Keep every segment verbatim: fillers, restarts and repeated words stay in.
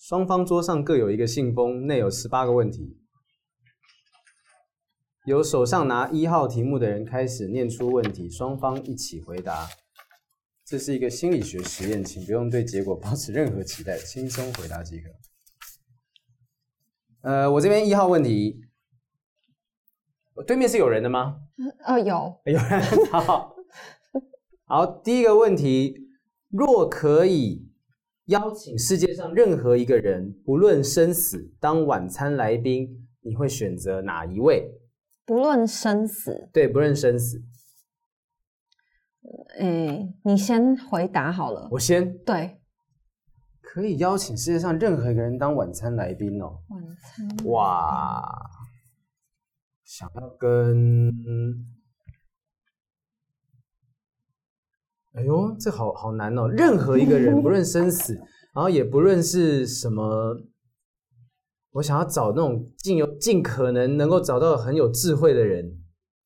双方桌上各有一个信封，内有十八个问题。由手上拿一号题目的人开始念出问题，双方一起回答。这是一个心理学实验，请不用对结果抱持任何期待，轻松回答即可。呃，我这边一号问题，对面是有人的吗？ 哦，有， 有人。好，好，第一个问题，若可以邀请世界上任何一个人，不论生死，当晚餐来宾，你会选择哪一位？ 不论生死。 对，不论生死。 诶，你先回答好了。 我先。 对。 可以邀请世界上任何一个人当晚餐来宾哦。 晚餐。 哇，想要跟……哎呦，这好好难哦！任何一个人，不论生死，然后也不论是什么，我想要找那种尽有尽可能能够找到很有智慧的人。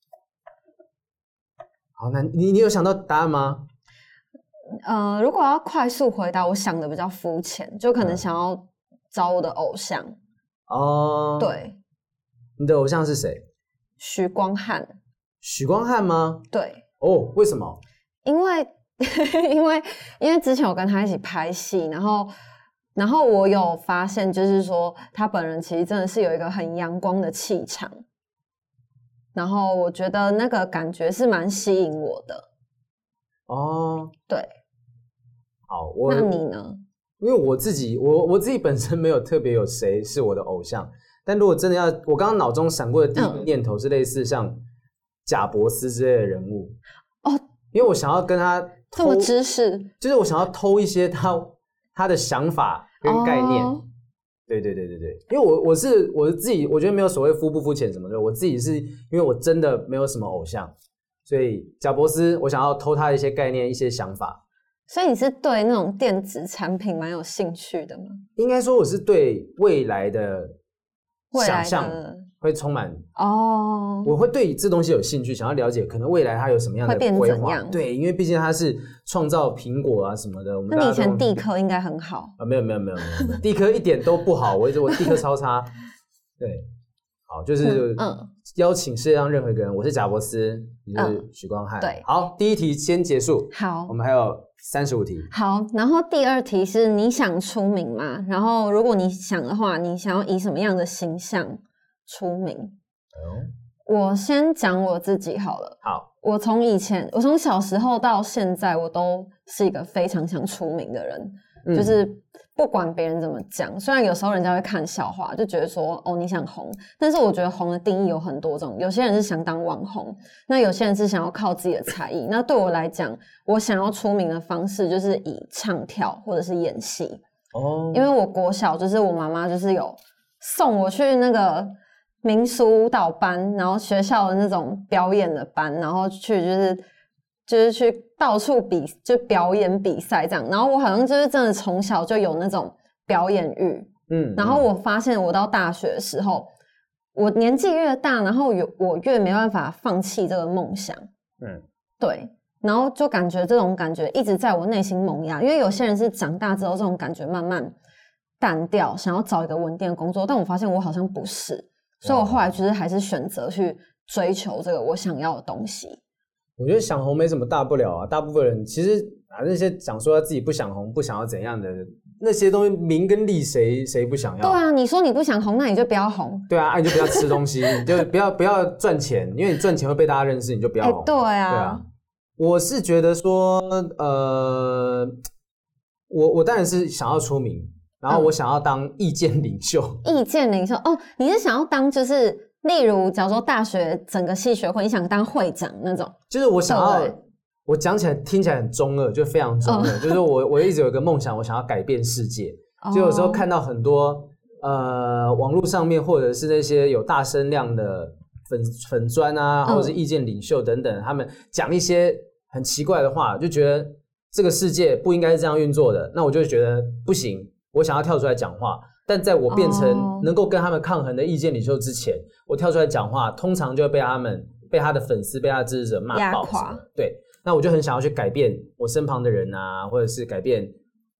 好难，你你有想到答案吗？ 呃，如果要快速回答，我想的比较肤浅，就可能想要找我的偶像。 哦， 对， 你的偶像是谁？ 许光汉。 许光汉吗？ 对。 哦，为什么？ 因为因为因为之前我跟他一起拍戏，然后然后我有发现，就是说他本人其实真的是有一个很阳光的气场。然后我觉得那个感觉是蛮吸引我的。 哦， 对。 好，我那你呢？ 因为我自己，我我自己本身没有特别有谁是我的偶像，但如果真的要，我刚刚脑中闪过的第一个念头是类似像贾伯斯之类的人物。 哦， 因为我想要跟他这么知识， 就是我想要偷一些他他的想法跟概念。 哦对对对对对，因为我我是我自己，我觉得没有所谓肤不肤浅什么的，我自己是因为我真的没有什么偶像，所以贾伯斯我想要偷他的一些概念、一些想法。 所以你是对那种电子产品蛮有兴趣的吗？ 应该说我是对未来的想象会充满哦， 我会对这东西有兴趣，想要了解可能未来它有什么样的规划。对，因为毕竟它是创造苹果啊什么的。我们那你以前地科应该很好啊？没有没有没有没有，地科一点都不好，我我地科超差。对，好，就是嗯，邀请世界上任何一个人，我是贾伯斯，你是许光汉。 对， 好，第一题先结束。 好， 我们还有三十五题。 好，然后第二题是你想出名吗？然后如果你想的话，你想要以什么样的形象出名？我先讲我自己好了。 好， 我从以前，我从小时候到现在，我都是一个非常想出名的人，嗯、就是不管别人怎么讲，虽然有时候人家会看笑话，就觉得说哦你想红，但是我觉得红的定义有很多种，有些人是想当网红，那有些人是想要靠自己的才艺。那对我来讲，我想要出名的方式就是以唱跳或者是演戏。哦，因为我国小就是我妈妈就是有送我去那个民俗舞蹈班，然后学校的那种表演的班，然后去就是就是去到处比就表演比赛这样，然后我好像就是真的从小就有那种表演欲，嗯，然后我发现我到大学的时候，我年纪越大，然后我越没办法放弃这个梦想，嗯，对，然后就感觉这种感觉一直在我内心萌芽，因为有些人是长大之后这种感觉慢慢淡掉，想要找一个稳定的工作，但我发现我好像不是。所以我后来就是还是选择去追求这个我想要的东西。 我觉得想红没什么大不了啊，大部分人其实啊那些讲说他自己不想红不想要怎样的那些东西，名跟利谁谁不想要？ 对啊，你说你不想红，那你就不要红。 对啊，啊你就不要吃东西，你就不要不要赚钱，因为你赚钱会被大家认识，你就不要红。 欸、对啊， 对啊。我是觉得说，呃，我我当然是想要出名。然后我想要当意见领袖， 嗯、意见领袖哦，你是想要当就是，例如假如说大学整个系学会，你想当会长那种？ 就是我想要，我讲起来听起来很中二，就非常中二。哦、就是我我一直有一个梦想，我想要改变世界。哦、就有时候看到很多呃网络上面或者是那些有大声量的粉粉专啊，或者是意见领袖等等，嗯、他们讲一些很奇怪的话，就觉得这个世界不应该是这样运作的，那我就觉得不行。我想要跳出来讲话，但在我变成能够跟他们抗衡的意见领袖之前， oh. 我跳出来讲话，通常就会被他们、被他的粉丝、被他的支持者骂爆什么的。对，那我就很想要去改变我身旁的人啊，或者是改变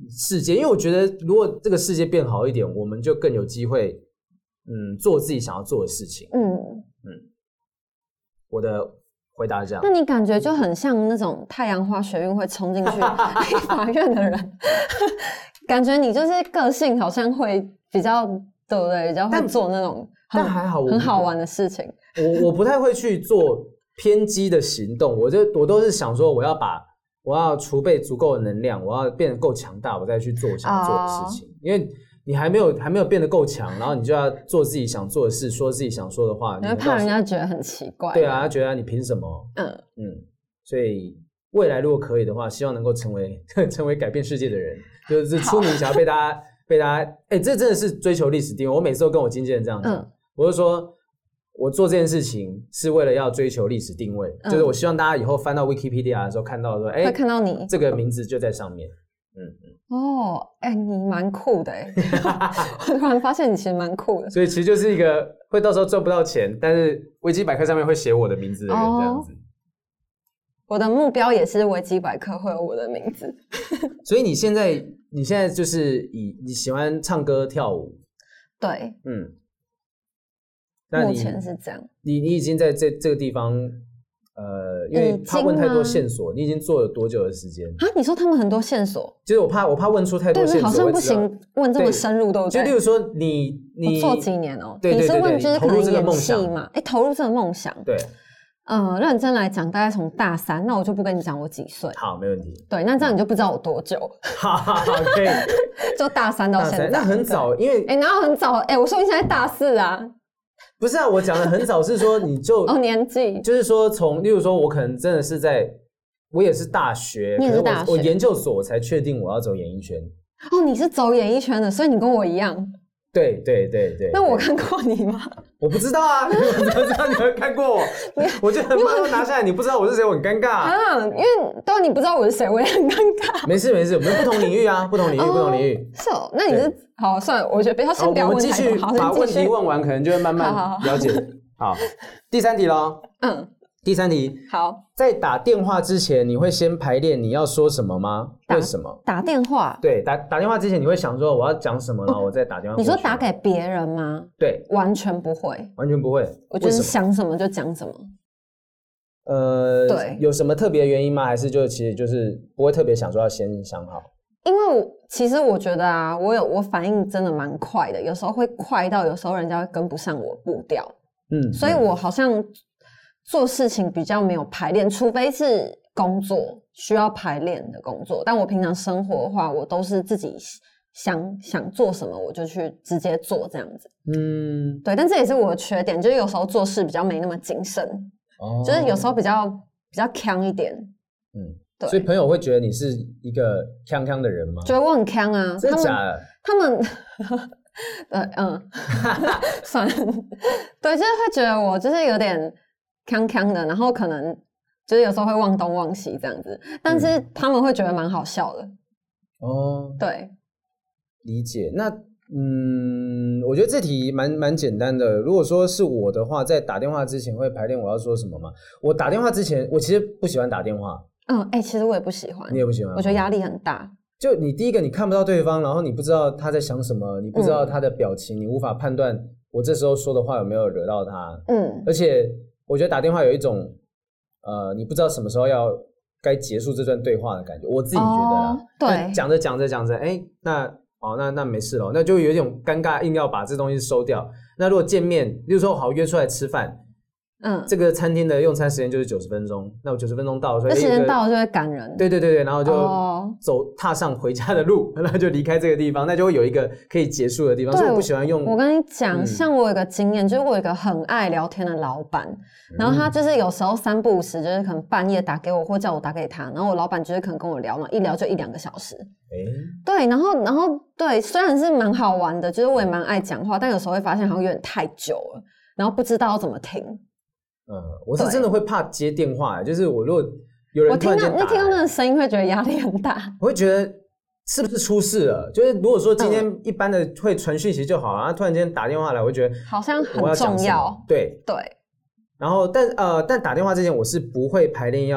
世界，因为我觉得如果这个世界变好一点，我们就更有机会，嗯，做自己想要做的事情。嗯嗯，我的回答是这样。 那你感觉就很像那种太阳花学运会冲进去立法院的人，感觉你就是个性好像会比较，对不对？比较会做那种很但还好很好玩的事情。 我我不太会去做偏激的行动，我就我都是想说，我要把我要储备足够的能量，我要变得够强大，我再去做我想做的事情。Oh. 因为你还没有还没有变得够强，然后你就要做自己想做的事，说自己想说的话， 你会怕人家觉得很奇怪。 对啊，他觉得你凭什么？嗯嗯，所以未来如果可以的话，希望能够成为成为改变世界的人，就是出名想要被大家被大家，哎、欸，这真的是追求历史定位。我每次都跟我经纪人这样讲，嗯、我就说。我做这件事情是为了要追求历史定位，嗯、就是我希望大家以后翻到 Wikipedia 的时候看到说，哎、欸， 会看到你这个名字就在上面。嗯嗯。哦，哎、欸，你蛮酷的哎！我突然发现你其实蛮酷的。 所以其实就是一个会到时候赚不到钱，但是维基百科上面会写我的名字的人、哦、这样子。 我的目标也是维基百科会有我的名字。 所以你现在你现在就是以你喜欢唱歌跳舞， 对，嗯。 那目前是这样， 你你已经在这这个地方，呃，因为怕问太多线索，你已经做了多久的时间啊？你说他们很多线索， 就是我怕我怕问出太多线索， 对，好像不行，问这么深入，对不对？ 就例如说你你做几年哦？ 对对对对， 你是问就是可能演戏嘛？哎，投入这个梦想， 对， 呃，认真来讲，大概从大三，那我就不跟你讲我几岁， 好，没问题。 对，那这样你就不知道我多久， 好好好，可以， 就大三到现在， 那很早，因为哎，哪有很早？哎，我说你现在大四啊。 不是啊，我讲的很早是说你就哦年纪， 就是说从，例如说我可能真的是在，我也是大学， 你也是大学， 我, 我研究所我才确定我要走演艺圈。 哦，你是走演艺圈的，所以你跟我一样。 对对对对。 那我看过你吗？ 我不知道啊，你怎么知道你会看过我？我就很怕拿下来，你不知道我是谁，我很尴尬啊。因为当你不知道我是谁，我也很尴尬。 没事没事，我们不同领域啊，不同领域，哦、不同领域。 是哦，那你是好算了，我觉得不要先不要问太多。 我们继续把问题问完，可能就会慢慢了解。好, 好, 好，第三题咯。嗯，第三题。 好， 在打电话之前，你会先排练你要说什么吗？为什么？ 打电话？ 对，打打电话之前，你会想说我要讲什么，然后我再打电话。 你说打给别人吗？ 对， 完全不会， 完全不会。 我就是想什么就讲什么。 呃， 对， 有什么特别的原因吗？还是就其实就是不会特别想说要先想好？ 因为我其实我觉得啊，我有我反应真的蛮快的，有时候会快到有时候人家会跟不上我步调。嗯，所以我好像做事情比较没有排练，除非是工作需要排练的工作，但我平常生活的话，我都是自己想想做什么我就去直接做这样子。嗯，对，但这也是我的缺点，就是有时候做事比较没那么谨慎，哦，就是有时候比较比较呛一点。嗯，对， 所以朋友会觉得你是一个呛呛的人吗？ 觉得我很呛啊， 真的假的？ 他们。对，嗯，算了，对，就是会觉得我就是有点鏘鏘的，然后可能就是有时候会忘东忘西这样子，但是他们会觉得蛮好笑的。哦，对， 理解。那嗯，我觉得这题蛮蛮简单的。如果说是我的话，在打电话之前会排练我要说什么吗？我打电话之前，我其实不喜欢打电话。 嗯，哎、欸，其实我也不喜欢。 你也不喜欢？ 我觉得压力很大。 就你第一个你看不到对方，然后你不知道他在想什么，你不知道他的表情，嗯、你无法判断我这时候说的话有没有惹到他。嗯，而且我觉得打电话有一种呃，你不知道什么时候要该结束这段对话的感觉，我自己觉得啦。 哦、对， 讲着讲着讲着，哎，那哦那那没事了，那就有一种尴尬，硬要把这东西收掉。那如果见面，例如说好约出来吃饭。嗯，这个餐厅的用餐时间就是九十分钟，那我九十分钟到了，所以这时间到了就会赶人。 对对对对，然后就走、哦、踏上回家的路，然后就离开这个地方，那就会有一个可以结束的地方。所以我不喜欢用。 我跟你讲，嗯、像我有一个经验，就是我有一个很爱聊天的老板，嗯、然后他就是有时候三不五时，就是可能半夜打给我，或叫我打给他，然后我老板就是可能跟我聊嘛，一聊就一两个小时。欸、对，然后然后对，虽然是蛮好玩的，就是我也蛮爱讲话，但有时候会发现好像有点太久了，然后不知道要怎么停。 嗯，我是真的会怕接电话，就是我如果有人突然间打来， 我听到那听到那个声音会觉得压力很大， 我会觉得是不是出事了？就是如果说今天一般的会传讯息就好了，然后突然间打电话来，我会觉得好像很重要。 对对， 然后但呃但打电话之前我是不会排练要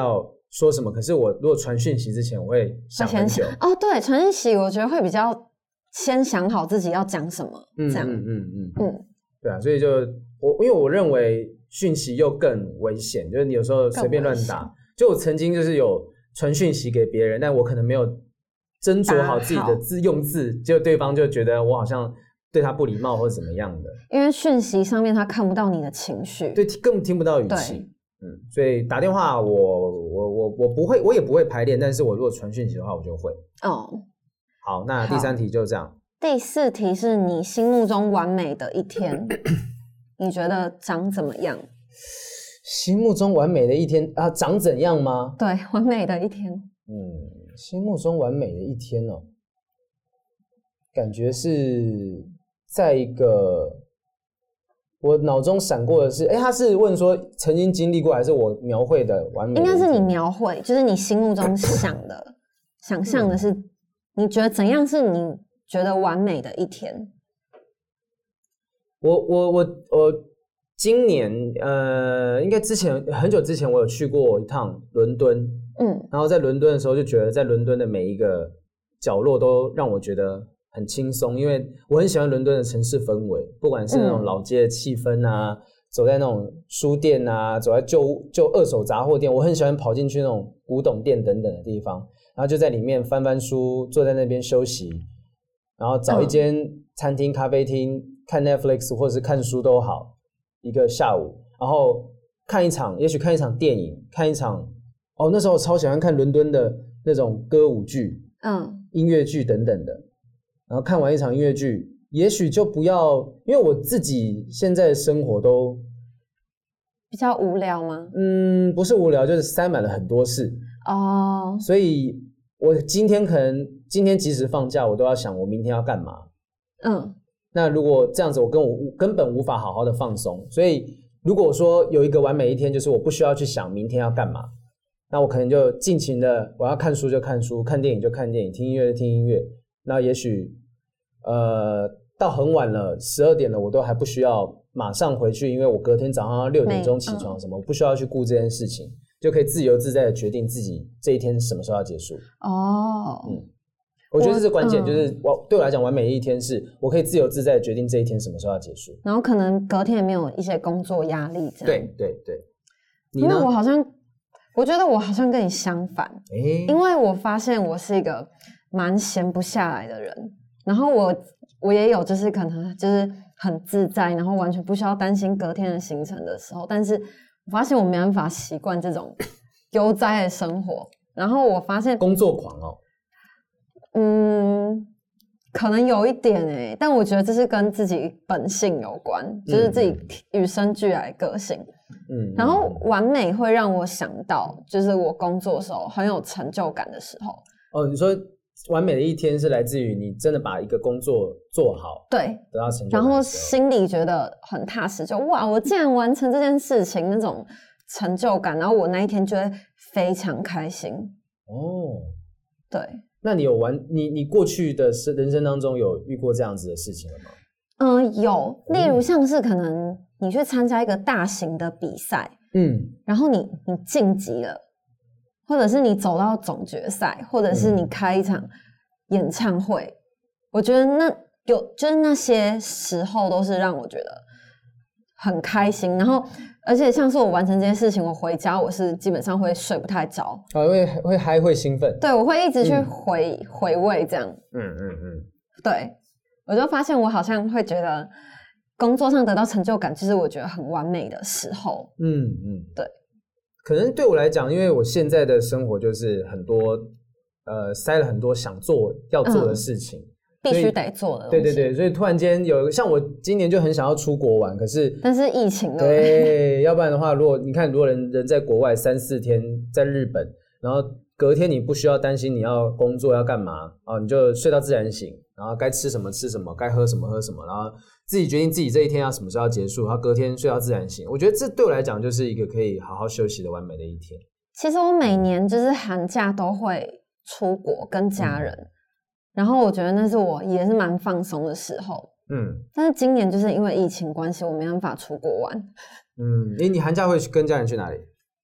说什么，可是我如果传讯息之前，我会想很久。 哦，对，传讯息我觉得会比较先想好自己要讲什么，这样。 嗯嗯嗯嗯嗯，对啊，所以就我因为我认为讯息又更危险，就是你有时候随便乱打。就我曾经就是有传讯息给别人，但我可能没有斟酌好自己的字用字，结果对方就觉得我好像对他不礼貌或者怎么样的。因为讯息上面他看不到你的情绪， 对，根本听不到语气。嗯，所以打电话我我我我不会，我也不会排练，但是我如果传讯息的话，我就会。哦，好，那第三题就这样。 第四题是你心目中完美的一天，你觉得长怎么样？ 心目中完美的一天啊，长怎样吗？ 对，完美的一天。 嗯，心目中完美的一天哦，感觉是在一个我脑中闪过的是，哎，他是问说曾经经历过，还是我描绘的完美的一天？ 应该是你描绘，就是你心目中想的、想象的是，你觉得怎样是你觉得完美的一天？ 我我我我。今年呃，应该之前很久之前，我有去过一趟伦敦，嗯，然后在伦敦的时候就觉得，在伦敦的每一个角落都让我觉得很轻松，因为我很喜欢伦敦的城市氛围，不管是那种老街的气氛啊，嗯、走在那种书店啊，走在旧旧二手杂货店，我很喜欢跑进去那种古董店等等的地方，然后就在里面翻翻书，坐在那边休息，然后找一间餐厅、咖啡厅看 Netflix 或者是看书都好。一个下午，然后看一场，也许看一场电影，看一场哦，那时候我超喜欢看伦敦的那种歌舞剧，嗯，音乐剧等等的。然后看完一场音乐剧，也许就不要，因为我自己现在的生活都比较无聊吗？ 嗯，不是无聊，就是塞满了很多事哦。所以我今天可能今天即使放假，我都要想我明天要干嘛。嗯。那如果这样子，我跟我根本无法好好的放松。所以如果说有一个完美一天，就是我不需要去想明天要干嘛，那我可能就尽情的，我要看书就看书，看电影就看电影，听音乐就听音乐。那也许呃到很晚了，十二点了，我都还不需要马上回去，因为我隔天早上要六点钟起床什么，我不需要去顾这件事情，就可以自由自在的决定自己这一天什么时候要结束。哦，嗯。我觉得这是关键，就是我对我来讲，完美的一天是我可以自由自在的决定这一天什么时候要结束， 然后可能隔天也没有一些工作压力这样。 对对对， 你呢？因为我好像，我觉得我好像跟你相反，欸、因为我发现我是一个蛮闲不下来的人，然后我我也有就是可能就是很自在，然后完全不需要担心隔天的行程的时候，但是我发现我没办法习惯这种悠哉的生活，然后我发现工作狂哦。 嗯，可能有一点哎、欸，但我觉得这是跟自己本性有关，嗯、就是自己与生俱来的个性。嗯，然后完美会让我想到，就是我工作的时候很有成就感的时候。 哦，你说完美的一天是来自于你真的把一个工作做好， 对， 得到成就感， 然后心里觉得很踏实，就哇，我竟然完成这件事情，那种成就感，然后我那一天就会非常开心。哦，对。 那你有玩你你过去的人生当中有遇过这样子的事情了吗？ 嗯，有，例如像是可能你去参加一个大型的比赛，嗯，然后你你晋级了，或者是你走到总决赛，或者是你开一场演唱会，嗯、我觉得那有就是那些时候都是让我觉得很开心，然后。而且像是我完成这件事情，我回家我是基本上会睡不太着， 啊，会会嗨会兴奋， 对，我会一直去回、嗯、回味这样，嗯嗯嗯，对，我就发现我好像会觉得工作上得到成就感，就是我觉得很完美的时候，嗯嗯，对， 可能对我来讲，因为我现在的生活就是很多呃塞了很多想做要做的事情。嗯必须得做的东西，对对对，所以突然间有像我今年就很想要出国玩，可是但是疫情了， 对，要不然的话，如果你看，如果人人在国外三四天，在日本，然后隔天你不需要担心你要工作要干嘛啊，你就睡到自然醒，然后该吃什么吃什么，该喝什么喝什么，然后自己决定自己这一天要什么时候要结束，然后隔天睡到自然醒。我觉得这对我来讲就是一个可以好好休息的完美的一天。 其实我每年就是寒假都会出国跟家人。嗯，然后我觉得那是我也是蛮放松的时候，嗯，但是今年就是因为疫情关系，我没办法出国玩。 嗯，你你寒假会跟家人去哪里？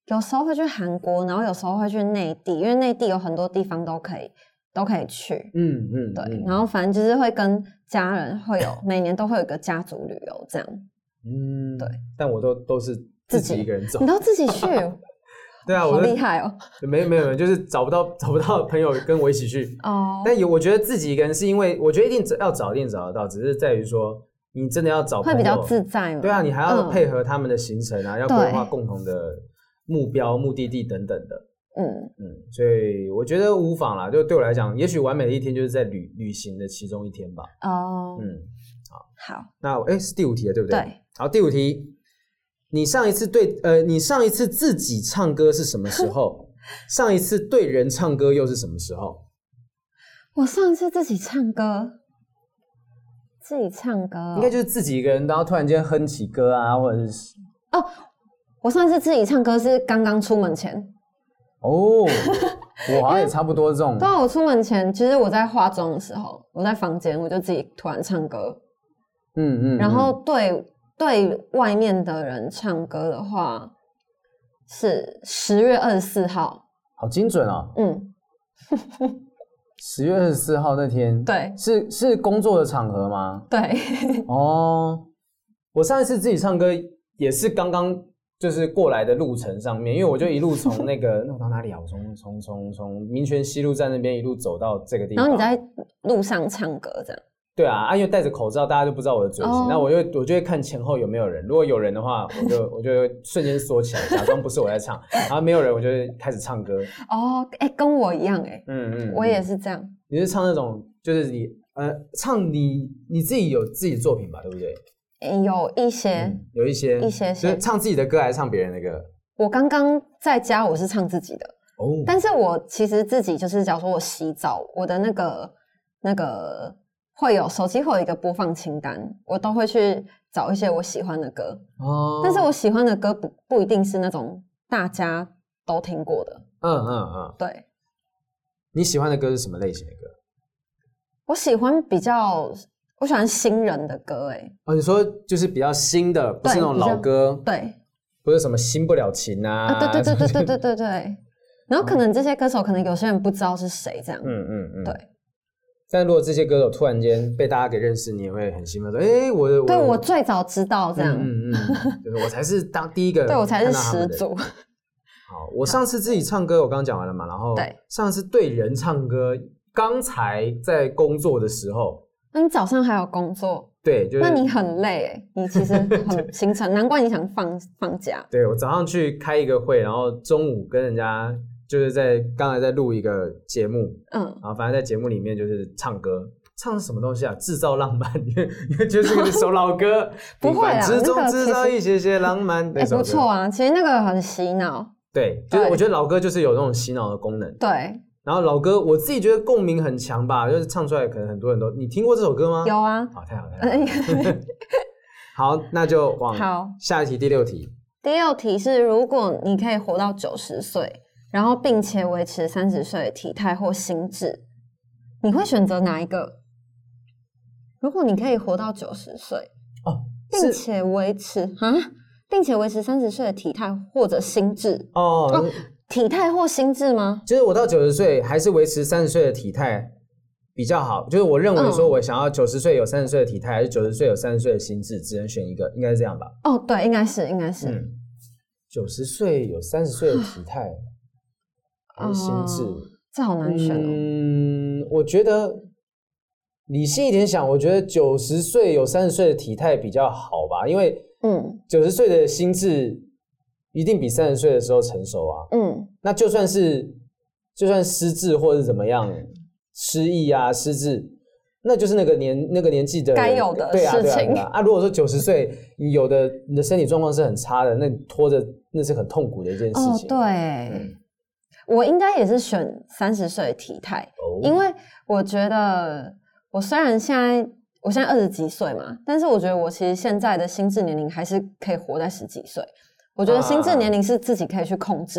有时候会去韩国，然后有时候会去内地，因为内地有很多地方都可以都可以去。 嗯嗯， 对， 嗯然后反正就是会跟家人会有每年都会有一个家族旅游这样。 嗯， 对， 但我都都是自己一个人走。 你都自己去？ 对啊，我好厉害哦！ 没有没有没有，就是找不到找不到朋友跟我一起去。 哦， 但有我觉得自己一个人是因为我觉得一定要找一定找得到，只是在于说你真的要找朋友会比较自在嘛。 对啊，你还要嗯配合他们的行程啊，要规划共同的目标、目的地等等的。 嗯嗯，所以我觉得无妨啦。就对我来讲，也许完美的一天就是在旅旅行的其中一天吧。 哦， 嗯， 好，好， 那哎是第五题了，对不对？ 对。 好，第五题，你上一次对呃，你上一次自己唱歌是什么时候？上一次对人唱歌又是什么时候？ 我上一次自己唱歌，自己唱歌、哦、 应该就是自己一个人，然后突然间哼起歌啊，或者是哦，我上一次自己唱歌是刚刚出门前。 哦，我好像也差不多这种。 对啊，我出门前，其实我在化妆的时候，我在房间，我就自己突然唱歌。 嗯 嗯, 嗯。 然后对对外面的人唱歌的话，是十月二十四号。 好精准哦。 嗯。 十月二十四号那天， 对， 是是工作的场合吗？ 对。 哦，我上一次自己唱歌也是刚刚就是过来的路程上面，因为我就一路从那个那我到哪里啊？我从从从从民权西路站那边一路走到这个地方。 然后你在路上唱歌这样？ 对啊，啊因为戴着口罩，大家就不知道我的嘴型，哦、那我就我就会看前后有没有人，如果有人的话，我就我就瞬间缩起来，假装不是我在唱，然后没有人，我就开始唱歌。 哦，哎、欸，跟我一样哎、欸， 嗯 嗯, 嗯， 我也是这样。 你是唱那种，就是你呃唱你你自己有自己的作品吧，对不对？ 欸、有一些、 嗯，有一些一些些， 就是唱自己的歌还是唱别人的歌？ 我刚刚在家我是唱自己的哦， 但是我其实自己就是，假如说我洗澡，我的那个那个。会有手机会有一个播放清单，我都会去找一些我喜欢的歌哦。但是我喜欢的歌不不一定是那种大家都听过的。 嗯嗯嗯，对。你喜欢的歌是什么类型的歌？ 我喜欢比较，我喜欢新人的歌，哎。 哦，你说就是比较新的，不是那种老歌， 对， 不是什么新不了情啊。 啊对对对对对对对对。然后可能这些歌手，可能有些人不知道是谁，这样。 嗯嗯嗯， 对。 但如果这些歌手突然间被大家给认识，你也会很兴奋，说：“哎、欸，我的…… 对我最早知道这样， 嗯嗯嗯，就是我才是当第一个， 对我才是始祖。” 好，我上次自己唱歌，我刚刚讲完了嘛，然后对上次对人唱歌，刚才在工作的时候， 那你早上还有工作？ 对，就是、 那你很累哎，你其实很行程，难怪你想放放假。 对，我早上去开一个会，然后中午跟人家。就是在刚才在录一个节目，嗯，然后反正在节目里面就是唱歌，唱什么东西啊？制造浪漫，因为因为就是一首老歌， 不会啦， 之中制造一些些浪漫， 哎、欸，不错啊，其实那个很洗脑。 对，就是我觉得老歌就是有那种洗脑的功能。 对， 然后老歌我自己觉得共鸣很强吧，就是唱出来可能很多人都，你听过这首歌吗？ 有啊。 好，太好太好。好，那就往好下一题，第六题。 第六题是，如果你可以活到九十岁。然后，并且维持三十岁的体态或心智，你会选择哪一个？如果你可以活到九十岁， 哦， 并且维持啊，并且维持三十岁的体态或者心智哦哦， 体态或心智吗？ 就是我到九十岁还是维持三十岁的体态比较好。就是我认为说，我想要九十岁有三十岁的体态，还是九十岁有三十岁的心智，只能选一个，应该是这样吧？ 哦，对，应该是，应该是。 嗯，九十岁有三十岁的体态。还是心智、哦， 这好难选哦。 嗯，我觉得理性一点想，我觉得九十岁有三十岁的体态比较好吧，因为嗯，九十岁的心智一定比三十岁的时候成熟啊。嗯，那就算是就算失智或者怎么样，失忆啊、失智，那就是那个年那个年纪的该有的事情。对啊， 对啊，对啊。啊如果说九十岁，有的你的身体状况是很差的，那拖着那是很痛苦的一件事情。 哦，对。嗯，我应该也是选三十岁的体态，哦，因为我觉得我虽然现在我现在二十几岁嘛，但是我觉得我其实现在的心智年龄还是可以活在十几岁。我觉得心智年龄是自己可以去控制的。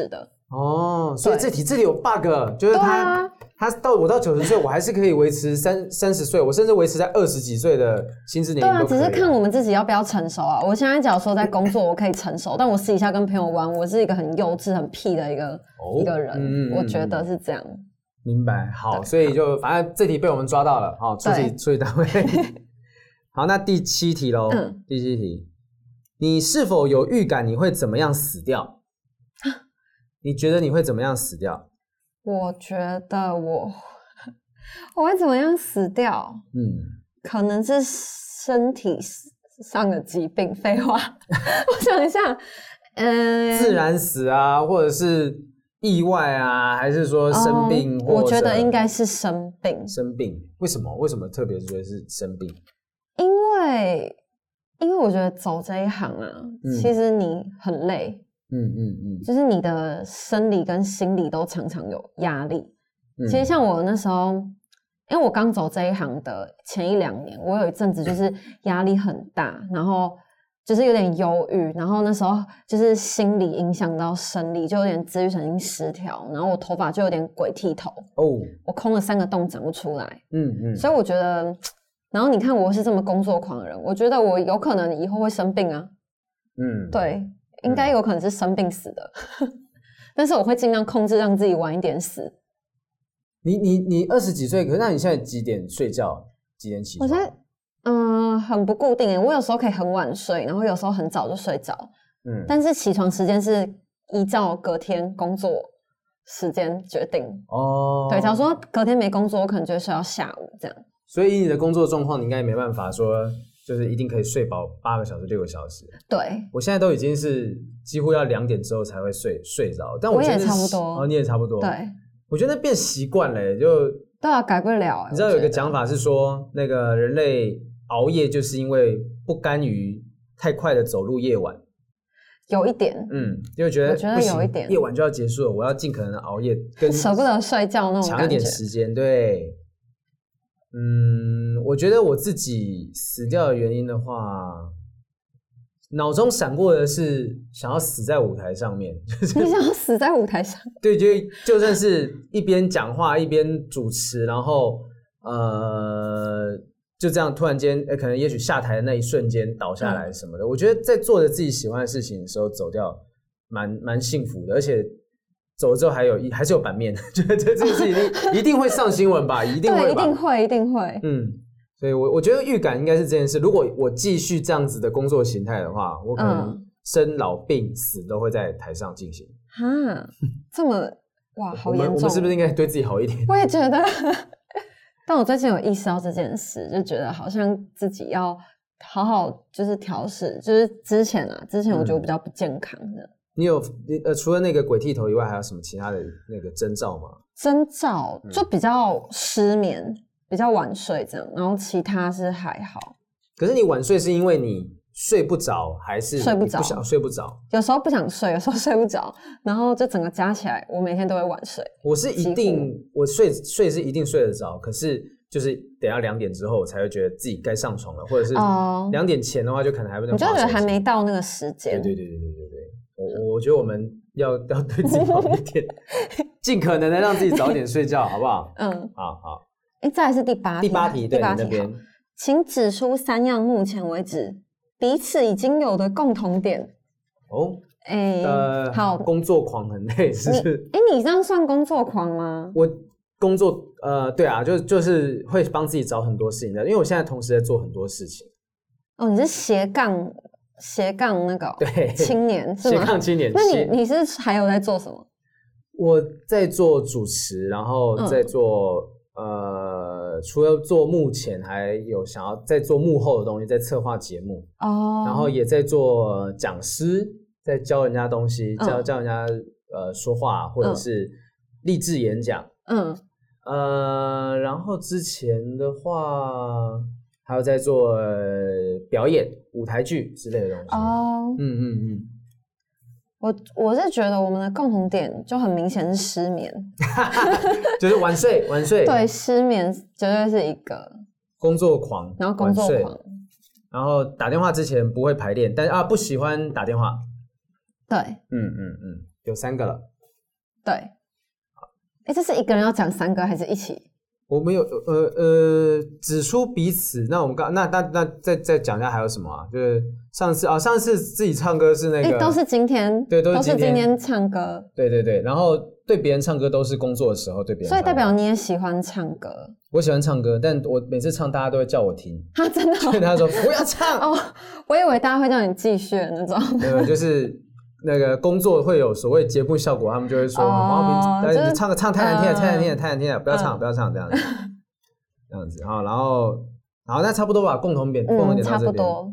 哦，所以这题这里有 bug， 就是他、啊、他到我到九十岁，我还是可以维持三三十岁，我甚至维持在二十几岁的薪资年龄都可以、啊。 对啊，只是看我们自己要不要成熟啊。我现在假如说在工作，我可以成熟，但我私底下跟朋友玩，我是一个很幼稚、很屁的一个、哦、一个人、嗯，我觉得是这样。 明白，好，所以就反正这题被我们抓到了，好，出题出题单位。好，那第七题咯、嗯、第七题，你是否有预感你会怎么样死掉？你觉得你会怎么样死掉？ 我觉得我我会怎么样死掉？嗯，可能是身体上的疾病。废话，我想一下，嗯， 自然死啊，或者是意外啊，还是说生病、 哦？我觉得应该是生病。 生病？为什么？为什么特别觉得是生病？ 因为，因为我觉得走这一行啊，嗯、其实你很累，嗯嗯嗯，就是你的生理跟心理都常常有压力。嗯、其实像我那时候，因为我刚走这一行的前一两年，我有一阵子就是压力很大，然后就是有点忧郁，然后那时候就是心理影响到生理，就有点自律神经失调，然后我头发就有点鬼剃头哦，我空了三个洞长不出来，嗯嗯，所以我觉得。然后你看我是这么工作狂的人，我觉得我有可能以后会生病啊，嗯，对，应该有可能是生病死的，嗯、但是我会尽量控制让自己晚一点死。 你你你二十几岁，可是那你现在几点睡觉？几点起床？ 我现在嗯、呃、很不固定耶，我有时候可以很晚睡，然后有时候很早就睡着，嗯，但是起床时间是依照隔天工作时间决定哦。对，假如说隔天没工作，我可能就会睡到下午这样。 所以以你的工作状况，你应该没办法说，就是一定可以睡饱八个小时、六个小时。 对， 我现在都已经是几乎要两点之后才会睡睡着，但我, 我也差不多。 哦，你也差不多。 对， 我觉得变习惯了，就对啊，改不了。 你知道有一个讲法是说，那个人类熬夜就是因为不甘于太快的走入夜晚。 有一点， 嗯，就觉得我觉得有一点， 夜晚就要结束了，我要尽可能的熬夜，跟舍不得睡觉那种感觉， 抢一点时间，对。嗯，我觉得我自己死掉的原因的话，脑中闪过的是想要死在舞台上面。就是、 你想要死在舞台上？ 对，就就算是一边讲话一边主持，然后呃，就这样突然间，可能也许下台的那一瞬间倒下来什么的。嗯、我觉得在做着自己喜欢的事情的时候走掉，蛮蛮幸福的，而且。走了之后还有还是有版面，觉得这件事一定一定会上新闻吧，一定会吧， 对，一定会，一定会。 嗯，所以我我觉得预感应该是这件事。如果我继续这样子的工作形态的话，我可能生老病死都会在台上进行。 哈、嗯，这么哇，好严重！ 我们我们是不是应该对自己好一点？ 我也觉得，但我最近有意识到这件事，就觉得好像自己要好好就是调试，就是之前啊，之前我觉得我比较不健康的。嗯你有呃，除了那个鬼剃头以外，还有什么其他的那个征兆吗？ 征兆就比较失眠，嗯、比较晚睡这样，然后其他是还好。 可是你晚睡是因为你睡不着，还是睡不着？ 不想睡不着？ 有时候不想睡，有时候睡不着，然后就整个加起来，我每天都会晚睡。 我是一定，我睡睡是一定睡得着，可是就是等到两点之后才会觉得自己该上床了，或者是两点前的话，就可能还不能。 你就觉得还没到那个时间？ 对对对对对对对。我我觉得我们要要对自己好一点，尽可能的让自己早点睡觉，好不好？嗯，好好。 哎，再来是第八题， 第八题， 第八题那边， 请指出三样目前为止彼此已经有的共同点。 哦，哎，呃， 好， 工作狂很累，是不是？ 哎，你这样算工作狂吗？ 我工作，呃，对啊，就就是会帮自己找很多事情的，因为我现在同时在做很多事情。 哦，你是斜杠。斜杠那个对青年是吗？ 斜杠青年。 那你你是还有在做什么？ 我在做主持，然后在做、嗯、呃，除了做幕前，还有想要在做幕后的东西，在策划节目哦，然后也在做讲师，在教人家东西，教、嗯、教人家呃说话或者是励志演讲，嗯呃，然后之前的话。还有在做、呃、表演、舞台剧之类的东西。哦，嗯嗯嗯， 我我是觉得我们的共同点就很明显是失眠， 就是晚睡，晚睡。 对，失眠绝对是一个工作狂， 然后工作狂， 然后打电话之前不会排练，但啊不喜欢打电话。 对， 嗯嗯嗯，有三个了。 对。哎，这是一个人要讲三个还是一起？ 我们有呃呃指出彼此。那我们刚那那那再再讲一下还有什么啊？就是上次啊，上次自己唱歌是那个， 都是今天， 对，都是今天， 都是今天唱歌。 对对对，然后对别人唱歌都是工作的时候对别人唱歌， 所以代表你也喜欢唱歌。 我喜欢唱歌，但我每次唱大家都会叫我停。 啊，真的、哦？ 所以他说不要唱哦，我以为大家会叫你继续的那种。 没有，就是那个工作会有所谓节目效果，他们就会说：“哦，你、就是、唱个唱太难听了，太难听了，太难听了，不要唱，嗯、不要唱，这样子，这样子啊。”然后，好，那差不多吧，共同点，共同点到这边。差不多。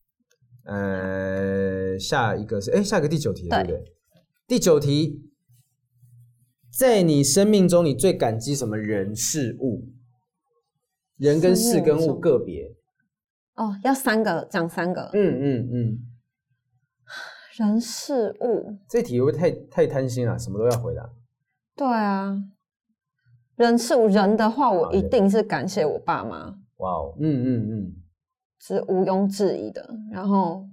呃，下一个是，哎，下一个第九题， 对, 对不对？第九题，在你生命中，你最感激什么人事物？人跟事跟物个别。 哦，要三个，讲三个。 嗯嗯嗯。 人事物， 这题会不会太太贪心了？什么都要回答。 对啊，人事物，人的话，我一定是感谢我爸妈。 哇哦，嗯嗯嗯， 是毋庸置疑的。然后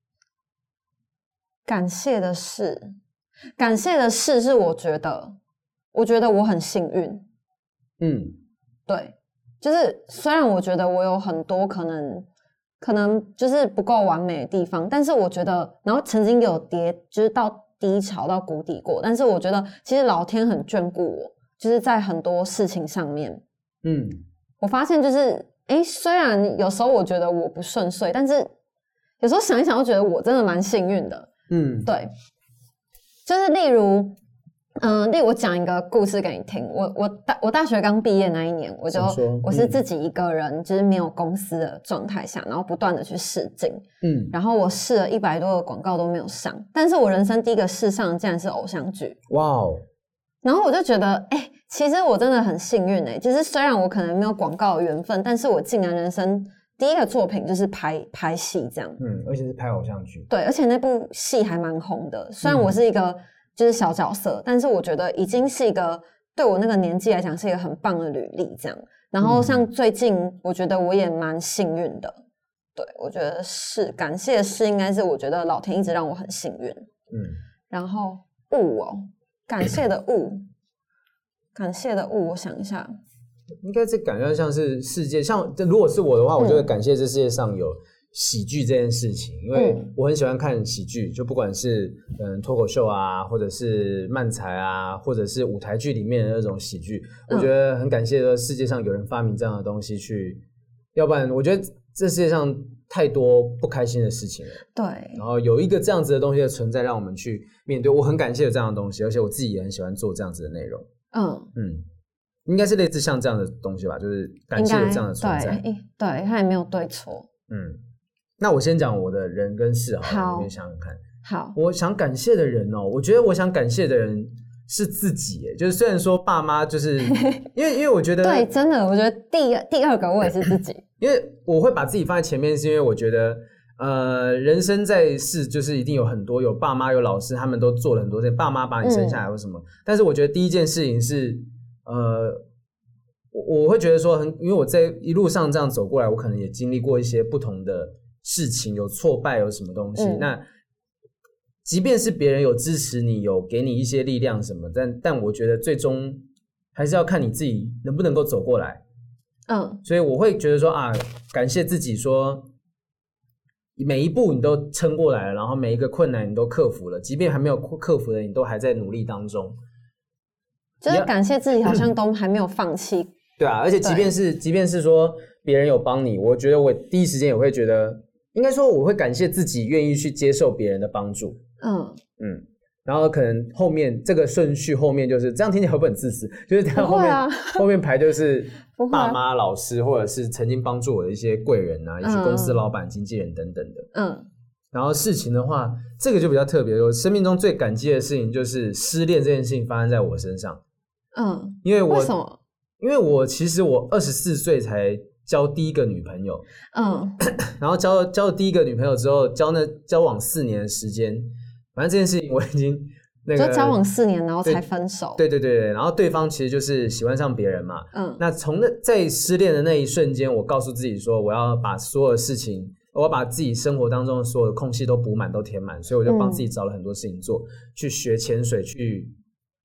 感谢的事，感谢的事是我觉得，我觉得我很幸运。嗯，对，就是虽然我觉得我有很多可能。可能就是不够完美的地方，但是我觉得，然后曾经有跌，就是到低潮到谷底过，但是我觉得其实老天很眷顾我，就是在很多事情上面，嗯，我发现就是，哎，虽然有时候我觉得我不顺遂，但是有时候想一想，我觉得我真的蛮幸运的，嗯，对，就是例如。嗯，例如我讲一个故事给你听。我我大我大学刚毕业那一年，我就、嗯、我是自己一个人，就是没有公司的状态下，然后不断的去试镜。嗯，然后我试了一百多个广告都没有上，但是我人生第一个试上的竟然是偶像剧。哇哦！然后我就觉得，哎、欸，其实我真的很幸运哎、欸。就是虽然我可能没有广告的缘分，但是我竟然人生第一个作品就是拍拍戏这样。嗯， 而且是拍偶像剧。 对，而且那部戏还蛮红的。虽然我是一个。嗯就是小角色，但是我觉得已经是一个对我那个年纪来讲是一个很棒的履历这样。然后像最近我觉得我也蛮幸运的，对，我觉得是感谢的是应该是我觉得老天一直让我很幸运。嗯，然后物哦，感谢的物，感谢的物，我想一下， 应该这感觉像是世界，像如果是我的话，我就会感谢这世界上有。喜剧这件事情，因为我很喜欢看喜剧，就不管是嗯脱口秀啊，或者是漫才啊，或者是舞台剧里面的那种喜剧，我觉得很感谢说世界上有人发明这样的东西去，要不然我觉得这世界上太多不开心的事情了。 对， 然后有一个这样子的东西的存在，让我们去面对，我很感谢这样的东西，而且我自己也很喜欢做这样子的内容。嗯嗯，应该是类似像这样的东西吧，就是感谢有这样的存在。 对，对，它也没有对错。 嗯。那我先讲我的人跟事好了，你们想想看。 好， 我想感谢的人哦，我觉得我想感谢的人是自己耶，就是虽然说爸妈就是因为因为我觉得对，真的，我觉得第第二个我也是自己， 因为我会把自己放在前面，是因为我觉得呃，人生在世就是一定有很多有爸妈有老师，他们都做了很多事，爸妈把你生下来或什么，嗯、但是我觉得第一件事情是呃。我, 我会觉得说很，因为我在一路上这样走过来，我可能也经历过一些不同的事情，有挫败，有什么东西。嗯、那即便是别人有支持你，有给你一些力量什么，但但我觉得最终还是要看你自己能不能够走过来。嗯，所以我会觉得说啊，感谢自己说，每一步你都撑过来了，然后每一个困难你都克服了，即便还没有克服的，你都还在努力当中。 就是感谢自己，好像都还没有放弃。 对啊，而且即便是即便是说别人有帮你，我觉得我第一时间也会觉得，应该说我会感谢自己愿意去接受别人的帮助。嗯嗯，然后可能后面这个顺序后面就是这样，听起来会不会很自私？就是这样后面、啊、后面排就是爸妈、老师，或者是曾经帮助我的一些贵人啊，也许公司老板、经纪人等等的。嗯，然后事情的话，这个就比较特别，我生命中最感激的事情就是失恋这件事情发生在我身上。嗯，因为我为什么？ 因为我其实我二十四岁才交第一个女朋友，嗯，然后交交了第一个女朋友之后，交那交往四年的时间，反正这件事情我已经那个就交往四年，然后才分手， 对对对对，然后对方其实就是喜欢上别人嘛，嗯，那从那在失恋的那一瞬间，我告诉自己说，我要把所有的事情，我要把自己生活当中的所有的空隙都补满，都填满，所以我就帮自己找了很多事情做，嗯、去学潜水，去。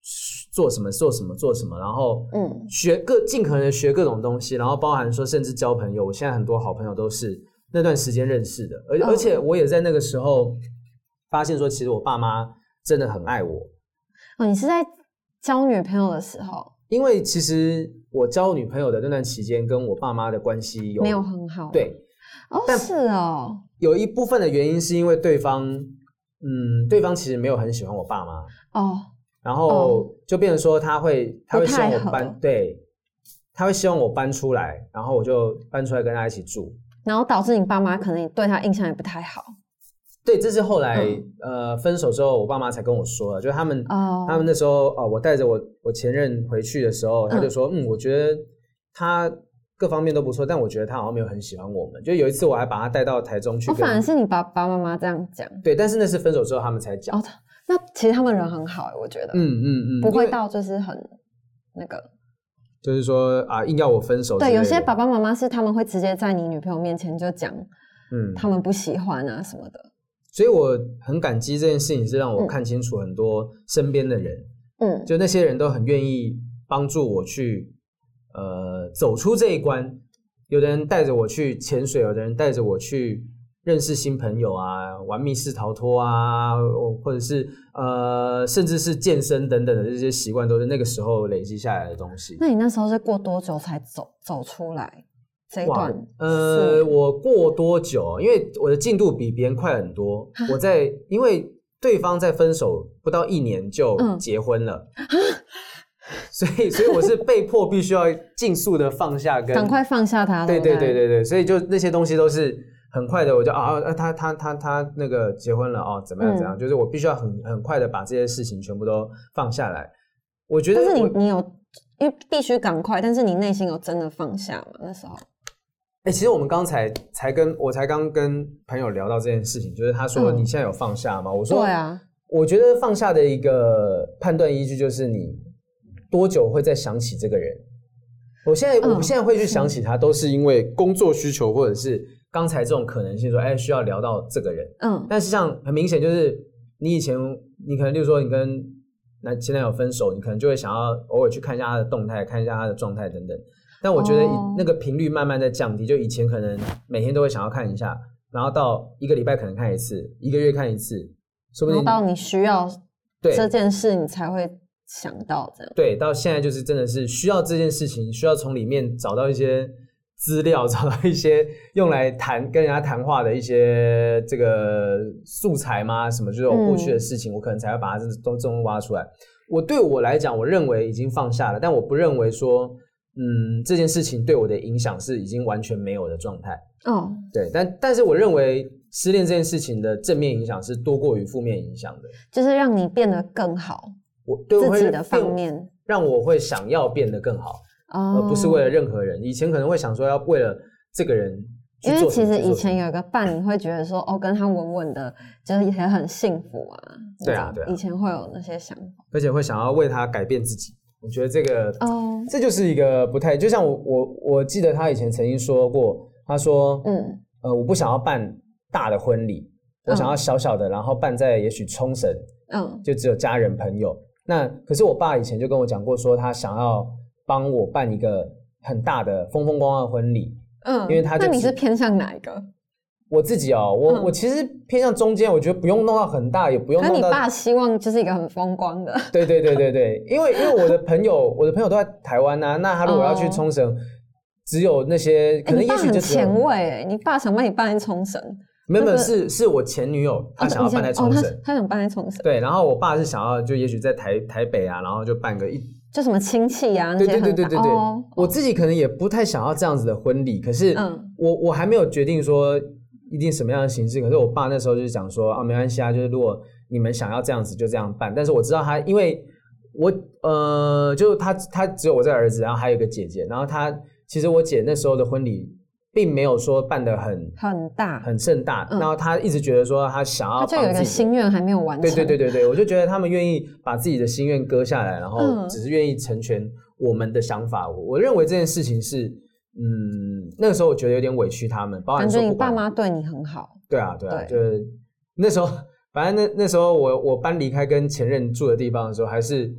做什么做什么做什么，然后嗯学各尽可能学各种东西，然后包含说甚至交朋友。我现在很多好朋友都是那段时间认识的，而、嗯、而且我也在那个时候发现说，其实我爸妈真的很爱我。 哦，你是在交女朋友的时候？ 因为其实我交女朋友的那段期间，跟我爸妈的关系有没有很好。 对， 哦，但是哦， 有一部分的原因是因为对方，嗯，对方其实没有很喜欢我爸妈哦，然后就变成说他会，他会希望我搬，对，他会希望我搬出来，然后我就搬出来跟他一起住， 然后导致你爸妈可能对他印象也不太好。 对，这是后来、嗯、呃分手之后，我爸妈才跟我说的，就是他们、哦、他们那时候哦，我带着我我前任回去的时候，他就说，嗯, 嗯，我觉得他各方面都不错，但我觉得他好像没有很喜欢我们。就有一次我还把他带到台中去跟， 我、哦、反而是你爸爸妈妈这样讲， 对，但是那是分手之后他们才讲。哦， 那其实他们人很好，我觉得，嗯嗯嗯，不会到就是很那个， 就是说啊，硬要我分手。 对，有些爸爸妈妈是他们会直接在你女朋友面前就讲，嗯，他们不喜欢啊什么的。 所以我很感激这件事情，是让我看清楚很多身边的人，嗯，就那些人都很愿意帮助我去，呃，走出这一关。有的人带着我去潜水，有的人带着我去认识新朋友啊，玩密室逃脱啊，或者是呃，甚至是健身等等的这些习惯，都是那个时候累积下来的东西。 那你那时候是过多久才走走出来？这一段呃，我过多久？因为我的进度比别人快很多。我在，因为对方在分手不到一年就结婚了，嗯、所以，所以我是被迫必须要尽速的放下跟，跟赶快放下他。 对对对对对，所以就那些东西都是很快的，我就啊啊，他他他他那个结婚了哦，怎么样怎么样，嗯、就是我必须要很很快的把这些事情全部都放下来。我觉得， 但是你你有，因为必须赶快，但是你内心有真的放下吗？那时候？ 哎、欸，其实我们刚才才跟我才刚跟朋友聊到这件事情，就是他说你现在有放下吗？嗯、我说对啊， 我觉得放下的一个判断依据就是你多久会再想起这个人。我现在、嗯、我现在会去想起他，都是因为工作需求或者是刚才这种可能性说，哎、欸，需要聊到这个人。嗯，但是像很明显就是你以前你可能例如说你跟男前男友分手，你可能就会想要偶尔去看一下他的动态，看一下他的状态等等。但我觉得那个频率慢慢在降低，就以前可能每天都会想要看一下，然后到一个礼拜可能看一次，一个月看一次，说不定到你需要这件事你才会想到这样。 对，到现在就是真的是需要这件事情，需要从里面找到一些资料，找到一些用来谈跟人家谈话的一些这个素材吗？什么就是我过去的事情，嗯、我可能才会把它都这么挖出来。我对我来讲，我认为已经放下了，但我不认为说。嗯，这件事情对我的影响是已经完全没有的状态。哦，对，但但是我认为失恋这件事情的正面影响是多过于负面影响的， 就是让你变得更好。 我对自己的方面， 让我会想要变得更好，哦、而不是为了任何人。以前可能会想说要为了这个人去做什么， 因为其实以前有一个伴，你会觉得说哦，跟他稳稳的，就是也很幸福啊。 对啊，对啊， 以前会有那些想法， 而且会想要为他改变自己。我觉得这个哦，这就是一个不太，就像我我我记得他以前曾经说过，他说，嗯，呃，我不想要办大的婚礼，我想要小小的，然后办在也许冲绳，嗯，就只有家人朋友。那可是我爸以前就跟我讲过，说他想要帮我办一个很大的风风光光的婚礼，嗯，因为他就那你是偏向哪一个？ 我自己哦，我、嗯、我其实偏向中间，我觉得不用弄到很大，也不用弄到。 可你爸希望就是一个很风光的。 对对对对对，因为因为我的朋友，我的朋友都在台湾啊，那他如果要去冲绳，哦、只有那些可能也许就很前卫哎，你爸想帮你办在冲绳。 没有没有，是是我前女友，她想要办在冲绳，哦、 他, 他想办在冲绳。 对，然后我爸是想要就也许在台台北啊，然后就办个一。 就什么亲戚啊，那些对对对对对对， 哦、 我自己可能也不太想要这样子的婚礼，可是我、嗯、我还没有决定说。一定什么样的形式？可是我爸那时候就是讲说啊，没关系啊，就是如果你们想要这样子，就这样办。但是我知道他，因为我呃，就他他只有我这个儿子，然后还有一个姐姐，然后他其实我姐那时候的婚礼并没有说办得很很大很盛大，嗯、然后他一直觉得说他想要， 他就有一个心愿还没有完成。 对对对对对，我就觉得他们愿意把自己的心愿割下来，然后只是愿意成全我们的想法。我我认为这件事情是。嗯，那个时候我觉得有点委屈他们，包含说感觉你爸妈对你很好。 对啊，对啊，对就是那时候，反正那那时候我我搬离开跟前任住的地方的时候，还是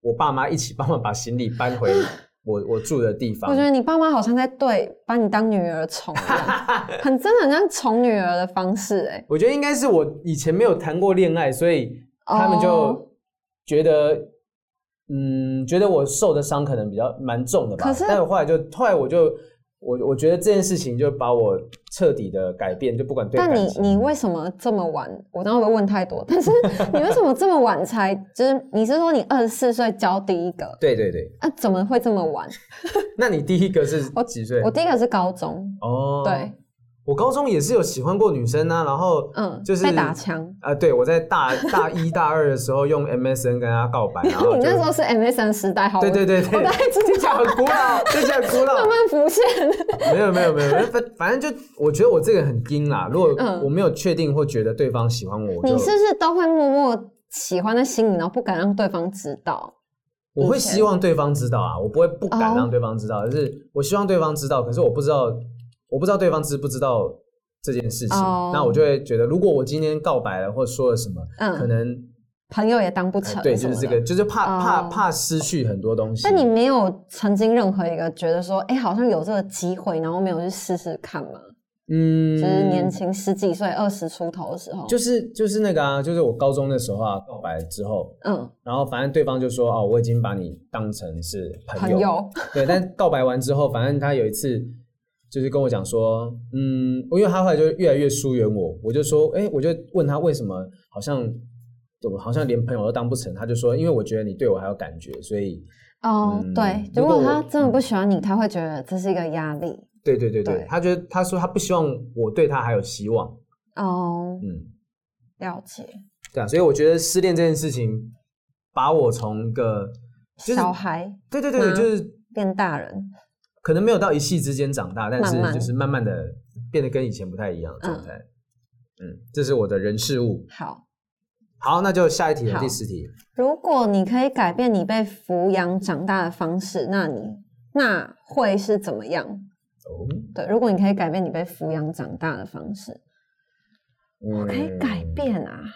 我爸妈一起帮忙把行李搬回我我住的地方。 我觉得你爸妈好像在对把你当女儿宠一样，很真的很像宠女儿的方式哎、欸。 我觉得应该是我以前没有谈过恋爱，所以他们就觉得，哦、嗯，觉得我受的伤可能比较蛮重的吧。可是，但后来就后来我就我我觉得这件事情就把我彻底的改变，就不管对感情。 但你你为什么这么晚？我刚刚会问太多，但是你为什么这么晚才？就是你是说你二十四岁交第一个？ 对对对。 啊，怎么会这么晚？ 那你第一个是几岁？ 我第一个是高中。 哦， 对。 我高中也是有喜欢过女生啊，然后嗯，就是被打枪啊、呃，对，我在大大一大二的时候用 M S N 跟她告白，然后你那时候是 M S N 时代，好， 对对对对， 我大概知道， 听起来很古老，听起来很古老， 慢慢浮现。 没有没有没有，反反正就我觉得我这个很硬啦，如果我没有确定或觉得对方喜欢我，我你是不是都会默默喜欢在心里，然后不敢让对方知道？ 我会希望对方知道啊，我不会不敢让对方知道，可、oh. 是我希望对方知道，可是我不知道，我不知道对方知不知道这件事情， oh. 那我就会觉得，如果我今天告白了或说了什么，嗯、可能朋友也当不成、呃。 对，就是这个，就是怕、oh. 怕怕失去很多东西。 但你没有曾经任何一个觉得说，哎、欸，好像有这个机会，然后没有去试试看吗？嗯，就是年轻十几岁、二十出头的时候， 就是就是那个啊，就是我高中的时候啊，告白之后，嗯，然后反正对方就说哦，我已经把你当成是朋友，朋友对，但告白完之后，反正他有一次就是跟我讲说，嗯，因为他后来就越来越疏远我，我就说，哎、欸，我就问他为什么好像我好像连朋友都当不成，他就说，因为我觉得你对我还有感觉，所以哦，嗯、对，如果他真的不喜欢你，他会觉得这是一个压力。 对对对 对, 对，他觉得他说他不希望我对他还有希望。 哦，嗯，了解。 对啊，所以我觉得失恋这件事情，把我从一个、就是、 小孩， 对对对，就是变大人， 可能没有到一夕之间长大，但是就是慢慢的变得跟以前不太一样的状态。嗯, 嗯，这是我的人事物。 好， 好，那就下一题了，第十题。 如果你可以改变你被抚养长大的方式，那你那会是怎么样？哦，对，如果你可以改变你被抚养长大的方式，嗯、我可以改变啊！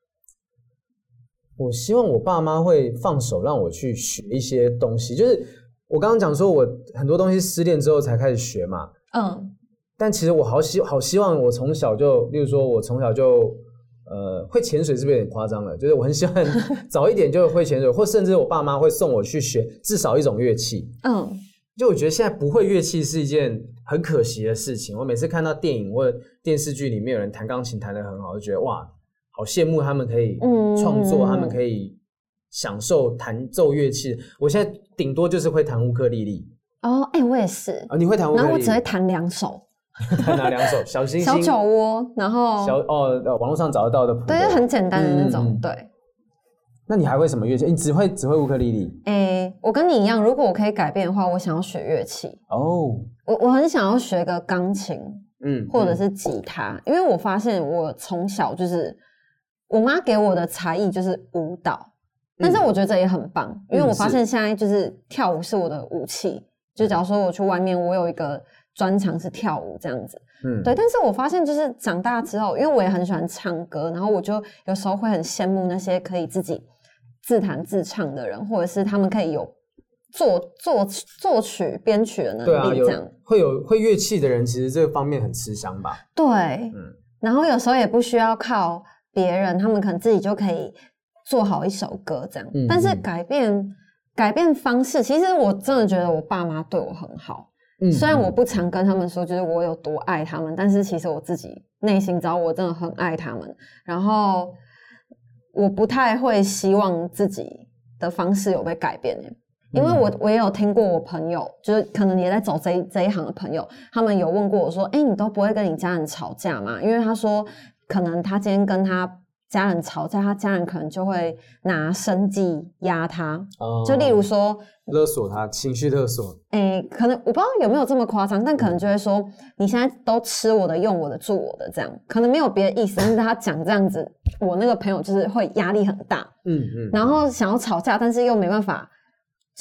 我希望我爸妈会放手让我去学一些东西，就是我刚刚讲说我很多东西失恋之后才开始学嘛，嗯，但其实我好希好希望我从小就，例如说我从小就呃会潜水，是不是有点夸张了？就是我很希望早一点就会潜水，或甚至我爸妈会送我去学至少一种乐器，嗯。就我觉得现在不会乐器是一件很可惜的事情。我每次看到电影或电视剧里面有人弹钢琴弹得很好，就觉得哇，好羡慕他们可以创作，嗯、他们可以享受弹奏乐器。我现在顶多就是会弹乌克丽丽。 哦，哎、欸，我也是。 啊、哦，你会弹乌克丽丽？ 然后我只会弹两首。 弹哪两首？小星星、 小酒窝，然后小哦，网络上找得到的谱。 对，很简单的那种。嗯、对。 那你还会什么乐器？你只会只会乌克丽丽？ 哎、欸，我跟你一样，如果我可以改变的话，我想要学乐器。哦，我我很想要学个钢琴，嗯，或者是吉他，嗯、因为我发现我从小就是我妈给我的才艺就是舞蹈，但是我觉得这也很棒，嗯、因为我发现现在就是跳舞是我的武器。就假如说我去外面，我有一个专长是跳舞这样子，嗯，对。但是我发现就是长大之后，因为我也很喜欢唱歌，然后我就有时候会很羡慕那些可以自己自弹自唱的人，或者是他们可以有作作作曲编曲的能力，这样、啊、 会有会乐器的人，其实这个方面很吃香吧？ 对，嗯，然后有时候也不需要靠别人，他们可能自己就可以做好一首歌这样。嗯、但是改变改变方式，其实我真的觉得我爸妈对我很好。嗯，虽然我不常跟他们说，就是我有多爱他们，但是其实我自己内心知道我真的很爱他们。然后我不太会希望自己的方式有被改变耶，因为我我也有听过我朋友，就是可能也在走这一这一行的朋友，他们有问过我说，哎、欸，你都不会跟你家人吵架吗？因为他说，可能他今天跟他家人吵架，他家人可能就会拿生计压他，哦、就例如说勒索他，情绪勒索。 诶，可能我不知道有没有这么夸张，但可能就会说、嗯、你现在都吃我的、用我的、住我的，这样可能没有别的意思，但是他讲这样子，我那个朋友就是会压力很大，嗯嗯，然后想要吵架，但是又没办法，就是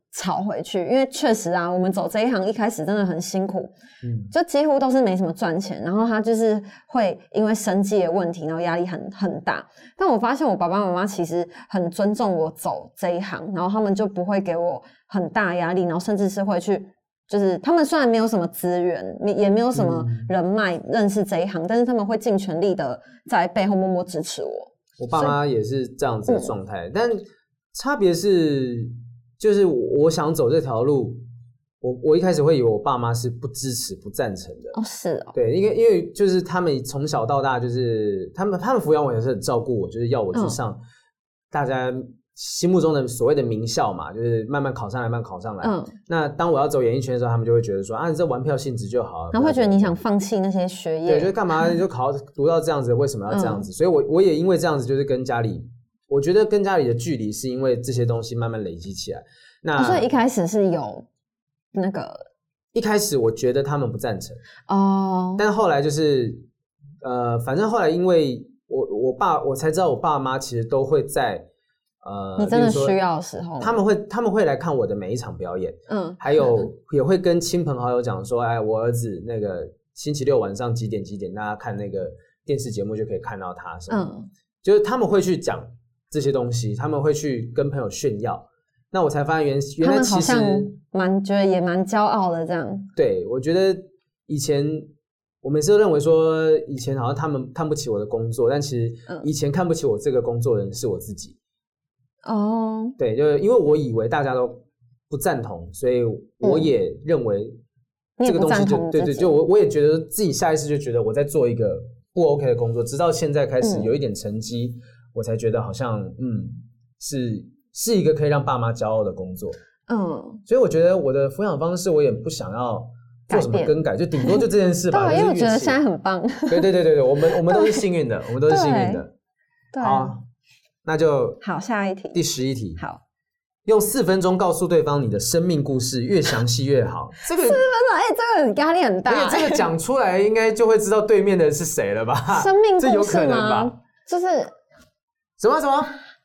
吵回去，因为确实啊，我们走这一行一开始真的很辛苦， 嗯， 就几乎都是没什么赚钱，然后他就是会因为生计的问题，然后压力很很大。但我发现我爸爸妈妈其实很尊重我走这一行，然后他们就不会给我很大压力，然后甚至是会去，就是他们虽然没有什么资源，也没有什么人脉认识这一行，嗯、但是他们会尽全力的在背后默默支持我。 我爸妈也是这样子的状态，嗯、但差别是。就是我想走这条路，我我一开始会以为我爸妈是不支持、不赞成的。 哦，是哦。 对，因为因为就是他们从小到大，就是他们他们抚养我也是很照顾我，就是要我去上大家心目中的所谓的名校嘛，就是慢慢考上来，慢慢考上来。嗯。那当我要走演艺圈的时候，他们就会觉得说啊，你这玩票性质就好了。 然后会觉得你想放弃那些学业。 对，就干嘛你就考读到这样子，为什么要这样子？嗯、所以我我也因为这样子，就是跟家里。我觉得跟家里的距离是因为这些东西慢慢累积起来。那、 哦、所以一开始是有那个， 一开始我觉得他们不赞成哦， 但后来就是呃，反正后来因为我我爸我才知道我爸妈其实都会在呃， 你真的需要的时候， 他们会他们会来看我的每一场表演，嗯，还有也会跟亲朋好友讲说，哎，我儿子那个星期六晚上几点几点，大家看那个电视节目就可以看到他什么，嗯，就是他们会去讲。这些东西他们会去跟朋友炫耀，那我才发现原原来其实他们好像蛮觉得也蛮骄傲的这样。 对，我觉得以前我每次都认为说以前好像他们看不起我的工作，但其实以前看不起我这个工作的人是我自己。哦、嗯，对，就是因为我以为大家都不赞同，所以我也认为这个东西就、嗯、对对，就我我也觉得自己下意识就觉得我在做一个不 OK 的工作，直到现在开始有一点成绩。嗯我才觉得好像嗯是是一个可以让爸妈骄傲的工作，嗯，所以我觉得我的抚养方式我也不想要做什么更改，就顶多就这件事吧。 对，因为我觉得现在很棒。 对对对对对，我们我们都是幸运的，我们都是幸运的。 对， 好，那就好，下一题， 第十一题。 好， 用四分钟告诉对方你的生命故事，越详细越好。这个四分钟，哎、欸，这个压力很大。 而且这个讲出来，应该就会知道对面的是谁了吧？ 生命故事吗？ 这有可能吧？ 就是。 什么什么？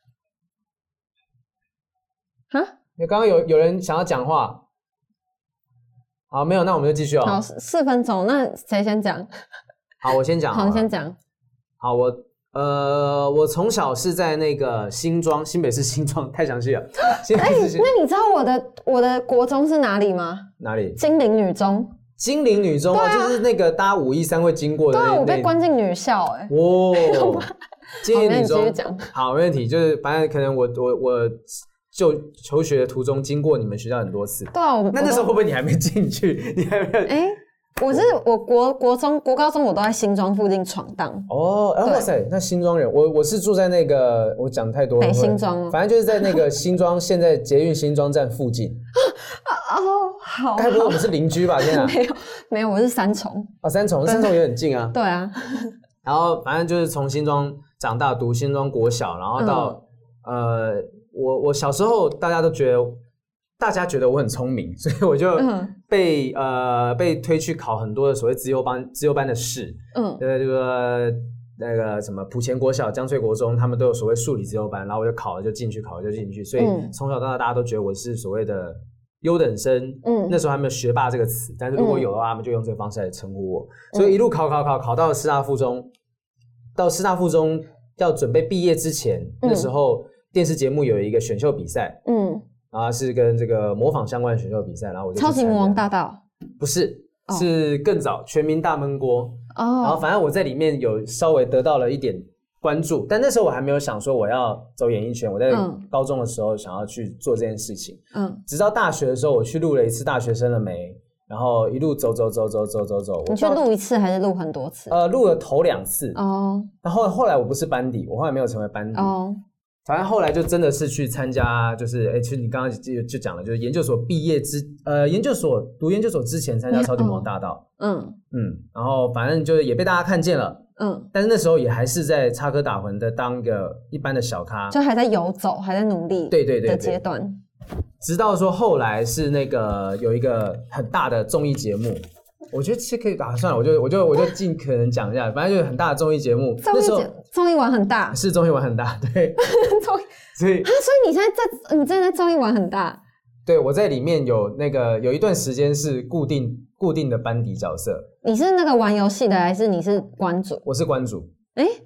啊？ 你刚刚有有人想要讲话？好，没有，那我们就继续哦。 好，四分钟，那谁先讲？ 好，我先讲。 好，你先讲。 好，我呃，我从小是在那个新庄，新北市新庄，太详细了。 哎、欸，那你知道我的我的国中是哪里吗？ 哪里？ 金陵女中。 金陵女中、啊、就是那个大家五一三会经过的那。 对啊，我被关进女校哎、欸。 哇！金陵女中， 好， 没问题。就是反正可能我我我就求学的途中经过你们学校很多次。 对啊，我那那时候会不会你还没进去？你还没有？ 哎、欸，我是我国国中、国高中我都在新庄附近闯荡。 哦，哇塞，那新庄人，我我是住在那个，我讲太多了。 北新庄， 反正就是在那个新庄，现在捷运新庄站附近。 哦，好， 该不会我们是邻居吧？天啊， 没有没有，我是三重。 哦，三重，三重也很近啊。 对啊。 然后反正就是从新庄长大，读新庄国小，然后到、嗯、呃，我我小时候大家都觉得，大家觉得我很聪明，所以我就被、嗯、呃被推去考很多的所谓资优班资优班的试，嗯，呃这个那个什么埔前国小、江翠国中，他们都有所谓数理资优班，然后我就考了就进去，考了就进去，所以从小到大大家都觉得我是所谓的优等生，嗯，那时候还没有学霸这个词，但是如果有的话，他们就用这个方式来称呼我，嗯、所以一路考考考考到了师大附中。到师大附中要准备毕业之前，嗯、那时候电视节目有一个选秀比赛，嗯，然后是跟这个模仿相关的选秀比赛，然后我就超级魔王大道不是，哦、是更早全民大闷锅哦，然后反正我在里面有稍微得到了一点关注，但那时候我还没有想说我要走演艺圈，我在高中的时候想要去做这件事情，嗯，直到大学的时候我去录了一次大学生了没。然后一路走走走走走走走， 你去录一次还是录很多次？ 呃，录了头两次哦。然后后来我不是班底，我后来没有成为班底哦。反正后来就真的是去参加，就是哎，其实你刚刚就就讲了，就是研究所毕业之呃，研究所读研究所之前参加超级魔王大道，嗯嗯，然后反正就是也被大家看见了，嗯。但是那时候也还是在插科打诨的当一个一般的小咖， 就还在游走，还在努力， 对对对的阶段。 直到说后来是那个有一个很大的综艺节目，我觉得其实可以啊，算了，我就我就我就尽可能讲一下，反正就是很大的综艺节目。 综艺节综艺玩很大， 是综艺玩很大，对。综艺，所以啊，所以你现在在你现在在综艺玩很大， 对，我在里面有那个有一段时间是固定固定的班底角色。 你是那个玩游戏的，还是你是关主？ 我是关主。 哎、欸，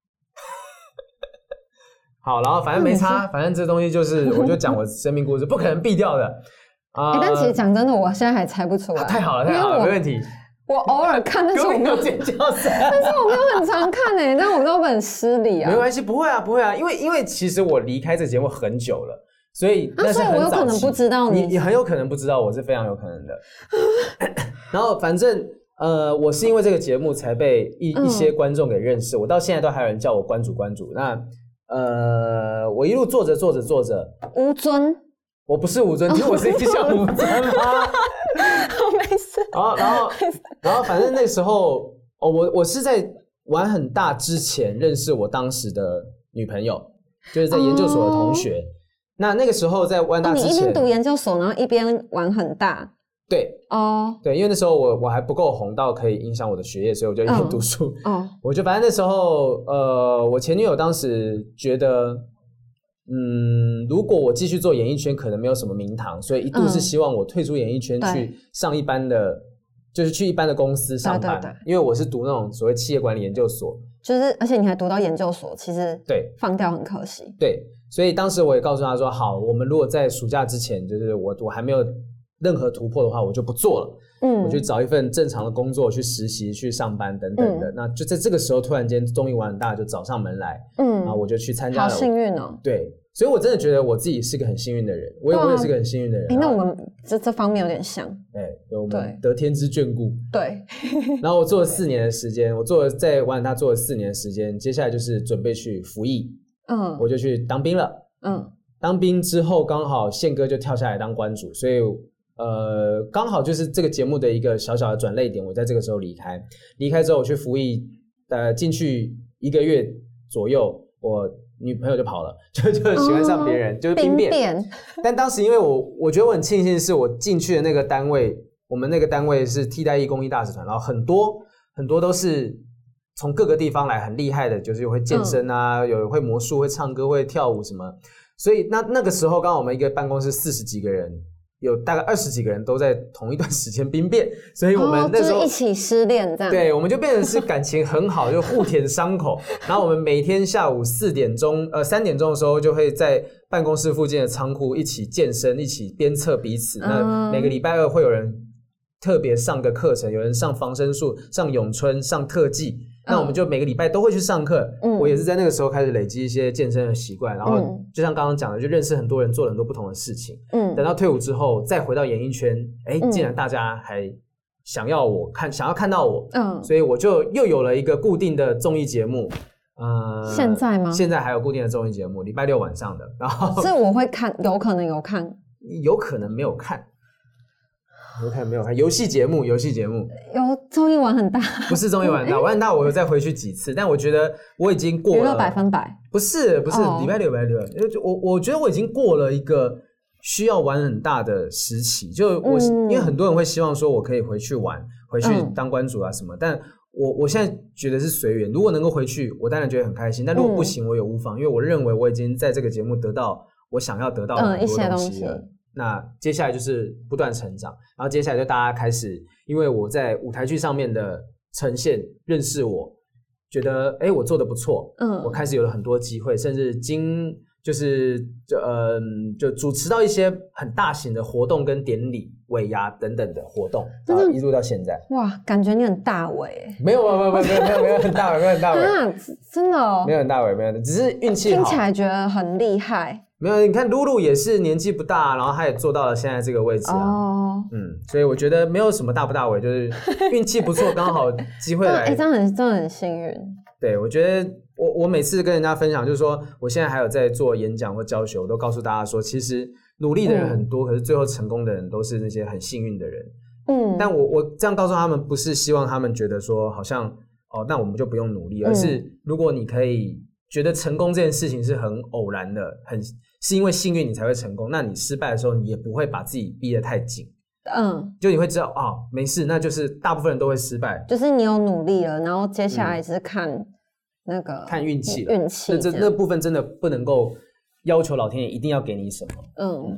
好，然后反正没差，反正这东西就是我就讲我生命故事，不可能避掉的啊、呃欸。但其实讲真的，我现在还猜不出来。 啊、太好了，太好了，没问题。 我偶尔看，但是我没有尖叫声， 但是我没有很常看诶、欸，但我都很失礼啊。 没关系，不会啊，不会啊，因为因为其实我离开这节目很久了。所以那是很早期、啊、所以我有可能不知道你， 你你很有可能不知道，我是非常有可能的。然后反正呃，我是因为这个节目才被一、嗯、一些观众给认识，我到现在都还有人叫我关主关主。那呃，我一路做着做着做着， 吴尊， 我不是吴尊，其实我是一个像吴尊吗？ 我没事。 然后然后然后反正那时候哦，我我是在玩很大之前认识我当时的女朋友，就是在研究所的同学。哦，那那个时候在玩大之前，哦， 你一边读研究所，然后一边玩很大。 对哦， oh. 对，因为那时候我我还不够红到可以影响我的学业，所以我就一边读书。哦， oh. oh. 我就反正那时候，呃，我前女友当时觉得，嗯，如果我继续做演艺圈，可能没有什么名堂，所以一度是希望我退出演艺圈去上一般的，嗯，就是去一般的公司上班。对对对，因为我是读那种所谓企业管理研究所， 就是而且你还读到研究所，其实对放掉很可惜。 对。所以当时我也告诉他说，好，我们如果在暑假之前，就是我我还没有任何突破的话，我就不做了。嗯，我去找一份正常的工作，去实习、去上班等等的。嗯，那就在这个时候，突然间综艺玩很大，就找上门来。嗯，然后我就去参加了。 好幸运哦。 对，所以我真的觉得我自己是个很幸运的人，我也、啊、我也是个很幸运的人。 哎，那我们这这方面有点像。 哎，我们得天之眷顾。 对。 然后我做了四年的时间，我做了在玩很大做了四年的时间，接下来就是准备去服役。嗯，我就去当兵了。嗯，当兵之后刚好宪哥就跳下来当关主，所以呃刚好就是这个节目的一个小小的转捩点，我在这个时候离开。离开之后我去服役，呃进去一个月左右，我女朋友就跑了，就就喜欢上别人，哦，就是兵变。但当时因为我我觉得我很庆幸的是，我进去的那个单位，我们那个单位是替代役公益大使团，然后很多很多都是从各个地方来很厉害的，就是有会健身啊，嗯，有会魔术、会唱歌、会跳舞什么。所以那那个时候，刚好我们一个办公室四十几个人，有大概二十几个人都在同一段时间兵变，所以我们那时候， 哦，就是一起失恋这样。 对，我们就变成是感情很好，就互舔伤口。然后我们每天下午四点钟，呃三点钟的时候，就会在办公室附近的仓库一起健身，一起鞭策彼此。嗯，那每个礼拜二会有人特别上个课程，有人上防身术、上咏春、上特技。那我们就每个礼拜都会去上课。嗯，我也是在那个时候开始累积一些健身的习惯，然后就像刚刚讲的，就认识很多人，做了很多不同的事情。嗯，等到退伍之后，再回到演艺圈，哎，竟然大家还想要我看，想要看到我。嗯，所以我就又有了一个固定的综艺节目。呃， 现在吗？ 现在还有固定的综艺节目，礼拜六晚上的。然后这我会看，有可能有看， 有可能没有看。我看没有看游戏节目，游戏节目有综艺玩很大， 不是综艺玩很大，玩很大我有再回去几次，但我觉得我已经过了娱乐百分百， 不是不是礼拜六礼拜六，我我觉得我已经过了一个需要玩很大的时期，就我、嗯、因为很多人会希望说我可以回去玩，回去当关主啊什么，嗯、但我我现在觉得是随缘，如果能够回去，我当然觉得很开心，但如果不行，我有无妨，因为我认为我已经在这个节目得到我想要得到的很多东西了。嗯那接下来就是不断成长，然后接下来就大家开始，因为我在舞台剧上面的呈现，认识我，觉得哎我做得不错，嗯，我开始有了很多机会，甚至经就是就呃就主持到一些很大型的活动跟典礼、尾牙等等的活动，然后一路到现在。 哇，感觉你很大尾。 没有没有没有没有没有没有很大尾，没有很大尾啊，真的哦， 没有很大尾，没有，只是运气好。 听起来觉得很厉害。 没有，你看露露也是年纪不大，然后她也做到了现在这个位置啊。哦，嗯，所以我觉得没有什么大不大尾，就是运气不错，刚好机会来。 哎，这样很真的很幸运。 对，我觉得我我每次跟人家分享，就是说我现在还有在做演讲或教学，我都告诉大家说，其实努力的人很多，嗯、可是最后成功的人都是那些很幸运的人。嗯，但我我这样告诉他们，不是希望他们觉得说好像哦，那我们就不用努力，而是如果你可以觉得成功这件事情是很偶然的，很是因为幸运你才会成功，那你失败的时候你也不会把自己逼得太紧。嗯，就你会知道啊、哦，没事，那就是大部分人都会失败， 就是你有努力了，然后接下来是看那个、嗯、 看运气， 运气那这那部分真的不能够要求老天爷一定要给你什么。嗯，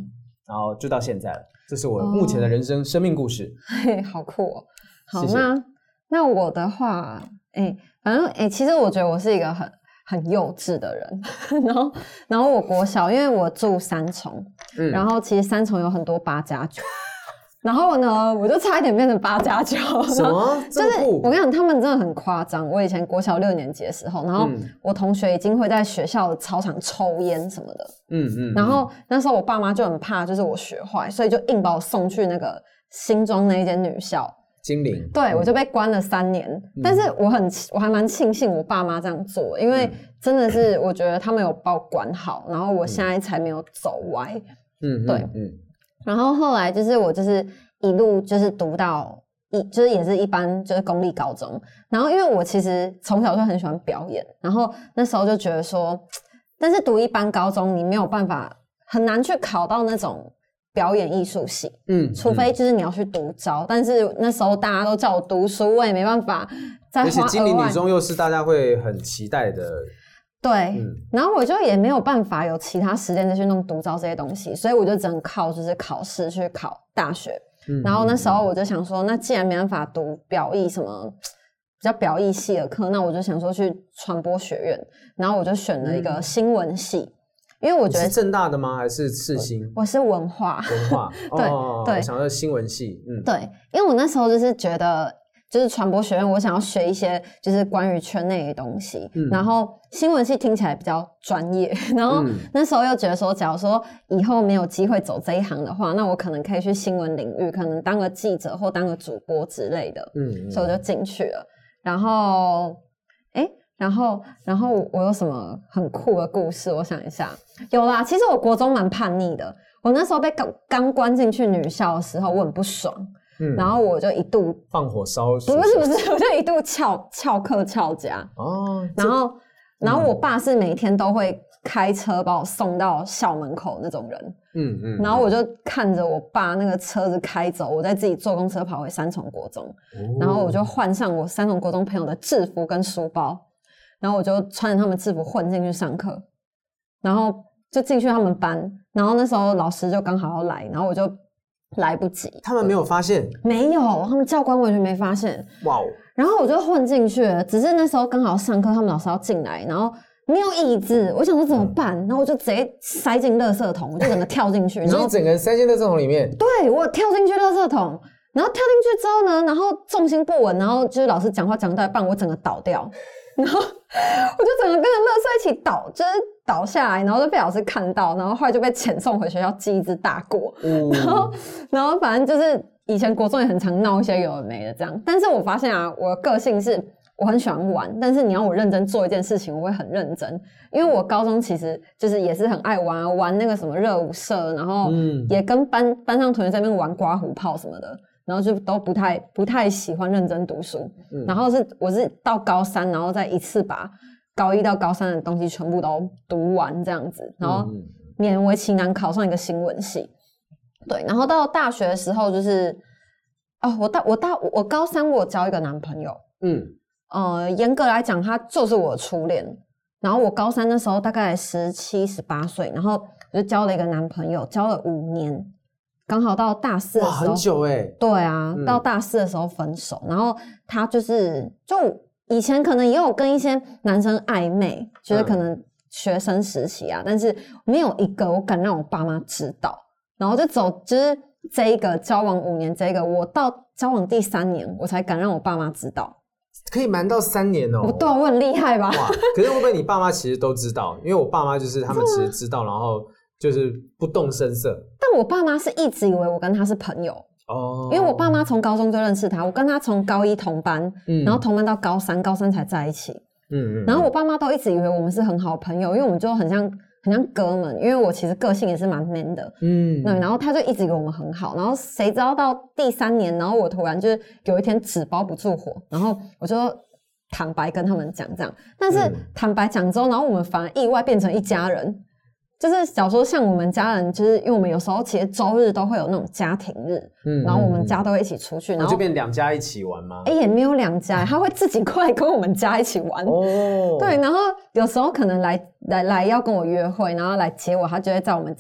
然后就到现在了。这是我目前的人生、哦、生命故事。 嘿，好酷哦！好， 谢谢。 那那我的话，哎，反正哎，其实我觉得我是一个很很幼稚的人。然后，然后我国小，因为我住三重，嗯、然后其实三重有很多八加九。然后呢，我就差一点变成八加九。 什么？ 就是我跟你讲，他们真的很夸张。我以前国小六年级的时候，然后我同学已经会在学校的操场抽烟什么的。嗯嗯。然后那时候我爸妈就很怕，就是我学坏，所以就硬把我送去那个新庄那一间女校。 金陵。 对，嗯、我就被关了三年。嗯、但是我很，我还蛮庆幸我爸妈这样做，因为真的是我觉得他们有把我管好，然后我现在才没有走歪。嗯，对，嗯。嗯然后后来就是我就是一路就是读到一就是也是一般就是公立高中，然后因为我其实从小就很喜欢表演，然后那时候就觉得说，但是读一般高中你没有办法很难去考到那种表演艺术系，嗯，除非就是你要去独招，嗯、但是那时候大家都叫我读书，我也没办法再花额外。 而且金陵女中又是大家会很期待的。 对、嗯，然后我就也没有办法有其他时间再去弄独招这些东西，所以我就只能靠就是考试去考大学。嗯、然后那时候我就想说，那既然没办法读表艺什么比较表艺系的课，那我就想说去传播学院，然后我就选了一个新闻系，嗯、因为我觉得你是政大的吗？还是世新？ 我是文化， 文化， 对、 哦、 对， 我想到新闻系，嗯， 对，因为我那时候就是觉得。就是传播学院，我想要学一些就是关于圈内的东西，嗯、然后新闻系听起来比较专业，然后那时候又觉得说，假如说以后没有机会走这一行的话，那我可能可以去新闻领域，可能当个记者或当个主播之类的，嗯，所以我就进去了。然后，哎，然后，然后我有什么很酷的故事？我想一下，有啦。其实我国中蛮叛逆的，我那时候被刚刚关进去女校的时候，我很不爽。嗯、然后我就一度放火烧， 不是不是，我就一度翘翘课翘家哦。然后，然后我爸是每天都会开车把我送到校门口那种人。嗯嗯。然后我就看着我爸那个车子开走，我再自己坐公车跑回三重国中。哦、然后我就换上我三重国中朋友的制服跟书包，然后我就穿着他们制服混进去上课，然后就进去他们班。然后那时候老师就刚好要来，然后我就。来不及， 他们没有发现， 没有，他们教官完全没发现。哇哦！然后我就混进去了，只是那时候刚好上课，他们老师要进来，然后没有椅子，我想说怎么办？然后我就直接塞进垃圾桶，我就整个跳进去。 你说整个人塞进垃圾桶里面？ 对，我跳进去垃圾桶，然后跳进去之后呢，然后重心不稳，然后就是老师讲话讲到一半，我整个倒掉，然后我就整个跟着垃圾一起倒，就是倒下来，然后就被老师看到，然后后来就被遣送回学校记一只大过。嗯、然后，然后反正就是以前国中也很常闹一些有的没的这样。但是我发现啊，我的个性是我很喜欢玩，但是你要我认真做一件事情，我会很认真。因为我高中其实就是也是很爱玩啊，玩那个什么热舞社，然后也跟班班上同学在那边玩刮胡泡什么的。然后就都不太不太喜欢认真读书，嗯、然后是我是到高三，然后再一次把高一到高三的东西全部都读完这样子，然后勉为其难考上一个新闻系。对，然后到大学的时候就是，哦，我大我大我高三我交一个男朋友，嗯，呃，严格来讲他就是我的初恋。然后我高三的时候大概十七十八岁，然后我就交了一个男朋友，交了五年。刚好到大四的时候， 哇，很久哎。 对啊、嗯，到大四的时候分手，然后他就是就以前可能也有跟一些男生暧昧，就是可能学生时期啊，嗯、但是没有一个我敢让我爸妈知道，然后就走就是这一个交往五年，这一个我到交往第三年我才敢让我爸妈知道。 可以瞒到三年哦、喔！ 对，我很厉害吧？ 哇！可是会不会你爸妈其实都知道？因为我爸妈就是他们其实知道，然后就是不动声色。 但我爸妈是一直以为我跟他是朋友哦，因为我爸妈从高中就认识他，我跟他从高一同班，嗯、然后同班到高三，高三才在一起。嗯嗯。然后我爸妈都一直以为我们是很好的朋友，因为我们就很像很像哥们，因为我其实个性也是蛮 man 的。嗯。对，然后他就一直以为我们很好，然后谁知道到第三年，然后我突然就是有一天纸包不住火，然后我就坦白跟他们讲这样，但是坦白讲之后，然后我们反而意外变成一家人。就是假如说像我们家人，就是因为我们有时候其实周日都会有那种家庭日，嗯，然后我们家都会一起出去，然后就变两家一起玩吗？ 哎、欸，也没有两家，他会自己过来跟我们家一起玩。哦，对，然后有时候可能来来来要跟我约会，然后来接我，他就会在我们家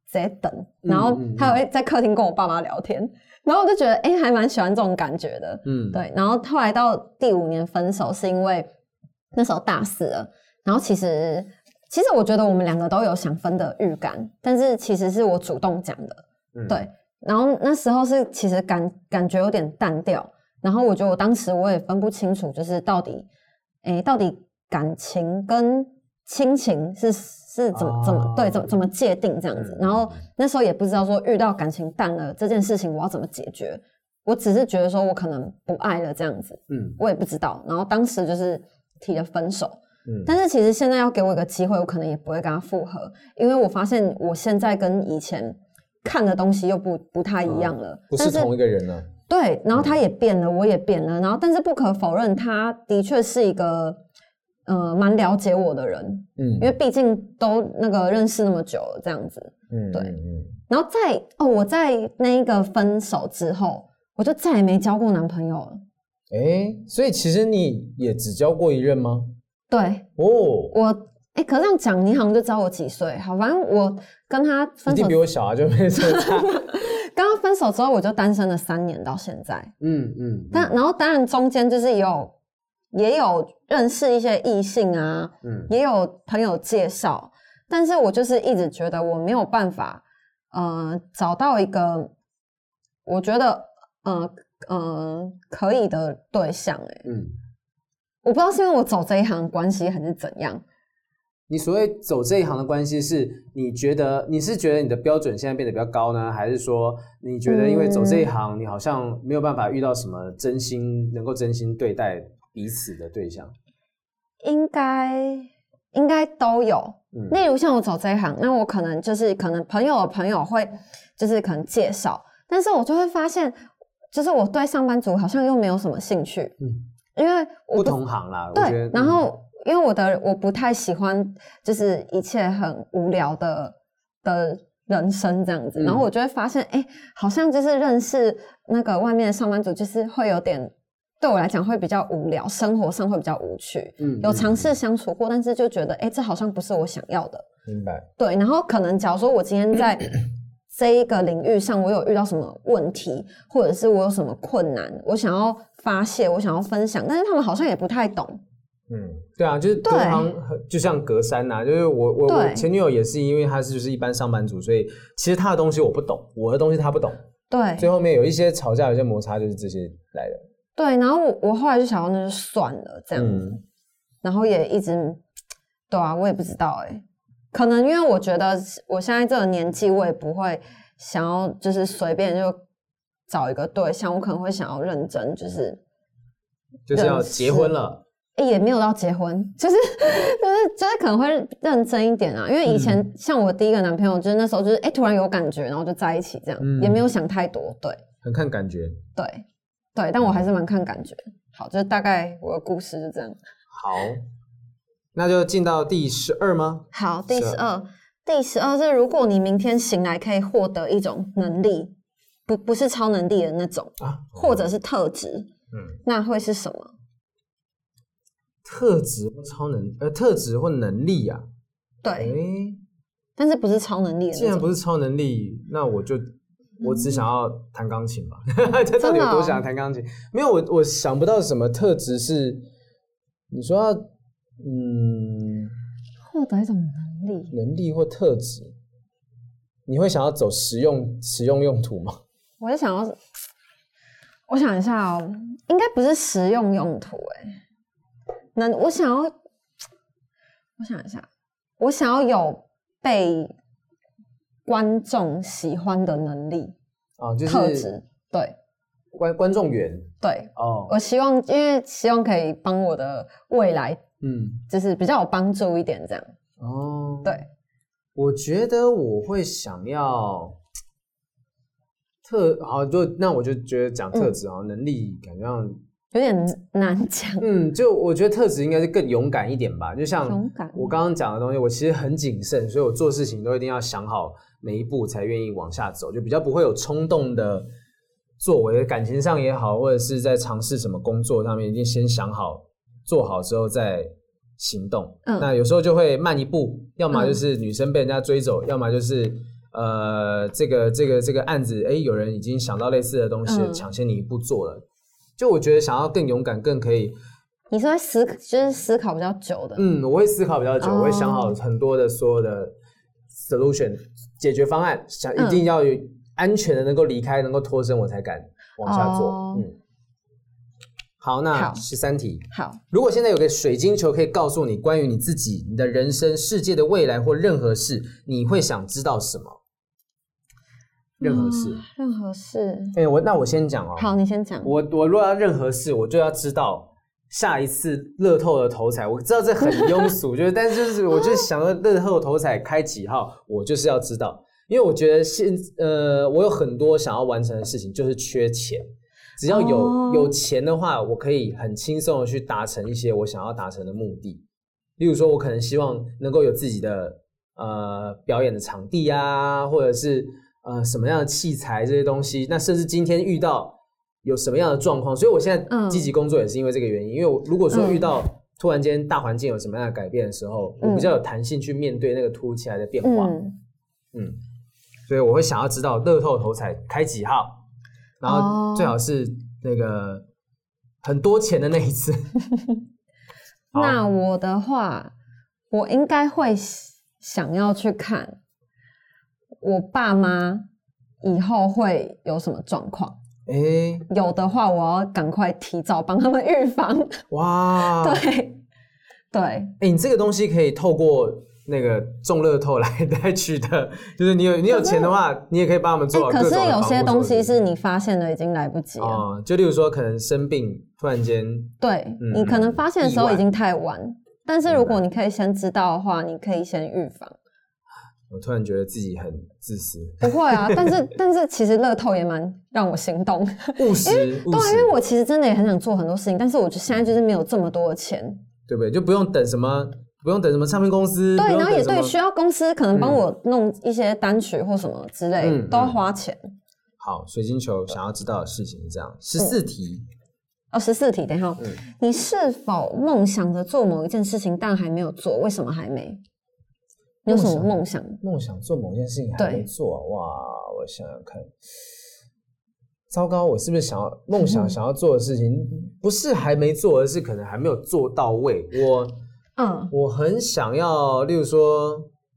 直接等，然后他会在客厅跟我爸妈聊天，然后我就觉得哎、欸，还蛮喜欢这种感觉的。嗯，对。然后后来到第五年分手，是因为那时候大四了，然后其实其实我觉得我们两个都有想分的预感，但是其实是我主动讲的。嗯，对。然后那时候是其实感感觉有点淡掉，然后我觉得我当时我也分不清楚，就是到底，诶，到底感情跟亲情是是怎么、哦、怎么对怎么怎么界定这样子。然后那时候也不知道说遇到感情淡了这件事情我要怎么解决，我只是觉得说我可能不爱了这样子，嗯，我也不知道。然后当时就是提了分手，嗯，但是其实现在要给我一个机会，我可能也不会跟他复合，因为我发现我现在跟以前看的东西又不不太一样了，哦、 不是同一个人了。 对，然后他也变了，嗯、我也变了，然后但是不可否认，他的确是一个呃蛮了解我的人，嗯，因为毕竟都那个认识那么久了，这样子，嗯，对，嗯，然后在哦，我在那一个分手之后，我就再也没交过男朋友了。 哎，所以其实你也只交过一任吗？ 对，哦，我。哎，可是这样讲，你好像就知道我几岁。好，反正我跟他分手， 一定比我小啊，就没什么差。 刚刚分手之后，我就单身了三年到现在。嗯嗯。但然后当然中间就是有也有认识一些异性啊，嗯，也有朋友介绍，但是我就是一直觉得我没有办法，呃，找到一个我觉得呃呃可以的对象。哎，嗯，我不知道是因为我走这一行关系还是怎样。 你所谓走这一行的关系，是你觉得你是觉得你的标准现在变得比较高呢，还是说你觉得因为走这一行，嗯、你好像没有办法遇到什么真心能够真心对待彼此的对象？ 应该应该都有。嗯、例如像我走这一行，那我可能就是可能朋友的朋友会就是可能介绍，但是我就会发现，就是我对上班族好像又没有什么兴趣。嗯，因为我 不, 不同行啦。 对， 我觉得然后。嗯因为我的我不太喜欢就是一切很无聊的的人生这样子，嗯、然后我就会发现，哎，好像就是认识那个外面的上班族，就是会有点对我来讲会比较无聊，生活上会比较无趣。嗯，有尝试相处过，但是就觉得，哎，这好像不是我想要的。 明白。 对，然后可能假如说我今天在这一个领域上，我有遇到什么问题，或者是我有什么困难，我想要发泄，我想要分享，但是他们好像也不太懂。 嗯，对啊，就是隔行就像隔山呐、啊，就是我我我前女友也是因为她是就是一般上班族，所以其实她的东西我不懂，我的东西她不懂， 对， 最后面有一些吵架，有一些摩擦，就是这些来的。 对，然后我我后来就想到那就算了这样子，嗯、然后也一直，对啊，我也不知道哎、欸，可能因为我觉得我现在这个年纪，我也不会想要就是随便就找一个对象，我可能会想要认真，就是就是要结婚了。 也没有到结婚，就是就是就是可能会认真一点啊，因为以前、嗯、像我第一个男朋友，就是那时候就是哎、欸、突然有感觉，然后就在一起这样，嗯、也没有想太多，对， 很看感觉， 对对，但我还是蛮看感觉。好，就是大概我的故事就这样。 好，那就进到第十二吗？ 好，第十二，第十二是如果你明天醒来可以获得一种能力，不不是超能力的那种啊，或者是特质，嗯，那会是什么？ 特质或超能呃，特质或能力啊， 对，欸、但是不是超能力的那种。 既然不是超能力，那我就我只想要弹钢琴吧。这到底有多想要弹钢琴？没有，我我想不到什么特质是你说要嗯获得一种能力， 能力或特质，你会想要走实用实用用途吗？ 我就想要，我想一下哦，应该不是实用用途哎、欸。能，我想要，我想一下，我想要有被观众喜欢的能力哦，就是特质，对， 观观众缘， 对，哦，我希望，因为希望可以帮我的未来，嗯，就是比较有帮助一点，这样，哦，对， 我觉得我会想要特，好，就那我就觉得讲特质啊，嗯、能力感觉上。 有点难讲， 嗯，就我觉得特质应该是更勇敢一点吧。就像我刚刚讲的东西，我其实很谨慎，所以我做事情都一定要想好每一步才愿意往下走，就比较不会有冲动的作为，感情上也好，或者是在尝试什么工作上面，一定先想好做好之后再行动。嗯，那有时候就会慢一步，要么就是女生被人家追走，嗯、要么就是呃，这个这个这个案子，哎，有人已经想到类似的东西，嗯、抢先你一步做了。就我觉得想要更勇敢，更可以。 你是会思，就是思考比较久的。 嗯，我会思考比较久，哦、我会想好很多的所有的 solution 解决方案，想一定要有安全的能够离开，能够脱身，我才敢往下做。哦、嗯。好，那十三题。 好， 如果现在有个水晶球可以告诉你关于你自己、你的人生、世界的未来或任何事，你会想知道什么？任何事， 哦、任何事。 哎、欸，我那我先讲哦。 好，你先讲。 我我如果要任何事，我就要知道下一次乐透的头彩。我知道这很庸俗，就是但是就是我就想要乐透头彩开几号，我就是要知道，因为我觉得现呃我有很多想要完成的事情，就是缺钱。只要有、oh. 有钱的话，我可以很轻松的去达成一些我想要达成的目的。例如说，我可能希望能够有自己的呃表演的场地啊，或者是呃什么样的器材这些东西。那甚至今天遇到有什么样的状况，所以我现在积极工作也是因为这个原因。嗯、因为我如果说遇到突然间大环境有什么样的改变的时候，嗯、我比较有弹性去面对那个突如其来的变化。嗯，嗯所以我会想要知道乐透头彩开几号。然后最好是那个很多钱的那一次。 那我的话，我应该会想要去看我爸妈以后会有什么状况。欸、有的话，我要赶快提早帮他们预防。哇，对对。 哎、欸，你这个东西可以透过那个中乐透来来取得，就是你有你有钱的话，你也可以帮他们做好各种的防护。 可是有些东西是你发现了已经来不及了。 哦，就例如说可能生病，突然间， 对、嗯、你可能发现的时候已经太晚。但是如果你可以先知道的话，你可以先预防。 我突然觉得自己很自私。 不会啊，但是但是其实乐透也蛮让我心动， 务实。 对，因为我其实真的也很想做很多事情，但是我就现在就是没有这么多的钱， 对不对？就不用等什么。不用等什么唱片公司， 对，然后也对，需要公司可能帮我弄一些单曲或什么之类，嗯、都要花钱。 好，水晶球想要知道的事情是这样，十四题。 哦，十四题，等一下，嗯、你是否梦想着做某一件事情，但还没有做？为什么还没？你有什么梦想？ 梦想做某件事情还没做？哇，我想想看。糟糕，我是不是想要梦想想要做的事情，嗯、不是还没做，而是可能还没有做到位？我。嗯，我很想要，例如说，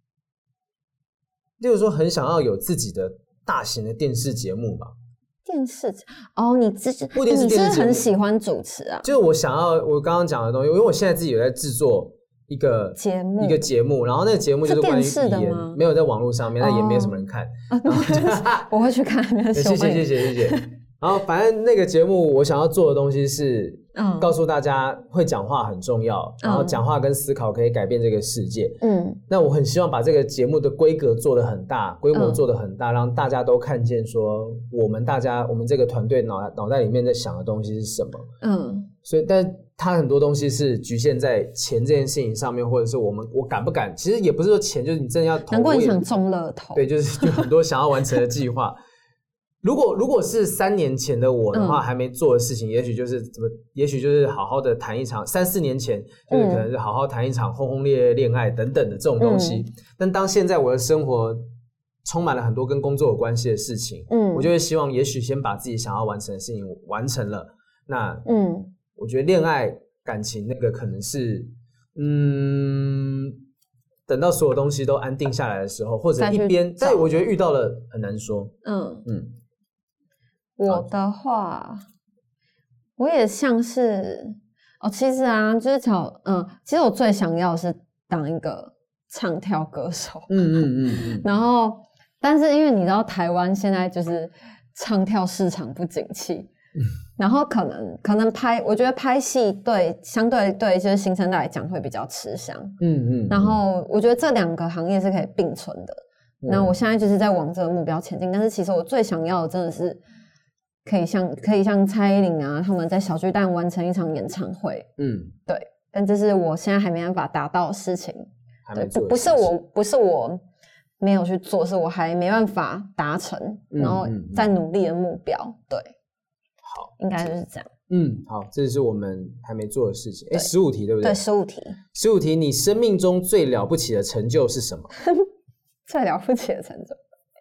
例如说，很想要有自己的大型的电视节目吧。 电视哦，你自己不一定是电视节目，你是很喜欢主持啊？ 就是我想要我刚刚讲的东西，因为我现在自己有在制作一个节目，一个节目，然后那个节目就是关于语言，没有在网络上面，那也没有什么人看。 哦、我会去看， 谢谢谢谢谢谢。然后反正那个节目我想要做的东西是，嗯，告诉大家会讲话很重要，然后讲话跟思考可以改变这个世界。嗯，那我很希望把这个节目的规格做得很大，规模做得很大，嗯、让大家都看见说我们大家我们这个团队脑脑袋里面在想的东西是什么。嗯，所以但它很多东西是局限在钱这件事情上面，或者是我们我敢不敢？其实也不是说钱，就是你真的要投。 难怪你想中乐透。 对，就是有很多想要完成的计划。如果如果是三年前的我的话，嗯、还没做的事情，也许就是怎么，也许就是好好的谈一场。三四年前就是可能是好好谈一场轰轰烈烈恋爱等等的这种东西。嗯、但当现在我的生活充满了很多跟工作有关系的事情，嗯，我就会希望，也许先把自己想要完成的事情完成了。那嗯，我觉得恋爱感情那个可能是，嗯，等到所有东西都安定下来的时候，或者一边，但我觉得遇到了很难说。嗯嗯。 我的话，我也像是哦，其实啊，就是巧，嗯，其实我最想要的是当一个唱跳歌手，嗯嗯嗯嗯，然后，但是因为你知道台湾现在就是唱跳市场不景气，嗯、然后可能可能拍，我觉得拍戏对相对对就是新生代来讲会比较吃香，嗯嗯，然后我觉得这两个行业是可以并存的。嗯、那我现在就是在往这个目标前进，但是其实我最想要的真的是。可以像可以像蔡依林啊，他们在小巨蛋完成一场演唱会，嗯，对，但这是我现在还没办法达到的事情，对，不不是我不是我没有去做，是我还没办法达成，嗯、然后在努力的目标，对， 好， 应该就是这样， 嗯，好，这是我们还没做的事情，哎，十五题对不对？ 对，十五题， 十五题，你生命中最了不起的成就是什么？ 最了不起的成就。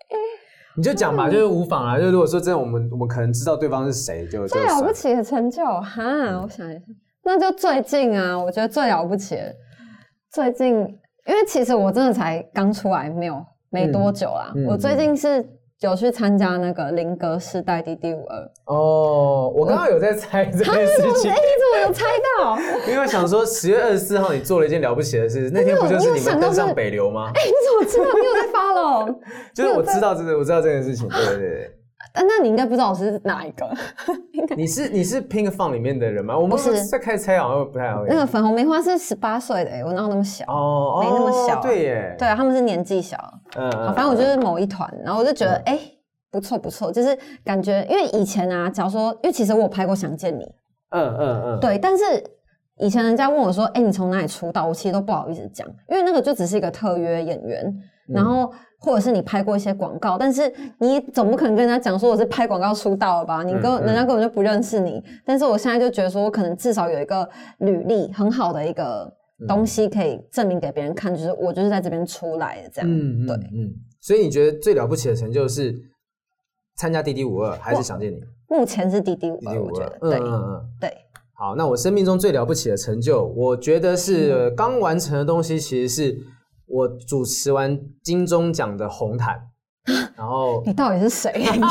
你就讲吧，就是无妨啊。就如果说真的，我们我们可能知道对方是谁，就最了不起的成就哈，我想一下，那就最近啊，我觉得最了不起的，最近，因为其实我真的才刚出来，没有没多久啦。嗯嗯、我最近是有去参加那个林格世代 D D 五二。 哦，我刚刚有在猜这件事情。 哎、欸，你怎么有猜到？ 因为我想说十月二十四号你做了一件了不起的事，那天不就是你们登上北流吗？ 哎、欸，你怎么知道？你有在 follow？ 就是我知道这个，我知道这件事情。对对对。 那你应该不知道我是哪一个？ 你是你是 Pink Fun 里面的人吗？我们在开始猜好像不太好。 那个粉红梅花是十八岁的、欸，我哪有那么小？哦，没那么小、啊。 对耶。对啊，他们是年纪小。嗯嗯。反正我就是某一团，然后我就觉得，哎、嗯欸，不错不错，就是感觉，因为以前啊，假如说，因为其实我有拍过《想见你》。嗯嗯嗯。对，但是以前人家问我说，哎、欸，你从哪里出道？我其实都不好意思讲，因为那个就只是一个特约演员，嗯、然后。或者是你拍过一些广告，但是你总不可能跟人家讲说我是拍广告出道了吧？你跟、嗯嗯、人家根本就不认识你。但是我现在就觉得说，我可能至少有一个履历很好的一个东西可以证明给别人看，就是我就是在这边出来的这样。嗯，对， 嗯。所以你觉得最了不起的成就是参加 D D 五二还是想见你？ 目前是 D D 五二，我觉得。对，嗯嗯嗯，对。 好，那我生命中最了不起的成就，我觉得是刚完成的东西，其实是。我主持完金钟奖的红毯，然后你到底是谁？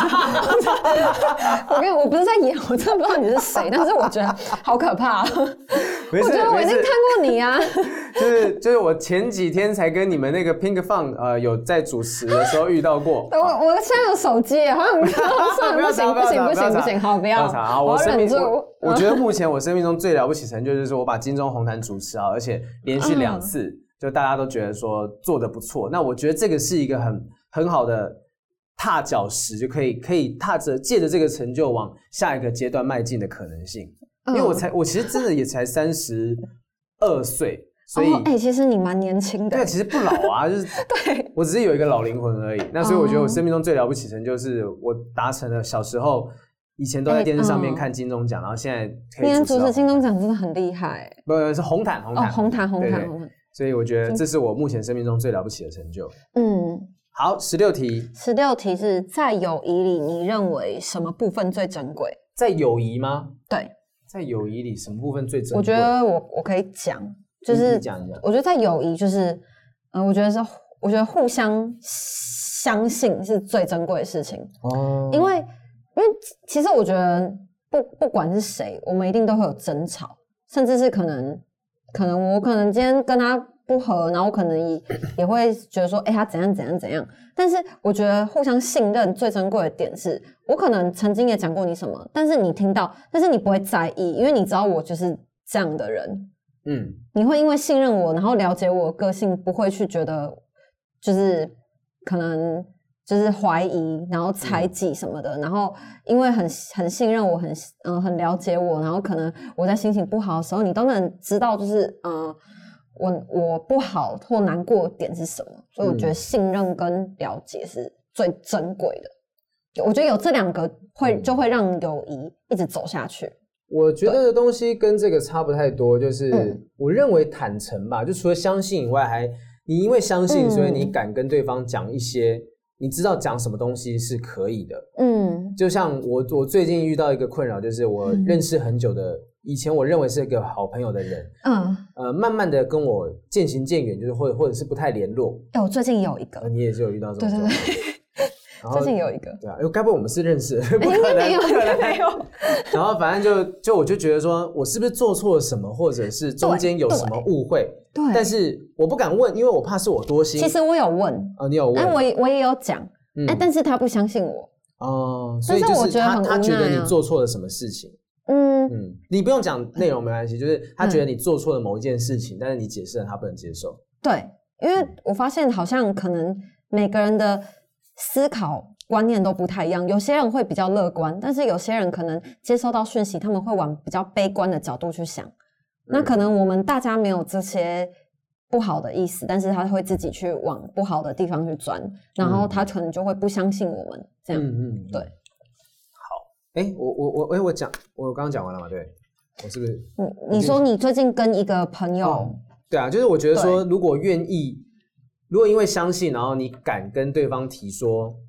我跟我不是在演，我真的不知道你是谁，但是我觉得好可怕。我觉得我已经看过你啊。 就是就是我前几天才跟你们那个 Pink Fun 呃有在主持的时候遇到过。 我我现在有手机，好像不算不行不行不行不行，好不要。 好，我忍住。我觉得目前我生命中最了不起成就就是我把金钟红毯主持好，而且连续两次。嗯就大家都觉得说做得不错，那我觉得这个是一个很很好的踏脚石，就可以可以踏着借着这个成就往下一个阶段迈进的可能性。因为我才我其实真的也才三十二岁，所以哎、哦欸，其实你蛮年轻的。 对，其实不老啊，就是对我只是有一个老灵魂而已。那所以我觉得我生命中最了不起成就是我达成了小时候。以前都在电视上面看金钟奖，欸嗯、然后现在可以你能主持金钟奖真的很厉害。 不是红毯，红毯， 哦，红毯，红毯，红毯。 所以我觉得这是我目前生命中最了不起的成就。嗯，好，十六题。 十六题是在友谊里，你认为什么部分最珍贵？ 在友谊吗？ 对， 在友谊里什么部分最珍贵？ 我觉得我我可以讲，就是讲一讲。 我觉得在友谊就是，呃，我觉得是，我觉得互相相信是最珍贵的事情。哦，因为因为其实我觉得不不管是谁，我们一定都会有争吵，甚至是可能。可能我可能今天跟他不合，然后我可能也也会觉得说，哎、欸，他怎样怎样怎样。但是我觉得互相信任最珍贵的点是，我可能曾经也讲过你什么，但是你听到，但是你不会在意，因为你知道我就是这样的人。嗯，你会因为信任我，然后了解我的个性，不会去觉得就是可能。就是怀疑，然后猜忌什么的，嗯、然后因为很很信任我，很嗯、呃、很了解我，然后可能我在心情不好的时候，你都能知道，就是嗯、呃、我我不好或难过的点是什么，所以我觉得信任跟了解是最珍贵的。我觉得有这两个会、嗯、就会让友谊一直走下去。 我觉得的东西跟这个差不太多，就是我认为坦诚吧，就除了相信以外，还你因为相信，所以你敢跟对方讲一些。你知道讲什么东西是可以的，嗯，就像我我最近遇到一个困扰，就是我认识很久的，嗯、以前我认为是一个好朋友的人，嗯，呃，慢慢的跟我渐行渐远，就是或者或者是不太联络。 哎、欸，我最近有一个， 呃、你也是有遇到这种， 对对对。最近有一个， 对啊，该不会我们是认识的？不可能， 没有， 不可能没有。 然后反正就就我就觉得说，我是不是做错了什么，或者是中间有什么误会？对。但是我不敢问，因为我怕是我多心。 其实我有问， 哦，你有问， 哎，我也我也有讲，嗯、哎，但是他不相信我。 哦，所以就是他、啊、他觉得你做错了什么事情？嗯嗯，你不用讲内容没关系，就是他觉得你做错了某一件事情，嗯、但是你解释了他不能接受。 对，因为我发现好像可能每个人的思考。观念都不太一样，有些人会比较乐观，但是有些人可能接收到讯息，他们会往比较悲观的角度去想。嗯、那可能我们大家没有这些不好的意思，但是他会自己去往不好的地方去钻，然后他可能就会不相信我们这样。嗯嗯，对。 好，哎、欸，我我我哎，我讲，我刚刚讲完了嘛？对，我是不是？ 你你说你最近跟一个朋友？哦、 对啊，就是我觉得说，如果愿意，如果因为相信，然后你敢跟对方提说。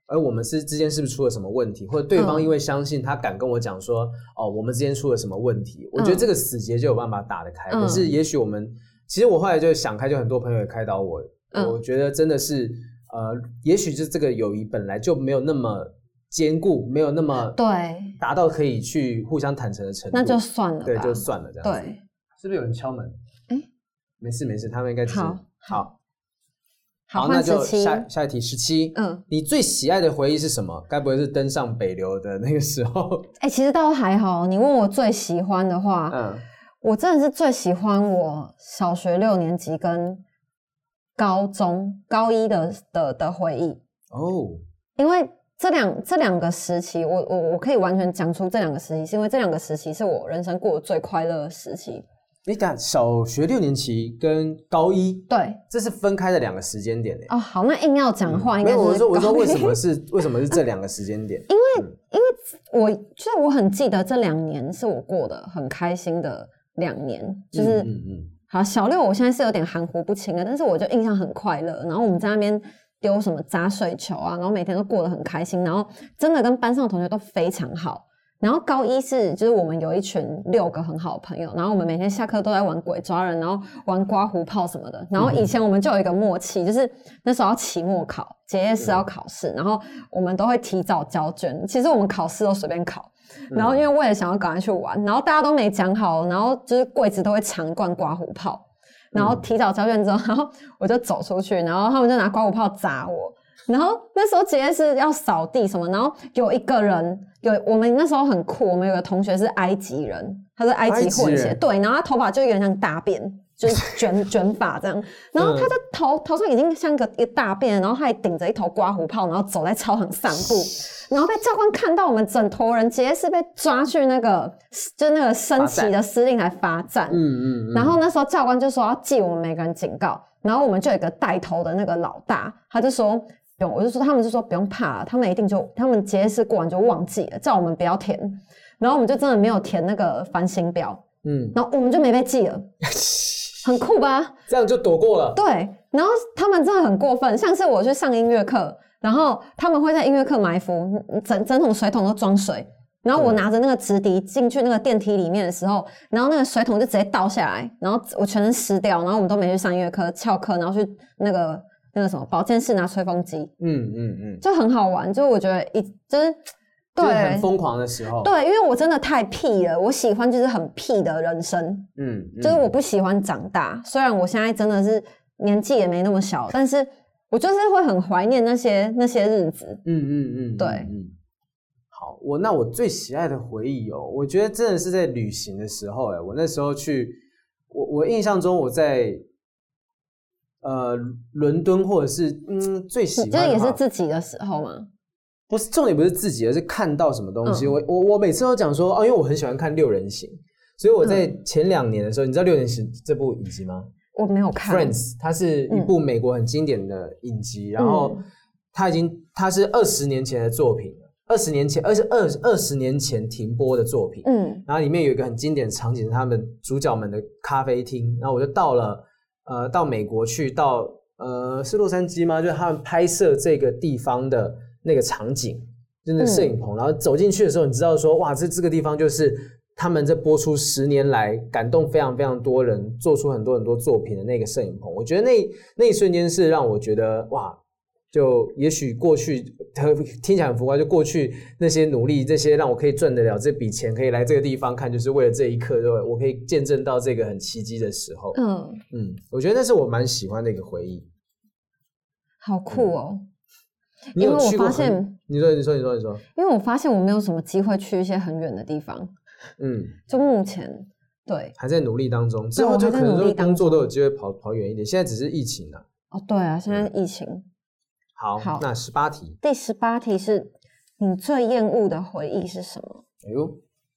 而我们是之间是不是出了什么问题，或者对方因为相信他敢跟我讲说、嗯、哦我们之间出了什么问题，我觉得这个死结就有办法打得开、嗯、可是也许我们其实我后来就想开，就很多朋友也开导我、嗯、我觉得真的是呃也许就这个友谊本来就没有那么坚固，没有那么对达到可以去互相坦诚的程度， 那就算了吧， 对，就算了这样子。 对， 是不是有人敲门？哎，没事没事，他们应该只是好好好， 那就下下一题十七。 嗯， 你最喜爱的回忆是什么？该不会是登上北流的那个时候？ 哎、欸，其实倒还好。你问我最喜欢的话，嗯，我真的是最喜欢我小学六年级跟高中高一的的的回忆哦，因为这两这两个时期，我我我可以完全讲出这两个时期，是因为这两个时期是我人生过得最快乐的时期。 你讲小学六年级跟高一， 对， 这是分开的两个时间点诶。 哦，好，那硬要讲的话，应该是、嗯、 没有，我说我说为什么是为什么是这两个时间点？ 因为、嗯、因为我就是我很记得这两年是我过得很开心的两年，就是嗯嗯嗯好小六我现在是有点含糊不清的，但是我就印象很快乐，然后我们在那边丢什么砸水球啊，然后每天都过得很开心，然后真的跟班上的同学都非常好。然后高一是就是我们有一群六个很好的朋友，然后我们每天下课都在玩鬼抓人，然后玩刮胡泡什么的。然后以前我们就有一个默契，就是那时候要期末考，结业式要考试，然后我们都会提早交卷。其实我们考试都随便考，然后因为为了想要赶快去玩，然后大家都没讲好，然后就是柜子都会藏一罐刮胡泡，然后提早交卷之后，然后我就走出去，然后他们就拿刮胡泡砸我。然后那时候结业式要扫地什么，然后有一个人有我们那时候很酷，我们有个同学是埃及人，他是埃及混血，对，然后他头发就有点像大便，就是卷卷发这样，然后他的头、嗯、头上已经像个一个大便，然后他还顶着一头刮胡泡，然后走在操场散步，然后被教官看到我们整坨人结业式被抓去那个就是那个升旗的司令台罚站，嗯嗯嗯，然后那时候教官就说要记我们每个人警告，然后我们就有一个带头的那个老大，他就说。我就说他们就说不用怕了，他们一定就他们结业式过完就忘记了，叫我们不要填，然后我们就真的没有填那个繁星表，嗯，然后我们就没被记了，很酷吧？ 这样就躲过了。 对，然后他们真的很过分，像是我去上音乐课，然后他们会在音乐课埋伏，整整桶水桶都装水，然后我拿着那个直笛进去那个电梯里面的时候，然后那个水桶就直接倒下来，然后我全身湿掉，然后我们都没去上音乐课，翘课，然后去那个。那个什么保健室拿吹风机，嗯嗯嗯，就很好玩，就我觉得一就是对、 就是、很疯狂的时候， 对，因为我真的太屁了，我喜欢就是很屁的人生，嗯，嗯就是我不喜欢长大，虽然我现在真的是年纪也没那么小，但是我就是会很怀念那些那些日子，嗯嗯嗯，对，嗯， 好，我那我最喜爱的回忆哦，我觉得真的是在旅行的时候，哎，我那时候去，我我印象中我在。呃，伦敦或者是嗯，最喜欢的这也是自己的时候吗？ 不是，重点不是自己，而是看到什么东西。嗯、我我我每次都讲说，哦，因为我很喜欢看六人行，所以我在前两年的时候，嗯、你知道六人行这部影集吗？ 我没有看。 Friends， 它是一部美国很经典的影集，嗯、然后它已经它是二十年前的作品了，二十年前，而且二二十年前停播的作品。嗯，然后里面有一个很经典的场景是他们主角们的咖啡厅，然后我就到了。呃，到美国去，到呃是洛杉矶吗？就是他们拍摄这个地方的那个场景，就是那摄影棚。嗯、然后走进去的时候，你知道说，哇，这这个地方就是他们这播出十年来感动非常非常多人，做出很多很多作品的那个摄影棚。我觉得那那一瞬间是让我觉得，哇，就也许过去听起来很浮夸，就过去那些努力，这些让我可以赚得了这笔钱，可以来这个地方看，就是为了这一刻，对我可以见证到这个很奇迹的时候。嗯嗯，我觉得那是我蛮喜欢的一个回忆。 好酷哦！ 嗯、你有去过很？因为我发现，你说你说你说你说， 因为我发现我没有什么机会去一些很远的地方。嗯，就目前对还在努力当中，之后就可能说工作都有机会跑跑远一点。现在只是疫情啊。 哦，对啊，现在疫情。嗯好，好，那十八题。 第十八题是你最厌恶的回忆是什么？ 哎呦，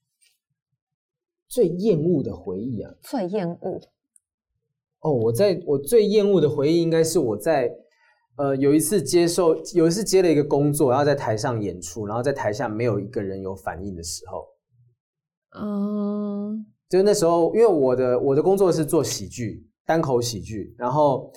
最厌恶的回忆啊！ 最厌恶哦，我在我最厌恶的回忆应该是我在呃有一次接受有一次接了一个工作，然后在台上演出，然后在台下没有一个人有反应的时候。嗯，就那时候，因为我的我的工作是做喜剧，单口喜剧，然后。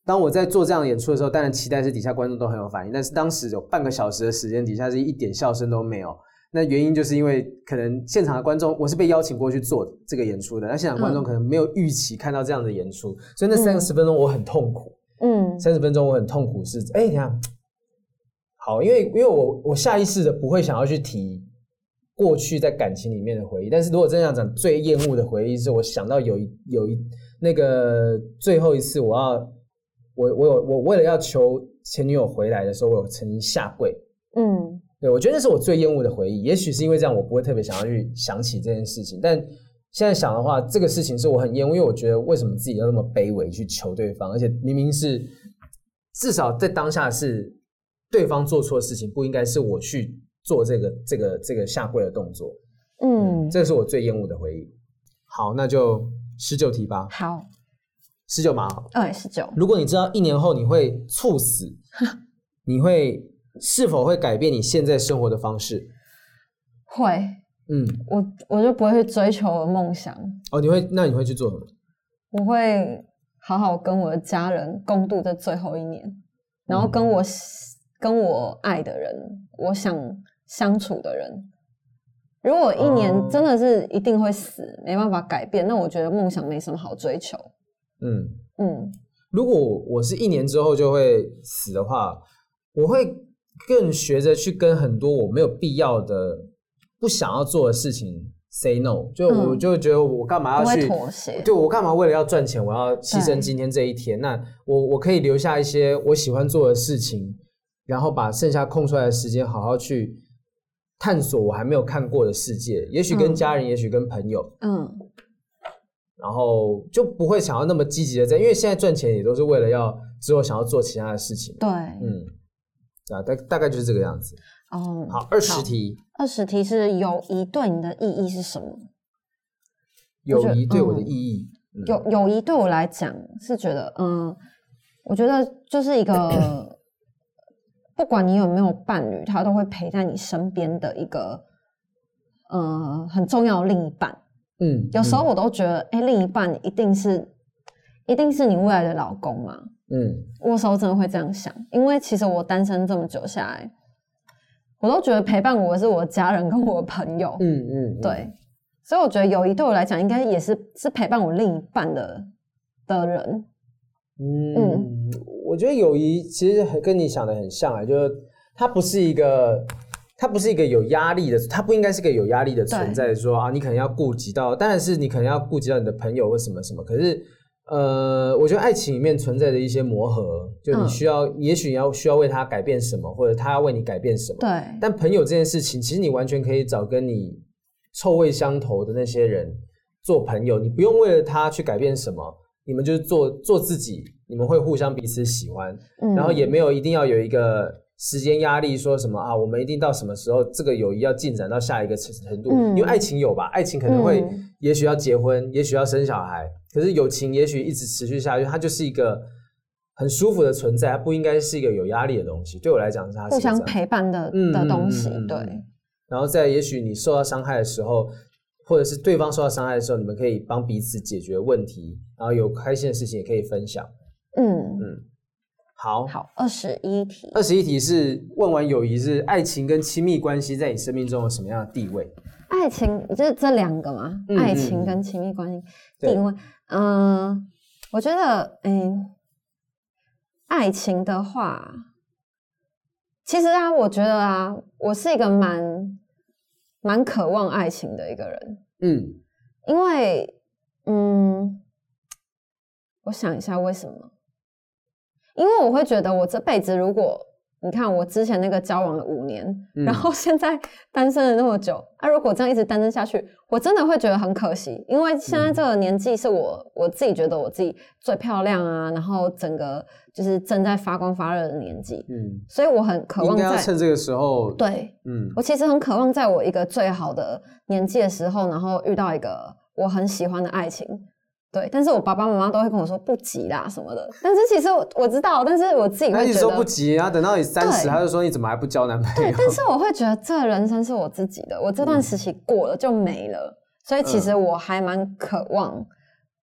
当我在做这样的演出的时候，当然期待是底下观众都很有反应，但是当时有半个小时的时间，底下是一点笑声都没有。那原因就是因为可能现场的观众，我是被邀请过去做这个演出的，那现场观众可能没有预期看到这样的演出，嗯、所以那三十分钟我很痛苦。嗯，三十分钟我很痛苦是，哎，你看，好，因为因为我我下意识的不会想要去提过去在感情里面的回忆，但是如果真的要讲最厌恶的回忆，是我想到有一有一那个最后一次我要。我我有我为了要求前女友回来的时候，我有曾经下跪。嗯，对，我觉得那是我最厌恶的回忆。也许是因为这样，我不会特别想要去想起这件事情。但现在想的话，这个事情是我很厌恶，因为我觉得为什么自己要那么卑微去求对方，而且明明是至少在当下是对方做错事情，不应该是我去做这个这个这个下跪的动作。嗯，这是我最厌恶的回忆。好，那就十九题吧。 好。 十九码， 对，十九。 如果你知道一年后你会猝死，你会是否会改变你现在生活的方式？ 会，嗯，我我就不会去追求我的梦想。 哦，你会？那你会去做什么？ 我会好好跟我的家人共度这最后一年，然后跟我、嗯、跟我爱的人，我想相处的人。如果一年真的是一定会死，哦、没办法改变，那我觉得梦想没什么好追求。 嗯嗯，如果我是一年之后就会死的话，我会更学着去跟很多我没有必要的、不想要做的事情 say no。就我就觉得我干嘛要去妥协？ 对，我干嘛为了要赚钱，我要牺牲今天这一天？那我我可以留下一些我喜欢做的事情，然后把剩下空出来的时间好好去探索我还没有看过的世界。也许跟家人，嗯、也许跟朋友，嗯。然后就不会想要那么积极的在，因为现在赚钱也都是为了要之后想要做其他的事情。 对， 嗯，啊，大大概就是这个样子。哦，好，二十题。 二十题是友谊对你的意义是什么？ 友谊对我的意义， 嗯嗯、友友谊对我来讲是觉得，嗯，我觉得就是一个，不管你有没有伴侣，他都会陪在你身边的一个，呃，很重要的另一半。嗯，有时候我都觉得，哎、欸，另一半一定是，一定是你未来的老公嘛。嗯，我有时候真的会这样想，因为其实我单身这么久下来，我都觉得陪伴我的是我的家人跟我的朋友。嗯 嗯, 嗯，对，所以我觉得友谊对我来讲，应该也是是陪伴我另一半的的人。 嗯, 嗯，我觉得友谊其实跟你想的很像啊，就是它不是一个。它不是一个有压力的，它不应该是一个有压力的存在。说啊，你可能要顾及到，当然是你可能要顾及到你的朋友或什么什么。可是，呃，我觉得爱情里面存在的一些磨合，就你需要，嗯、也许你要需要为他改变什么，或者他要为你改变什么。 对。 但朋友这件事情，其实你完全可以找跟你臭味相投的那些人做朋友，你不用为了他去改变什么，你们就是做做自己，你们会互相彼此喜欢，嗯、然后也没有一定要有一个。时间压力说什么啊？我们一定到什么时候这个友谊要进展到下一个程度？嗯、因为爱情有吧，爱情可能会，嗯、也许要结婚，也许要生小孩，可是友情也许一直持续下去，它就是一个很舒服的存在，它不应该是一个有压力的东西。对我来讲，它是互相陪伴的、嗯、的东西，对。 然后在也许你受到伤害的时候，或者是对方受到伤害的时候，你们可以帮彼此解决问题，然后有开心的事情也可以分享。嗯嗯。好， 好，二十一题。 二十一题是问完友谊是爱情跟亲密关系在你生命中有什么样的地位？ 爱情就是这两个嘛，嗯、爱情跟亲密关系地位。嗯、呃，我觉得，嗯，爱情的话，其实啊，我觉得啊，我是一个蛮蛮渴望爱情的一个人。嗯，因为，嗯，我想一下为什么。因为我会觉得我这辈子，如果你看我之前那个交往了五年，嗯、然后现在单身了那么久啊，如果这样一直单身下去，我真的会觉得很可惜。因为现在这个年纪是我、嗯、我自己觉得我自己最漂亮啊，然后整个就是正在发光发热的年纪，嗯，所以我很渴望在应该要趁这个时候， 对，嗯，我其实很渴望在我一个最好的年纪的时候，然后遇到一个我很喜欢的爱情。对，但是我爸爸妈妈都会跟我说不急啦什么的，但是其实 我, 我知道，但是我自己会觉得，他一直说不急，然后等到你三十，他就说你怎么还不交男朋友？ 对，但是我会觉得这人生是我自己的，我这段时期过了就没了，嗯、所以其实我还蛮渴望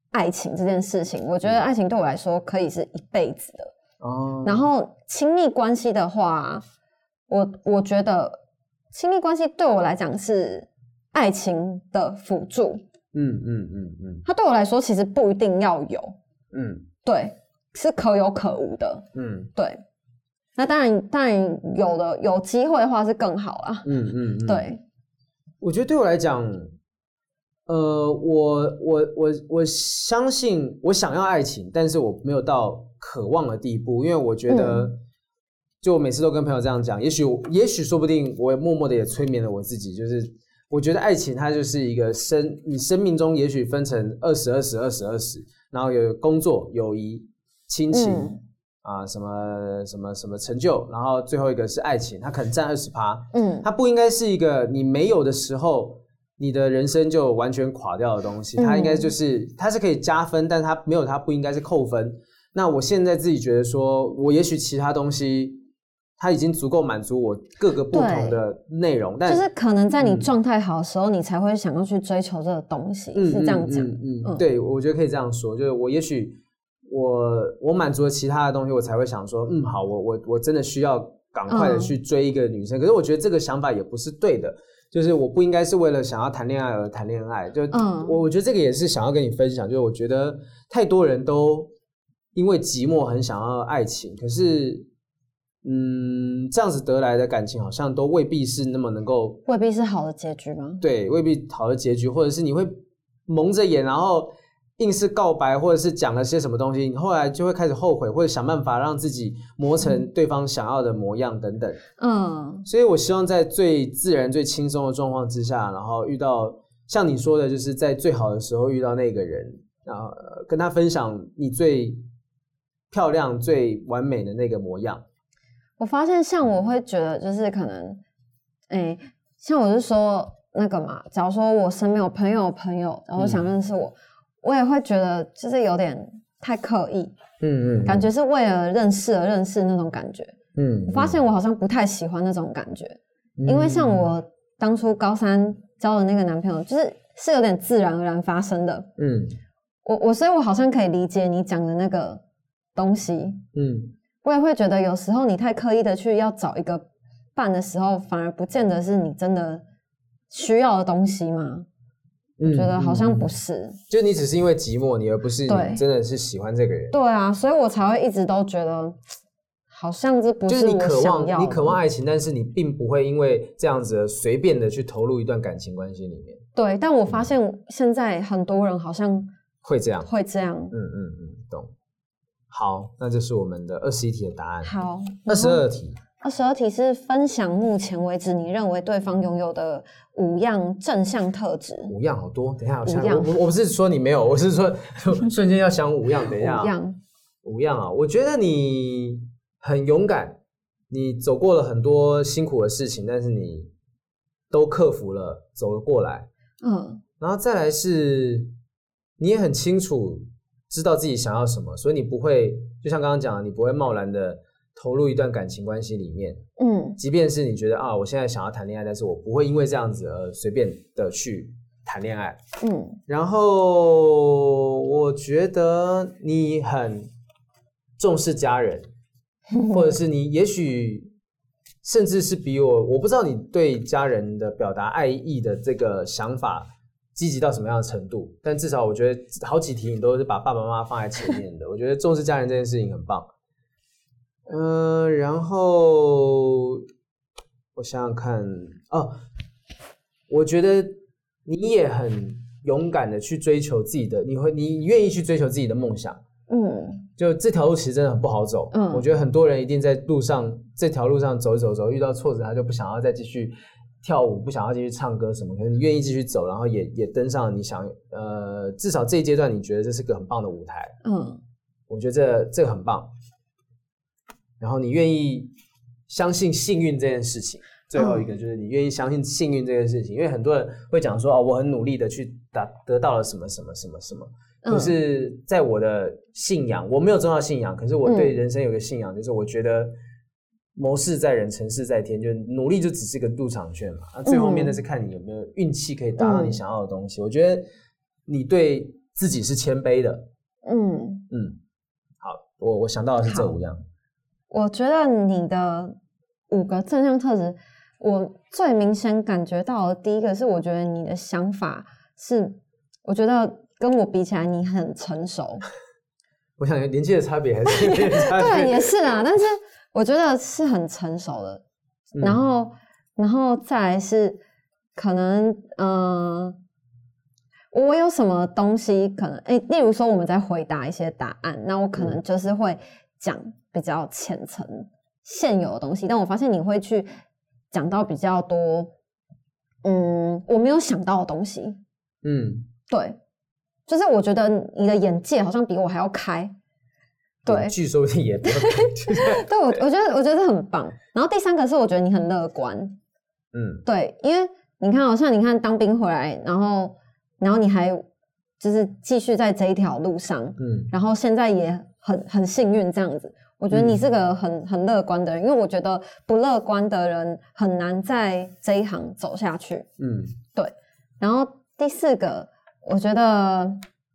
爱情这件事情，我觉得爱情对我来说可以是一辈子的。 哦， 然后亲密关系的话，我我觉得亲密关系对我来讲是爱情的辅助。 嗯嗯嗯嗯， 它对我来说其实不一定要有， 嗯， 对，是可有可无的。 嗯， 对。那当然，当然有的有机会的话是更好啦。 嗯嗯嗯， 对。 我觉得对我来讲，呃，我我我我相信我想要爱情，但是我没有到渴望的地步，因为我觉得，嗯、就我每次都跟朋友这样讲，也许也许说不定我默默的也催眠了我自己，就是我觉得爱情它就是一个生，你生命中也许分成二十二十二十二十，然后有工作、友谊、亲情。嗯啊，什么什么什么成就，然后最后一个是爱情，它可能占二十趴，嗯，它不应该是一个你没有的时候，你的人生就完全垮掉的东西，它应该就是它是可以加分，但它没有它不应该是扣分。那我现在自己觉得说，我也许其他东西它已经足够满足我各个不同的内容，但就是可能在你状态好的时候，嗯、你才会想要去追求这个东西，嗯、是这样讲， 嗯嗯嗯，对，我觉得可以这样说，就是我也许。我我满足了其他的东西，我才会想说，嗯，好，我我我真的需要赶快的去追一个女生。嗯、可是我觉得这个想法也不是对的，就是我不应该是为了想要谈恋爱而谈恋爱。就、嗯、我我觉得这个也是想要跟你分享，就是我觉得太多人都因为寂寞很想要爱情，可是嗯，这样子得来的感情好像都未必是那么能够， 未必是好的结局吗？ 对，未必好的结局，或者是你会蒙着眼，然后。硬是告白，或者是讲了些什么东西，你后来就会开始后悔，或者想办法让自己磨成对方想要的模样等等。嗯，所以我希望在最自然、最轻松的状况之下，然后遇到像你说的，就是在最好的时候遇到那个人，然后跟他分享你最漂亮、最完美的那个模样。 我发现，像我会觉得，就是可能，哎，像我是说那个嘛，假如说我身边有朋友朋友，然后想认识我。嗯我也会觉得就是有点太刻意，嗯嗯，感觉是为了认识而认识那种感觉，嗯，我发现我好像不太喜欢那种感觉，嗯、因为像我当初高三交的那个男朋友，就是是有点自然而然发生的，嗯，我我所以我好像可以理解你讲的那个东西，嗯，我也会觉得有时候你太刻意的去要找一个伴的时候，反而不见得是你真的需要的东西嘛。我觉得好像不是、嗯嗯， 就你只是因为寂寞，你而不是你真的是喜欢这个人。 对啊，所以我才会一直都觉得，好像这不是我想要的。 就是你渴望，你渴望爱情，但是你并不会因为这样子随便的去投入一段感情关系里面。 对，但我发现现在很多人好像会这样， 会这样。 嗯嗯嗯，懂。好，那这是我们的二十一题的答案。 好， 二十二题。 二十二题是分享目前为止你认为对方拥有的五样正向特质。 五样好多，等一下，我想我我不是说你没有，我是说瞬间要想五样，等一下。 五样， 五样啊！我觉得你很勇敢，你走过了很多辛苦的事情，但是你都克服了，走了过来。嗯，然后再来是，你也很清楚知道自己想要什么，所以你不会，就像刚刚讲的，你不会贸然的。投入一段感情关系里面，嗯，即便是你觉得啊，我现在想要谈恋爱，但是我不会因为这样子而随便的去谈恋爱，嗯，然后我觉得你很重视家人，或者是你也许甚至是比我，我不知道你对家人的表达爱意的这个想法积极到什么样的程度，但至少我觉得好几题你都是把爸爸妈妈放在前面的，我觉得重视家人这件事情很棒。嗯、呃，然后我想想看哦，我觉得你也很勇敢的去追求自己的，你会你愿意去追求自己的梦想，嗯，就这条路其实真的很不好走，嗯，我觉得很多人一定在路上这条路上走一走走，遇到挫折他就不想要再继续跳舞，不想要继续唱歌什么，可是你愿意继续走，然后也也登上你想呃，至少这一阶段你觉得这是个很棒的舞台，嗯，我觉得这这个很棒。然后你愿意相信幸运这件事情，最后一个就是你愿意相信幸运这件事情，因为很多人会讲说哦，我很努力的去达得到了什么什么什么什么，可是在我的信仰，我没有宗教信仰，可是我对人生有个信仰，就是我觉得谋事在人，成事在天，就努力就只是个入场券嘛，那最后面的是看你有没有运气可以达到你想要的东西。我觉得你对自己是谦卑的。 嗯嗯，好，我我想到的是这五样。 我觉得你的五个正向特质，我最明显感觉到的第一个是，我觉得你的想法是，我觉得跟我比起来，你很成熟。 我想年纪的差别还是有点差别。 对，也是啊，但是我觉得是很成熟的。嗯、然后，然后再来是可能，嗯、呃，我有什么东西可能，哎，例如说我们在回答一些答案，那我可能就是会讲比较浅层现有的东西，但我发现你会去讲到比较多，嗯，我没有想到的东西。嗯，对。就是我觉得你的眼界好像比我还要开，对， 据说也不对，我我觉得我觉得很棒。然后第三个是我觉得你很乐观，嗯，对，因为你看好、哦、像你看当兵回来，然后然后你还就是继续在这一条路上，嗯，然后现在也很很幸运这样子。我觉得你是个很、嗯、很乐观的人，因为我觉得不乐观的人很难在这一行走下去，嗯，对。然后第四个。我觉得，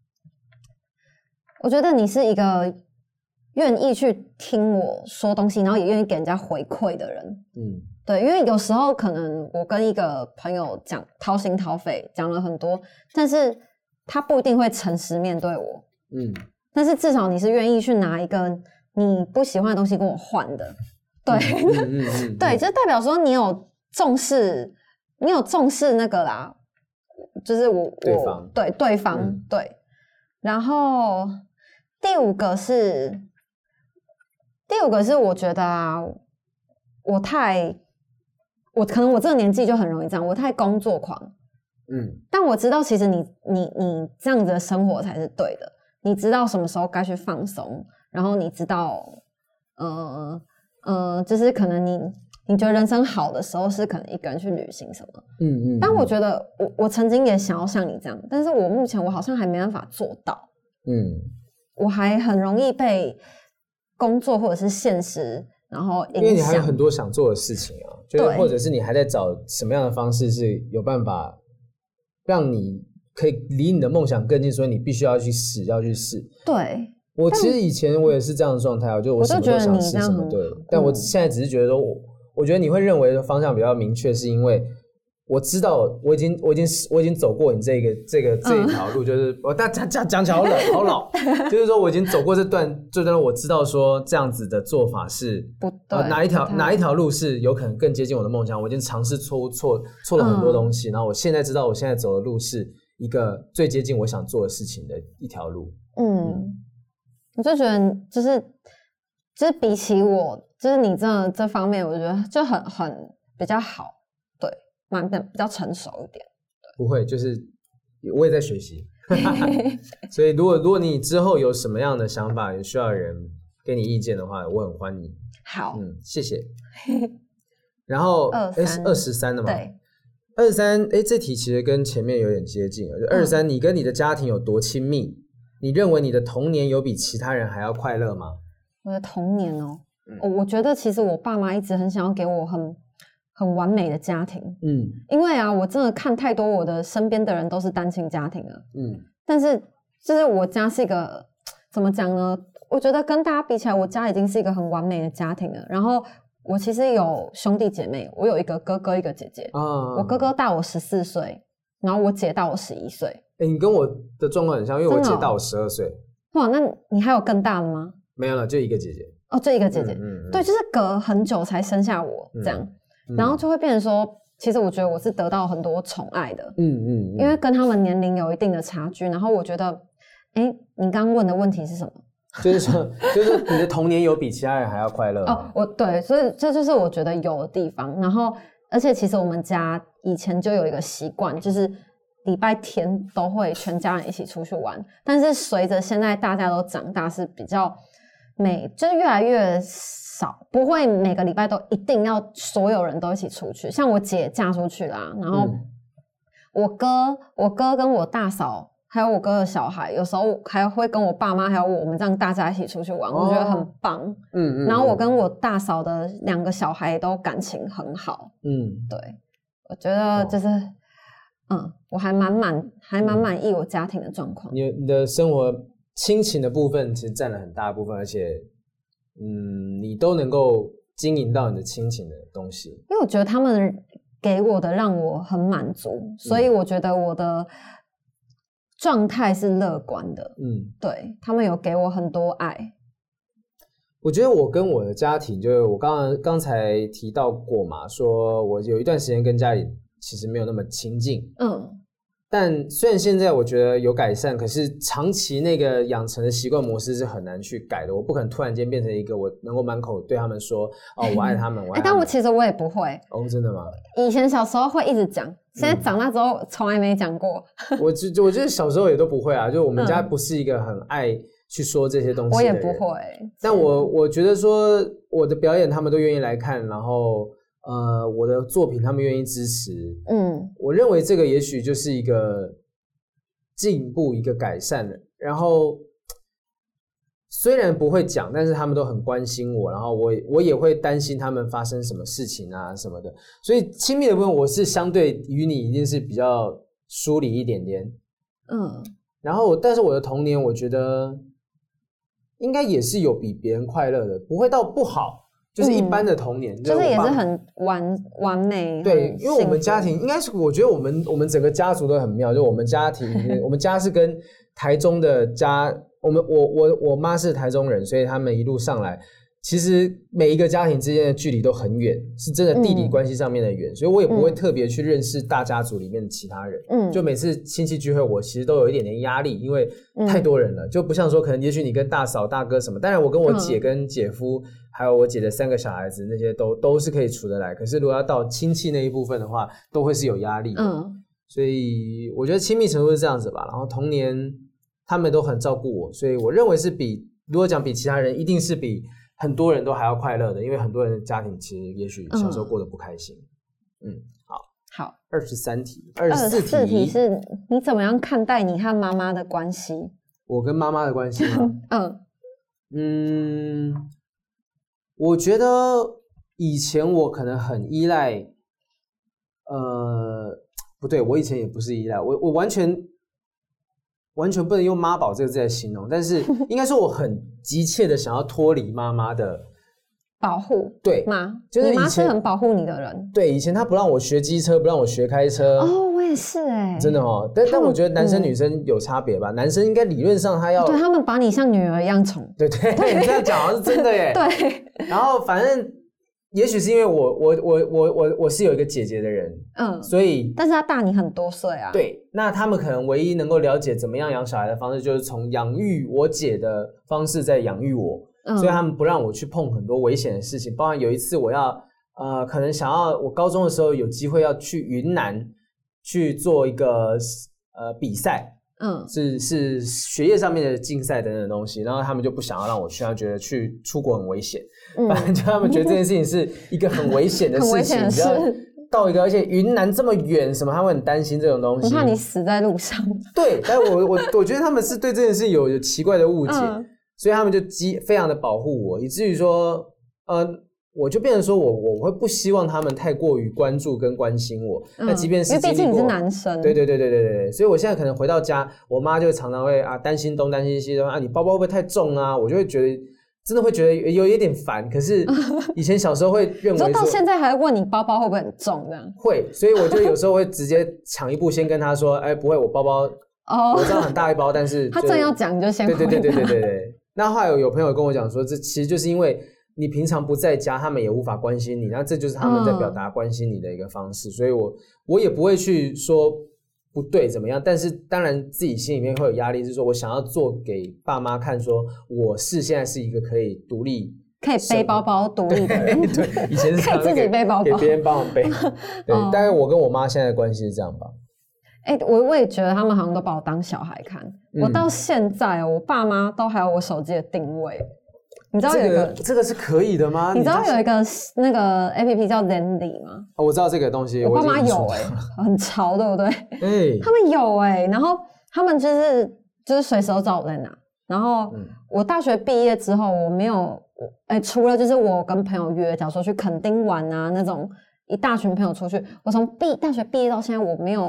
我觉得你是一个愿意去听我说东西，然后也愿意给人家回馈的人。嗯，对，因为有时候可能我跟一个朋友讲掏心掏肺讲了很多，但是他不一定会诚实面对我。嗯，但是至少你是愿意去拿一个你不喜欢的东西跟我换的。对，嗯嗯嗯嗯、对，就代表说你有重视，你有重视那个啦。就是我对方对对方、嗯、对，然后第五个是第五个是我觉得啊，我太我可能我这个年纪就很容易这样，我太工作狂，嗯，但我知道其实你你你这样子的生活才是对的，你知道什么时候该去放松，然后你知道呃呃，就是可能你。你觉得人生好的时候是可能一个人去旅行什么，嗯 嗯, 嗯。但我觉得我我曾经也想要像你这样，但是我目前我好像还没办法做到，嗯。我还很容易被工作或者是现实然后影响， 因为你还有很多想做的事情啊，就是或者是你还在找什么样的方式是有办法让你可以离你的梦想更近，所以你必须要去试，要去试。 对。 我其实以前我也是这样的状态，我就我什么都想试什么，对。但我现在只是觉得说我。我觉得你会认为的方向比较明确，是因为我知道我已经我已经我已经走过你这个这个这一条路，就是我大家讲讲起来好老好老，就是说我已经走过这段这段路，我知道说这样子的做法是不对， 呃、哪一条哪一条路是有可能更接近我的梦想，我已经尝试错错错了很多东西，嗯、然后我现在知道我现在走的路是一个最接近我想做的事情的一条路。嗯， 嗯我就觉得就是就是比起我。就是你这这方面，我觉得就很很比较好，对，蛮比较成熟一点。 不会，就是我也在学习，所以如果如果你之后有什么样的想法，有需要人给你意见的话，我很欢迎。 好， 嗯，谢谢。然后哎是二十三的嘛？ 对， 二十三哎这题其实跟前面有点接近了。二十三，你跟你的家庭有多亲密？你认为你的童年有比其他人还要快乐吗？ 我的童年哦。嗯、我觉得其实我爸妈一直很想要给我很很完美的家庭，嗯，因为啊，我真的看太多我的身边的人都是单亲家庭了，嗯，但是就是我家是一个怎么讲呢？我觉得跟大家比起来，我家已经是一个很完美的家庭了。然后我其实有兄弟姐妹，我有一个哥哥，一个姐姐，啊，我哥哥大我十四岁，然后我姐大我十一岁。 哎，你跟我的状况很像，因为我姐大我十二岁。 哇，那你还有更大的吗？ 没有了，就一个姐姐。 哦，就一个姐姐，嗯嗯嗯对，就是隔很久才生下我这样，嗯、然后就会变成说，其实我觉得我是得到很多宠爱的，嗯 嗯, 嗯，因为跟他们年龄有一定的差距。然后我觉得，哎，你刚刚问的问题是什么？ 就是说，就是你的童年有比其他人还要快乐哦，我对，所以这就是我觉得有的地方。然后，而且其实我们家以前就有一个习惯，就是礼拜天都会全家人一起出去玩。但是随着现在大家都长大，是比较。每就是越来越少，不会每个礼拜都一定要所有人都一起出去。像我姐嫁出去啦，然后我哥、嗯、我哥跟我大嫂还有我哥的小孩，有时候还会跟我爸妈还有我们这样大家一起出去玩，哦、我觉得很棒。嗯嗯。然后我跟我大嫂的两个小孩都感情很好。嗯，对，我觉得就是， 嗯，我还蛮满还蛮满意我家庭的状况。 你你的生活亲情的部分其实占了很大部分，而且嗯，你都能够经营到你的亲情的东西。 因为我觉得他们给我的让我很满足，所以我觉得我的状态是乐观的。嗯，对，他们有给我很多爱。 我觉得我跟我的家庭，就是我刚刚刚才提到过嘛，说我有一段时间跟家里其实没有那么亲近。嗯，但虽然现在我觉得有改善，可是长期那个养成的习惯模式是很难去改的。我不可能突然间变成一个我能够满口对他们说哦我爱他们，我爱他们。 但我其实我也不会。 哦，真的吗？ 以前小时候会一直讲，现在长大之后从来没讲过。 嗯、我就我觉得小时候也都不会啊，就我们家不是一个很爱去说这些东西的人。 我也不会。 但我我觉得说我的表演他们都愿意来看，然后。呃，我的作品他们愿意支持，嗯，我认为这个也许就是一个进步，一个改善了。然后虽然不会讲，但是他们都很关心我，然后我我也会担心他们发生什么事情啊什么的。所以亲密的部分，我是相对于你一定是比较疏离一点点，嗯。然后，但是我的童年，我觉得应该也是有比别人快乐的，不会到不好。就是一般的童年， 嗯、就是也是很完完美。 对，因为我们家庭应该是，我觉得我们我们整个家族都很妙。就我们家庭，我们家是跟台中的家，我们我我我妈是台中人，所以他们一路上来，其实每一个家庭之间的距离都很远，是真的地理关系上面的远，嗯、所以我也不会特别去认识大家族里面的其他人。嗯，就每次亲戚聚会，我其实都有一点点压力，因为太多人了，嗯、就不像说可能也许你跟大嫂、大哥什么，当然我跟我姐跟姐夫。嗯还有我姐的三个小孩子，那些都都是可以处得来。可是如果要到亲戚那一部分的话，都会是有压力的。嗯，所以我觉得亲密程度是这样子吧。然后童年他们都很照顾我，所以我认为是比如果讲比其他人，一定是比很多人都还要快乐的。因为很多人的家庭其实也许小时候过得不开心。嗯，嗯好， 好， 二十三题，二十四题， 二十四题是你怎么样看待你和妈妈的关系？ 我跟妈妈的关系吗？嗯嗯。我觉得以前我可能很依赖，呃，不对，我以前也不是依赖，我我完全完全不能用妈宝这个字来形容，但是应该说我很急切的想要脱离妈妈的保护。 对， 妈，就是你妈是很保护你的人。 对，以前她不让我学机车，不让我学开车。 哦，我也是哎、欸， 真的哦。但但我觉得男生女生有差别吧？嗯、男生应该理论上他要对他们把你像女儿一样宠。 对对，对你这样讲好像是真的耶。 对。 然后反正也许是因为我我我我我我是有一个姐姐的人，嗯，所以但是她大你很多岁啊。 对，那他们可能唯一能够了解怎么样养小孩的方式，就是从养育我姐的方式在养育我。嗯、所以他们不让我去碰很多危险的事情，包含有一次我要呃，可能想要我高中的时候有机会要去云南去做一个呃比赛，嗯，是是学业上面的竞赛等等的东西，然后他们就不想要让我去，他们觉得去出国很危险，嗯、反正就他们觉得这件事情是一个很危险的事情，很危险的事。到一个，而且云南这么远，什么他会很担心这种东西， 我怕你死在路上。 对，但我我我觉得他们是对这件事有有奇怪的误解。嗯，所以他们就极非常的保护我，以至于说，呃，我就变成说我我会不希望他们太过于关注跟关心我。嗯、那即便是因为毕竟你是男生， 对对对对对对，所以我现在可能回到家，我妈就常常会啊担心东担心西的啊，你包包会不会太重啊？我就会觉得真的会觉得有有一点烦。可是以前小时候会认为说， 到现在还会问你包包会不会很重这样？ 会，所以我就有时候会直接抢一步先跟他说，哎，不会，我包包哦，我知道很大一包，但是他正要讲你就先回答。 对对对对对对对。那后来有有朋友跟我讲说，这其实就是因为你平常不在家，他们也无法关心你，那这就是他们在表达关心你的一个方式。嗯、所以我我也不会去说不对怎么样，但是当然自己心里面会有压力，是说我想要做给爸妈看，说我是现在是一个可以独立、 可以背包包独立的人。 对，以前是可以自己背包包， 给别人帮我背。对，大概我跟我妈现在的关系是这样吧。 哎、欸，我我也觉得他们好像都把我当小孩看。嗯、我到现在，我爸妈都还有我手机的定位。你知道有一个、 这个、这个是可以的吗？ 你知道有一个那个 A P P 叫 Zenly 吗？ 哦，我知道这个东西。 我爸妈有哎、欸，很潮，对不对？哎、欸，他们有哎、欸，然后他们就是就是随时都知道我在哪。然后我大学毕业之后，我没有哎、欸，除了就是我跟朋友约，假如说去垦丁玩啊那种，一大群朋友出去，我从毕大学毕业到现在，我没有。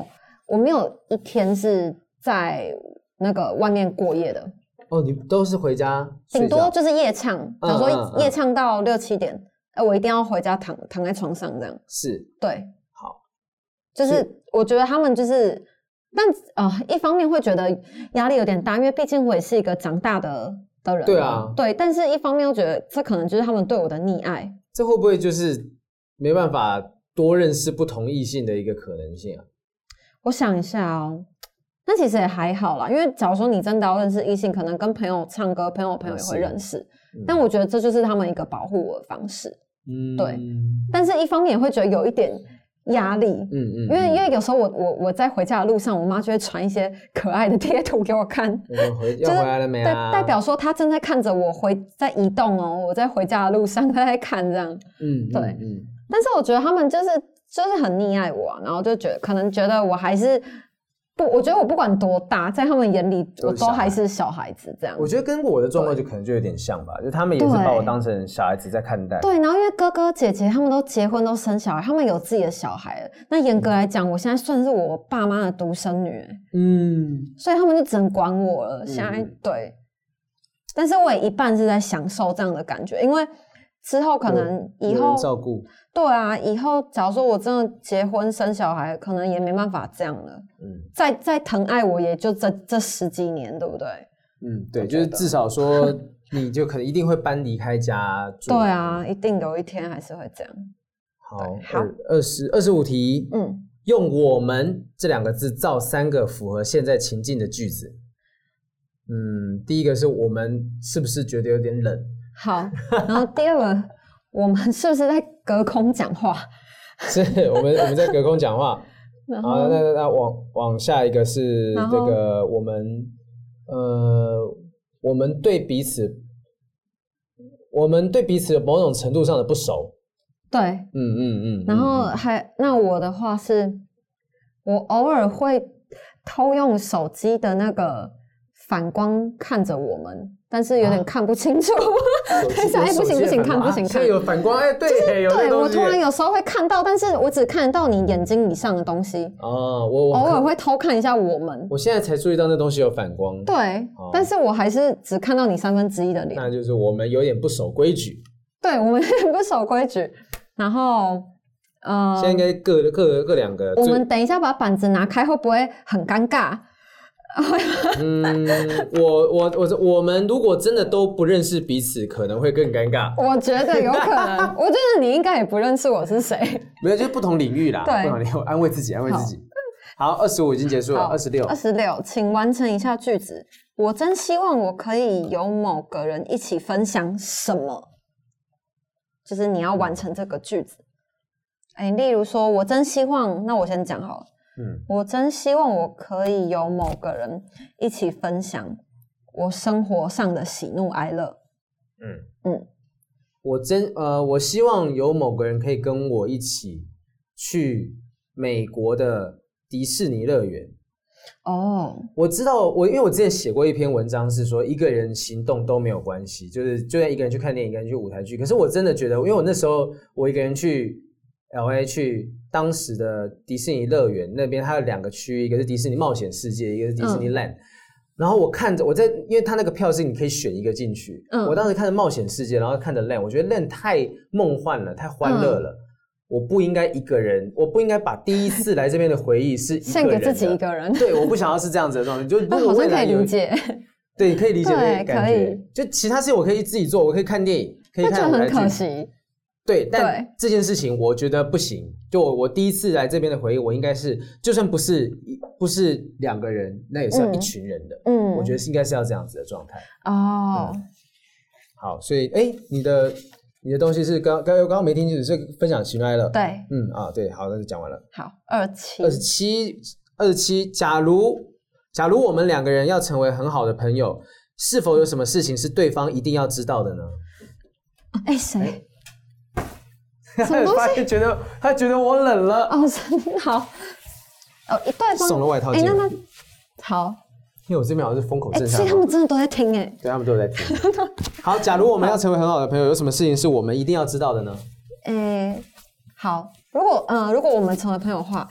我没有一天是在那个外面过夜的。 哦，你都是回家睡觉？ 顶多就是夜唱，比如说夜唱到六七点，哎、嗯嗯，我一定要回家躺躺在床上这样。 是， 对， 好， 就是我觉得他们就是，但呃，一方面会觉得压力有点大，因为毕竟我也是一个长大的的人， 对啊， 对，但是一方面又觉得这可能就是他们对我的溺爱， 这会不会就是没办法多认识不同异性的一个可能性啊？ 我想一下哦。那其实也还好啦，因为假如说你真的要认识异性，可能跟朋友唱歌，朋友朋友也会认识、嗯、但我觉得这就是他们一个保护我的方式。嗯，对。但是一方面也会觉得有一点压力，嗯嗯，因为因为有时候我我我在回家的路上，我妈就会传一些可爱的贴图给我看， 我回要回来了没啊？ 代代表说她正在看着我回在移动哦，我在回家的路上她在看这样，嗯，对，嗯, 嗯。但是我觉得他们就是就是很溺爱我、啊，然后就觉得可能觉得我还是。不，我觉得我不管多大，在他们眼里我都还是小孩子这样。 我觉得跟我的状况就可能就有点像吧，就他们也是把我当成小孩子在看待。 对，然后因为哥哥姐姐他们都结婚都生小孩，他们有自己的小孩了。那严格来讲、嗯，我现在算是我爸妈的独生女，嗯，所以他们就只能管我了。现在、嗯、对，但是我也一半是在享受这样的感觉，因为之后可能以后有人照顾。对啊，以后假如说我真的结婚生小孩，可能也没办法这样了。嗯，再再疼爱我也就这这十几年，对不对？ 嗯，对，就是至少说你就可能一定会搬离开家住。 对啊，一定有一天还是会这样。 好，好，二十二十五题，嗯，用我们这两个字造三个符合现在情境的句子。嗯，第一个是我们是不是觉得有点冷？ 好，然后第二个。我们是不是在隔空讲话？ 是我们我们在隔空讲话。好，那那那往往下一个是这个我们呃我们对彼此我们对彼此有某种程度上的不熟。 对，嗯嗯嗯。然后还那我的话是，我偶尔会偷用手机的那个反光看着我们。但是有点看不清楚，但是哎不行不行看不行看， 有反光哎对， 就是有对我突然有时候会看到，但是我只看得到你眼睛以上的东西哦，我我偶尔会偷看一下我们， 我现在才注意到那东西有反光， 对，哦、但是我还是只看到你三分之一的脸， 那就是我们有点不守规矩， 对我们有点不守规矩，然后呃， 现在应该各各各两个， 我们等一下把板子拿开会不会很尴尬？ 嗯，我我我我们如果真的都不认识彼此，可能会更尴尬。 我觉得有可能，我觉得你应该也不认识我是谁。 没有，就是不同领域啦。对，不同领域，安慰自己，安慰自己。好，二十五已经结束了，二十六， 二十六，请完成一下句子。我真希望我可以有某个人一起分享什么，就是你要完成这个句子。哎，例如说，我真希望，那我先讲好了。嗯，我真希望我可以有某个人一起分享我生活上的喜怒哀乐。嗯嗯， 我真呃，我希望有某个人可以跟我一起去美国的迪士尼乐园。哦，我知道，我因为我之前写过一篇文章，是说一个人行动都没有关系，就是就算一个人去看电影，一个人去舞台剧。可是我真的觉得，因为我那时候我一个人去。L A 去当时的迪士尼乐园那边，它有两个区域，一个是迪士尼冒险世界，一个是迪士尼 Land。嗯、然后我看着我在，因为它那个票是你可以选一个进去。嗯，我当时看着冒险世界，然后看着 Land， 我觉得 Land 太梦幻了，太欢乐了。嗯、我不应该一个人，我不应该把第一次来这边的回忆是一个人献给自己一个人。 对，我不想要是这样子的状态。就如果好像可以理解。 对，可以理解的感觉。就其他事情我可以自己做，我可以看电影，可以看舞台剧。 很可惜。 对，但这件事情我觉得不行。就 我, 我第一次来这边的回忆，我应该是就算不是不是两个人，那也是要一群人的。嗯，我觉得是应该是要这样子的状态。哦、嗯，好，所以哎，你的你的东西是刚刚刚刚没听清楚，是分享喜怒哀乐。 对， 嗯啊，对，好，那就讲完了。 好，二七二十七二十七，假如假如我们两个人要成为很好的朋友，是否有什么事情是对方一定要知道的呢？ 哎，谁？ 什么东西？他觉得他觉得我冷了哦，好哦，对方送了外套进来。 哎，那那好， 因为我这边好像是风口正下，所以他们真的都在听哎， 对，他们都在听。好，假如我们要成为很好的朋友，有什么事情是我们一定要知道的呢？ 哎，好，如果嗯、呃，如果我们成为朋友的话，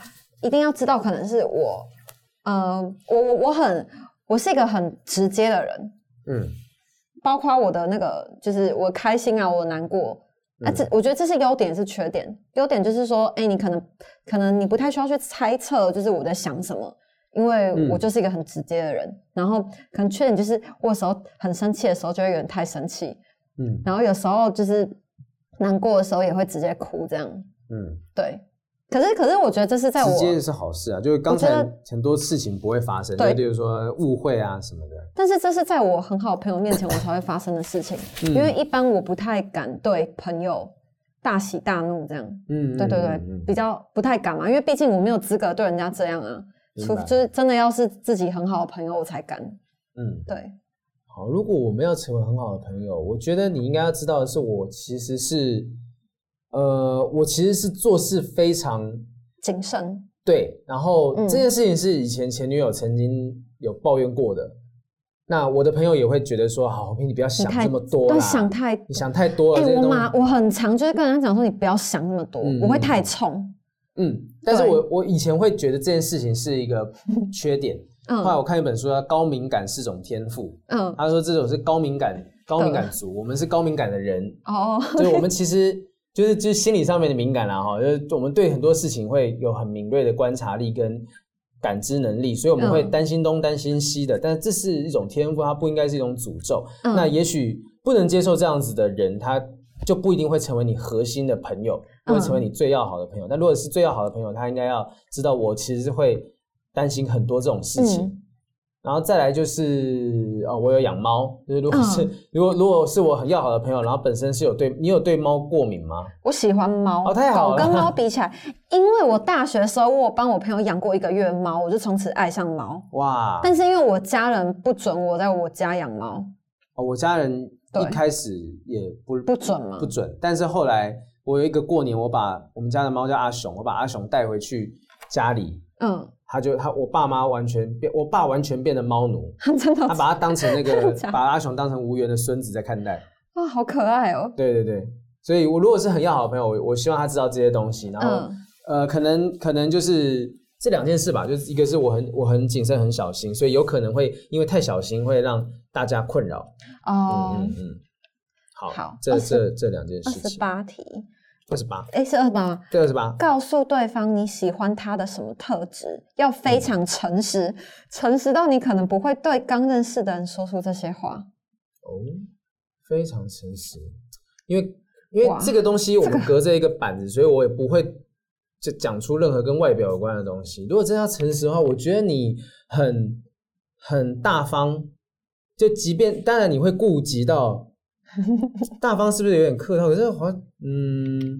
一定要知道，可能是我，呃，我我我很，我是一个很直接的人，嗯，包括我的那个，就是我开心啊，我难过，嗯、啊，这我觉得这是优点，也是缺点。优点就是说，哎，你可能可能你不太需要去猜测，就是我在想什么，因为我就是一个很直接的人。嗯、然后可能缺点就是，我有时候很生气的时候，就会有点太生气，嗯，然后有时候就是难过的时候也会直接哭，这样，嗯，对。可是，可是我觉得这是在我直接是好事啊，就是刚才很多事情不会发生，就比如说误会啊什么的。 但是这是在我很好的朋友面前我才会发生的事情，嗯、因为一般我不太敢对朋友大喜大怒这样。嗯，对对对，嗯、比较不太敢嘛，因为毕竟我没有资格对人家这样啊，除就是真的要是自己很好的朋友我才敢。嗯，对。 好，如果我们要成为很好的朋友，我觉得你应该要知道的是，我其实是。呃，我其实是做事非常谨慎， 对，然后这件事情是以前前女友曾经有抱怨过的，那我的朋友也会觉得说，好，红萍你不要想这么多啦， 对，想太， 你想太多了。 哎、欸，我妈，我很常就是跟人家讲说，你不要想那么多，嗯、我会太冲。 嗯，但是我我以前会觉得这件事情是一个缺点，嗯、后来我看一本书叫《高敏感是种天赋》，嗯，他说这种是高敏感高敏感族，我们是高敏感的人，哦，就是我们其实。就是就是心理上面的敏感啦哈，就是我们对很多事情会有很敏锐的观察力跟感知能力，所以我们会担心东担心西的，但是这是一种天赋，它不应该是一种诅咒。嗯、那也许不能接受这样子的人，他就不一定会成为你核心的朋友，不会成为你最要好的朋友。但如果是最要好的朋友，他应该要知道我其实是会担心很多这种事情。嗯然后再来就是哦，我有养猫，就是如果是、嗯、如果如果是我很要好的朋友，然后本身是有对你有对猫过敏吗？ 我喜欢猫哦，太好了。 狗跟猫比起来，因为我大学的时候我帮我朋友养过一个月猫，我就从此爱上猫。哇！但是因为我家人不准我在我家养猫。 哦，我家人一开始也不不准吗？ 不准。但是后来我有一个过年，我把我们家的猫叫阿雄，我把阿雄带回去家里。嗯。他就他我爸妈完全变，我爸完全变得猫奴， 真的， 他把他当成那个把阿雄当成无缘的孙子在看待。 啊，好可爱哦！ 对对对，所以我如果是很要好的朋友，我我希望他知道这些东西，然后、嗯、呃，可能可能就是这两件事吧，就是一个是我很我很谨慎很小心，所以有可能会因为太小心会让大家困扰。哦，嗯嗯嗯，好，好这这这两件事情。 二十八题。 二十八， 哎，是二十八吗？ 对，二十八。 告诉对方你喜欢他的什么特质，要非常诚实，嗯、诚实到你可能不会对刚认识的人说出这些话。 哦，非常诚实，因为因为这个东西我们隔着一个板子，这个、所以我也不会就讲出任何跟外表有关的东西。如果真的要诚实的话，我觉得你很很大方，就即便当然你会顾及到。大方是不是有点客套？可是好像，嗯，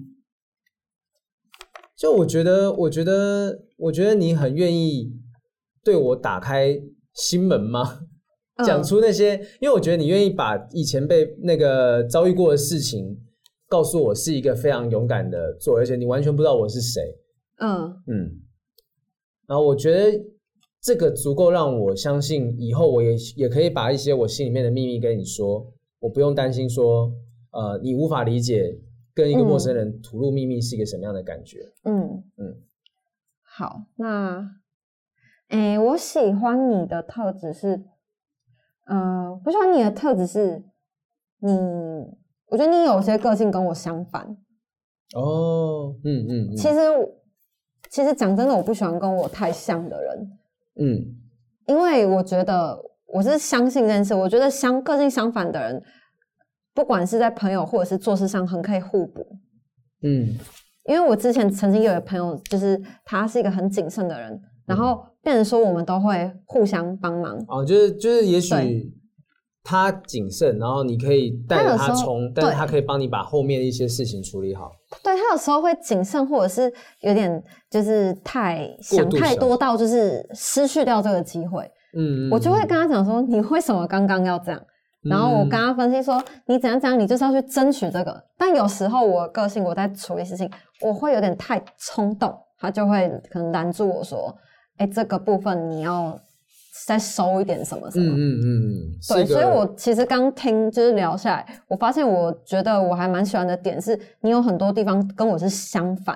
就我觉得，我觉得，我觉得你很愿意对我打开心门吗？讲、嗯、出那些，因为我觉得你愿意把以前被那个遭遇过的事情告诉我，是一个非常勇敢的做，而且你完全不知道我是谁。嗯嗯，然后我觉得这个足够让我相信，以后我也也可以把一些我心里面的秘密跟你说。我不用担心说，呃，你无法理解跟一个陌生人吐露秘密是一个什么样的感觉。嗯嗯，好，那，哎，我喜欢你的特质是，呃，我喜欢你的特质是，你，我觉得你有些个性跟我相反。哦，嗯嗯, 嗯，其实，其实讲真的，我不喜欢跟我太像的人。嗯，因为我觉得。我是相信这件事，我觉得相个性相反的人，不管是在朋友或者是做事上，很可以互补。嗯，因为我之前曾经有一个朋友，就是他是一个很谨慎的人，然后变成说我们都会互相帮忙。 哦，就是就是，也许他谨慎，然后你可以带着他冲，但是他可以帮你把后面一些事情处理好。 对，他有时候会谨慎，或者是有点就是太想太多到就是失去掉这个机会。嗯，我就会跟他讲说，你为什么刚刚要这样？然后我跟他分析说，你怎样怎样，你就是要去争取这个。但有时候我的个性，我在处理事情，我会有点太冲动，他就会可能拦住我说，哎，这个部分你要再收一点什么什么。嗯嗯嗯，对，所以我其实刚听就是聊下来，我发现我觉得我还蛮喜欢的点是，你有很多地方跟我是相反。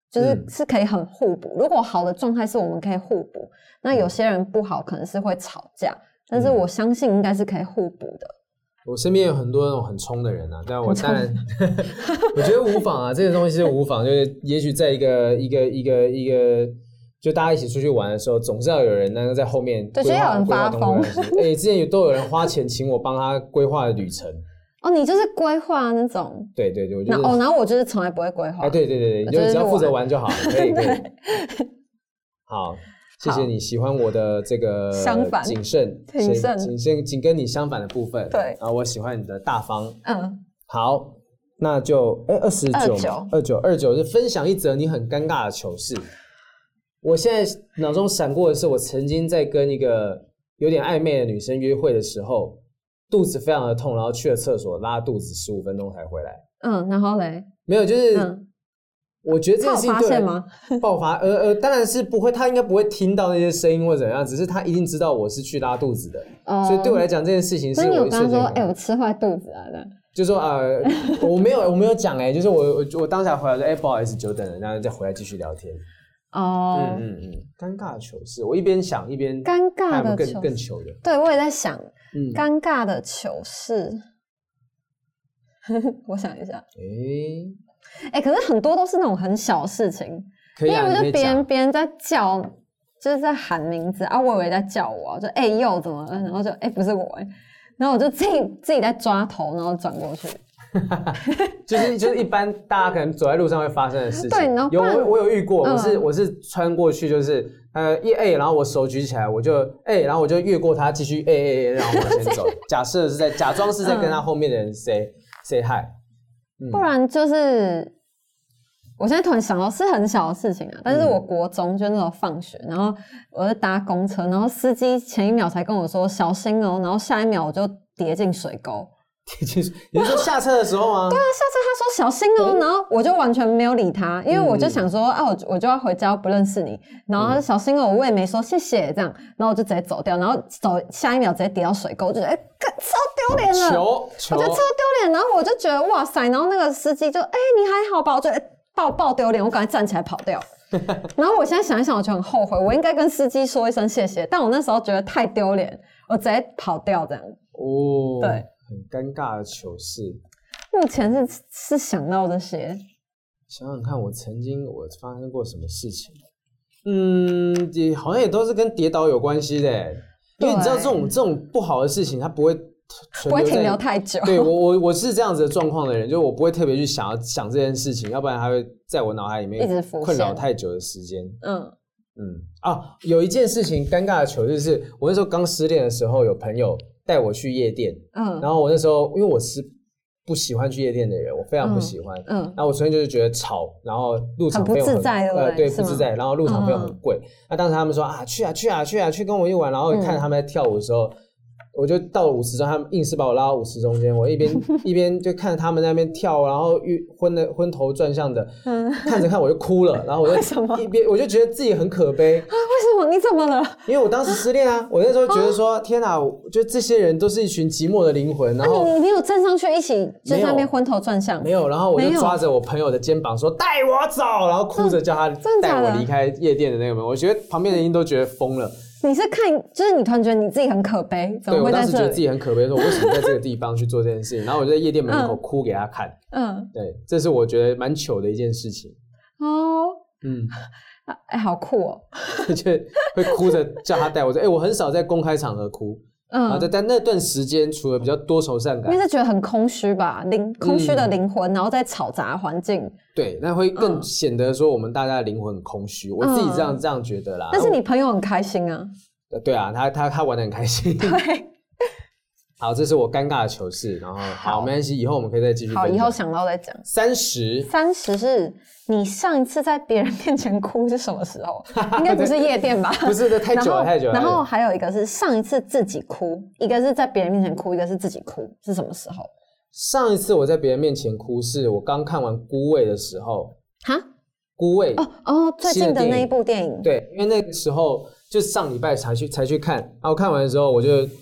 就是是可以很互补。如果好的状态是我们可以互补，那有些人不好可能是会吵架，但是我相信应该是可以互补的。 我身边有很多那种很冲的人啊，但我当然我觉得无妨啊，这个东西是无妨，就是也许在一个一个一个一个，就大家一起出去玩的时候，总是要有人那个在后面规划， 对，就有人发疯。 哎、欸，之前有都有人花钱请我帮他规划旅程。 哦，你就是规划那种。 对对对，我觉得。 哦，然后我就是从来不会规划。 哎，对对对对，你就只要负责玩就好，可以可以。好。谢谢你喜欢我的这个相反谨慎、 谨慎、 谨慎、仅跟你相反的部分。 对， 然后我喜欢你的大方。 嗯， 好，那就哎二十九嘛，二九二九是分享一则你很尴尬的糗事。我现在脑中闪过的是，我曾经在跟一个有点暧昧的女生约会的时候，肚子非常的痛，然后去了厕所拉肚子十五分钟才回来。 嗯，然后嘞？ 没有，就是。 嗯我觉得这件事情对吗？ 爆发，呃呃，当然是不会，他应该不会听到那些声音或怎样，只是他一定知道我是去拉肚子的，哦、所以对我来讲这件事情是我一瞬间。 那你有刚说，哎、欸，我吃坏肚子啊的？ 就说啊、呃，我没有，我没有讲哎、欸，就是我我我当下回来说，哎、欸，不好意思，久等了，然后再回来继续聊天。 哦， 嗯嗯嗯，尴尬的糗事，我一边想一边尴尬的更更糗的。 对，我也在想， 嗯， 尴尬的糗事，我想一下， 哎、欸。 哎、欸，可是很多都是那种很小的事情， 可以啊， 因为我就别人别人在叫，就是在喊名字啊，我以为在叫我、啊，就哎又怎么了？然后就哎、欸、不是我哎、欸，然后我就自己自己在抓头，然后转过去， 就是就是一般大家可能走在路上会发生的事情。 对，然后有我我有遇过， 嗯、 我是我是穿过去，就是呃一 A， 然后我手举起来，我就 A， 然后我就越过他，继续 A A A， 然后往前走，假设是在假装是在跟他后面的人 say、嗯、say hi。 不然就是，我现在突然想到是很小的事情啊，但是我国中就那种放学，然后我在搭公车，然后司机前一秒才跟我说小心哦，然后下一秒我就跌进水沟。 跌进水？你说下车的时候吗？ 对啊，下车他说小心哦，然后我就完全没有理他，因为我就想说、嗯、啊，我我就要回家，我不认识你，然后他说小心哦，我也没说谢谢这样，然后我就直接走掉，然后走下一秒直接跌到水沟，我就觉得哎，超丢脸了， 球球， 我觉得超丢脸，然后我就觉得哇塞，然后那个司机就哎、欸、你还好吧，我觉得、欸、爆爆丢脸，我赶快站起来跑掉。然后我现在想一想，我就很后悔，我应该跟司机说一声谢谢，但我那时候觉得太丢脸，我直接跑掉这样。 哦， 对。 很尴尬的糗事， 目前是是想到这些。 想想看，我曾经我发生过什么事情？嗯，也好像也都是跟跌倒有关系的，因为你知道这种这种不好的事情，它不会不会停留太久。 对我我我是这样子的状况的人，就我不会特别去想要想这件事情，要不然它会在我脑海里面一直浮现困扰太久的时间。 嗯嗯啊，有一件事情尴尬的糗事是，我那时候刚失恋的时候，有朋友带我去夜店，嗯，然后我那时候因为我是不喜欢去夜店的人，我非常不喜欢，嗯，那我首先就是觉得吵，然后入场费用很， 很不自在， 呃，对，不自在，然后入场费用很贵。那当时他们说啊，去啊去啊去啊去跟我一玩，然后看他们在跳舞的时候，我就到了舞池中，他们硬是把我拉到舞池中间，我一边一边就看着他们在那边跳，然后昏的昏头转向的，嗯，看着看我就哭了，然后我就一边我就觉得自己很可悲啊， 为什么？你怎么了？ 因为我当时失恋啊，我那时候觉得说，啊、天哪，就这些人都是一群寂寞的灵魂，然后、 啊、你你有站上去一起就在那边昏头转向？ 没有，然后我就抓着我朋友的肩膀说带我走，然后哭着叫他带我离开夜店的那个门，我觉得旁边的人都觉得疯了。 你是看，就是你突然觉得你自己很可悲，怎么会在这里？ 对，我当时觉得自己很可悲，说我为什么在这个地方去做这件事情？然后我就在夜店门口哭给他看。嗯，对，这是我觉得蛮糗的一件事情。 哦，嗯，哎、欸，好酷哦！ 就会哭着叫他带我走。哎、欸，我很少在公开场合哭。嗯，然后在在那段时间，除了比较多愁善感， 因为是觉得很空虚吧，灵空虚的灵魂，嗯、然后在嘈杂环境， 对，那会更显得说我们大家的灵魂很空虚。嗯、我自己这样这样觉得啦。 但是你朋友很开心啊。 对啊，他他他玩得很开心。 对。 好，这是我尴尬的糗事，然后好，没关系，以后我们可以再继续分享。 好，以后想到再讲。 三十， 三十是你上一次在别人面前哭是什么时候？应该不是夜店吧？ 不是，这太久了，太久了。 然后还有一个是上一次自己哭，一个是在别人面前哭，一个是自己哭，是什么时候？ 上一次我在别人面前哭，是我刚看完《孤味》的时候。 哈？ 孤味哦哦，最近的那一部电影。 对，因为那个时候就上礼拜才去才去看，然后看完的时候我就。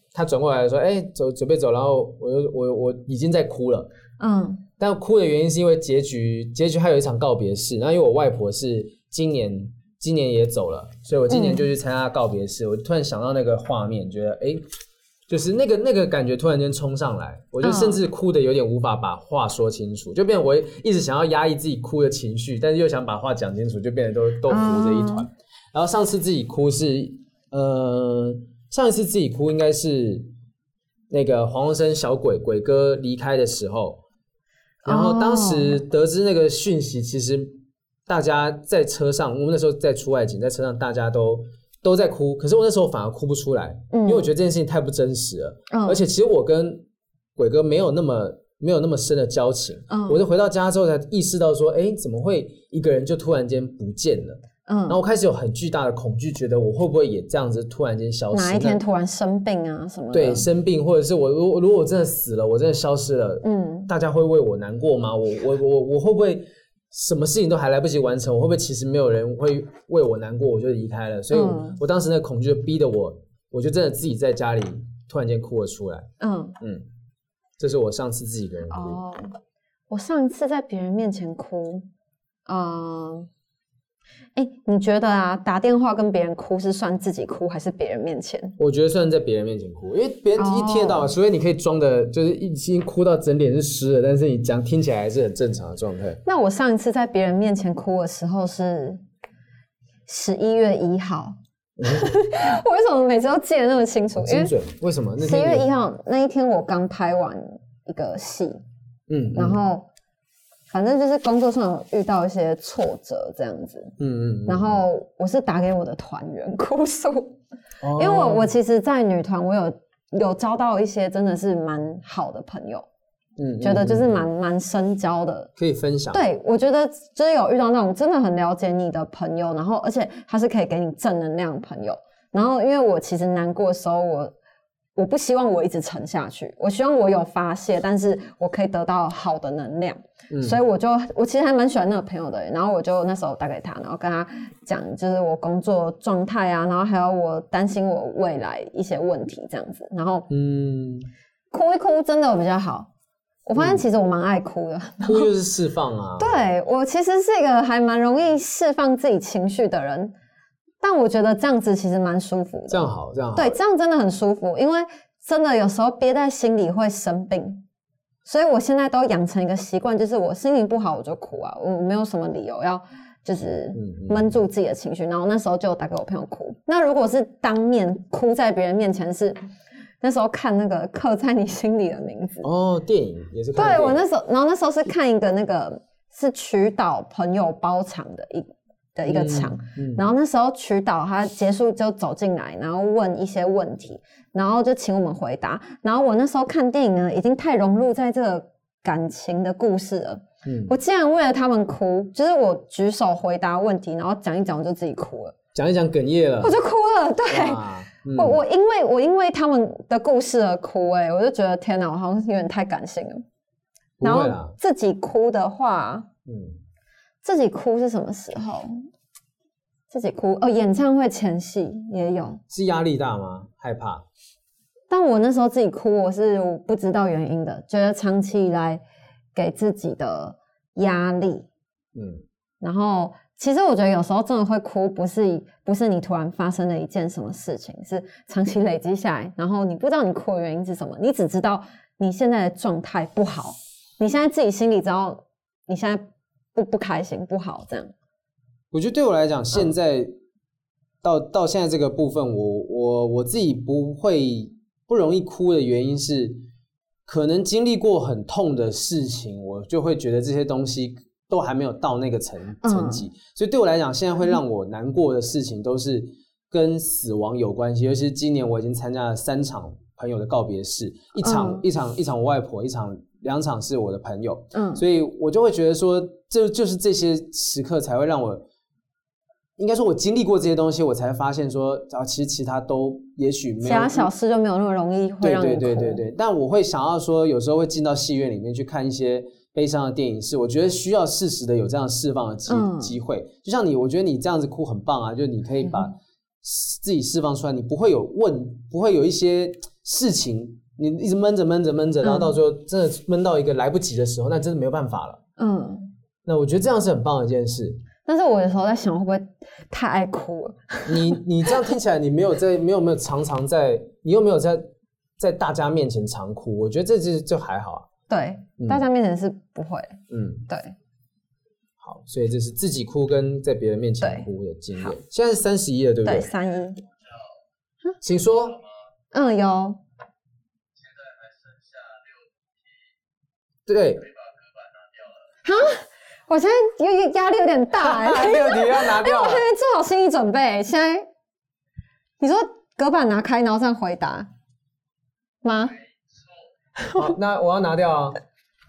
他转过来说，哎、欸，走，准备走，然后我我我已经在哭了， 嗯， 但哭的原因是因为结局，结局还有一场告别式，然后因为我外婆是今年今年也走了，所以我今年就去参加告别式，嗯、我就突然想到那个画面，觉得哎。欸就是那个那个感觉突然间冲上来，我就甚至哭的有点无法把话说清楚， oh. 就变成我一直想要压抑自己哭的情绪，但是又想把话讲清楚，就变得都都糊着一团。Oh. 然后上次自己哭是，呃，上一次自己哭应该是那个黄鸿升小鬼鬼哥离开的时候，然后当时得知那个讯息，其实大家在车上，我们那时候在出外景，在车上大家都。都在哭，可是我那时候反而哭不出来，嗯、因为我觉得这件事情太不真实了。嗯、而且其实我跟鬼哥没有那么没有那么深的交情。嗯、我是回到家之后才意识到说，哎，怎么会一个人就突然间不见了？嗯，然后我开始有很巨大的恐惧，觉得我会不会也这样子突然间消失？ 哪一天突然生病啊什么的？ 对，生病，或者是我如果如果我真的死了，我真的消失了，嗯，大家会为我难过吗？我我我我会不会？什么事情都还来不及完成，我会不会其实没有人会为我难过，我就离开了？所以我，嗯、我当时那个恐惧就逼得我，我就真的自己在家里突然间哭了出来。嗯嗯，这是我上次自己一个人哭。 哦，我上一次在别人面前哭，嗯，哎，你觉得啊，打电话跟别人哭是算自己哭还是别人面前？ 我觉得算在别人面前哭，因为别人一听到，除非你可以装的，就是已经哭到整脸是湿了，但是你讲听起来还是很正常的状态。 那我上一次在别人面前哭的时候是十一月一号。嗯、我为什么每次都记得那么清楚？ 精准？为什么？ 十一月一号那一天我刚拍完一个戏，嗯，然后。反正就是工作上有遇到一些挫折这样子，嗯嗯, 嗯，然后我是打给我的团员哭诉，哦、因为我我其实，在女团我有有交到一些真的是蛮好的朋友，嗯, 嗯，觉得就是蛮蛮深交的， 可以分享。 对，我觉得就是有遇到那种真的很了解你的朋友，然后而且他是可以给你正能量的朋友，然后因为我其实难过的时候我。我不希望我一直沉下去，我希望我有发泄，但是我可以得到好的能量，嗯、所以我就我其实还蛮喜欢那个朋友的，然后我就那时候打给他，然后跟他讲就是我工作状态啊，然后还有我担心我未来一些问题这样子，然后嗯，哭一哭真的比较好。我发现其实我蛮爱哭的， 嗯、哭就是释放啊。 对，我其实是一个还蛮容易释放自己情绪的人。但我觉得这样子其实蛮舒服的， 这样好，这样好， 对，这样真的很舒服，因为真的有时候憋在心里会生病，所以我现在都养成一个习惯，就是我心情不好我就哭啊，我没有什么理由要就是闷住自己的情绪，然后那时候就打给我朋友哭。那如果是当面哭在别人面前是，那时候看那个刻在你心里的名字哦，电影也是看电影。 对，我那时候，然后那时候是看一个那个是曲导朋友包场的一的一个场、嗯嗯、然后那时候曲导他结束就走进来，然后问一些问题，然后就请我们回答，然后我那时候看电影呢已经太融入在这个感情的故事了、嗯、我竟然为了他们哭，就是我举手回答问题，然后讲一讲我就自己哭了， 讲一讲哽咽了， 我就哭了。对、嗯、我我因为我因为他们的故事而哭、欸、我就觉得天哪，我好像有点太感性了。然后自己哭的话嗯自己哭是什么时候？自己哭哦，演唱会前戏也有。 是压力大吗？害怕？ 但我那时候自己哭，我是不知道原因的，觉得长期以来给自己的压力，嗯，然后其实我觉得有时候真的会哭，不是不是你突然发生的一件什么事情，是长期累积下来，然后你不知道你哭的原因是什么，你只知道你现在的状态不好，你现在自己心里知道你现在不不开心不好这样。 我觉得对我来讲，现在、嗯、到到现在这个部分，我我我自己不会不容易哭的原因是，可能经历过很痛的事情，我就会觉得这些东西都还没有到那个层层级、嗯，所以对我来讲，现在会让我难过的事情都是跟死亡有关系，尤其是今年我已经参加了三场朋友的告别式，一场、嗯、一场一场我外婆，一场两场是我的朋友，嗯，所以我就会觉得说，这就是这些时刻才会让我。应该说我经历过这些东西，我才发现说啊，其实其他都也许没有， 其他小事就没有那么容易会让你哭。 对对对对对。但我会想要说，有时候会进到戏院里面去看一些悲伤的电影，是我觉得需要适时的有这样释放的机、嗯、机会。就像你，我觉得你这样子哭很棒啊，就你可以把自己释放出来，你不会有问，不会有一些事情你一直闷着闷着闷着，然后到最后真的闷到一个来不及的时候，那真的没有办法了。嗯，那我觉得这样是很棒的一件事。 但是我有时候在想，会不会太爱哭了？ 你你这样听起来，你没有在没有没有常常在，你又没有在在大家面前常哭，我觉得这就就还好啊。 对，嗯、大家面前是不会。嗯，对。 好，所以这是自己哭跟在别人面前哭的经验。现在是三十一了，对不对？ 对，三一。 请说。 嗯，有。 现在还剩下六题。 对。 可以把隔板拿掉了。 哈？我现在有点压力有点大哎、欸， 六题要拿掉， 因为我还没做好心理准备。现在你说隔板拿开，然后这样回答吗？ 好，那我要拿掉啊。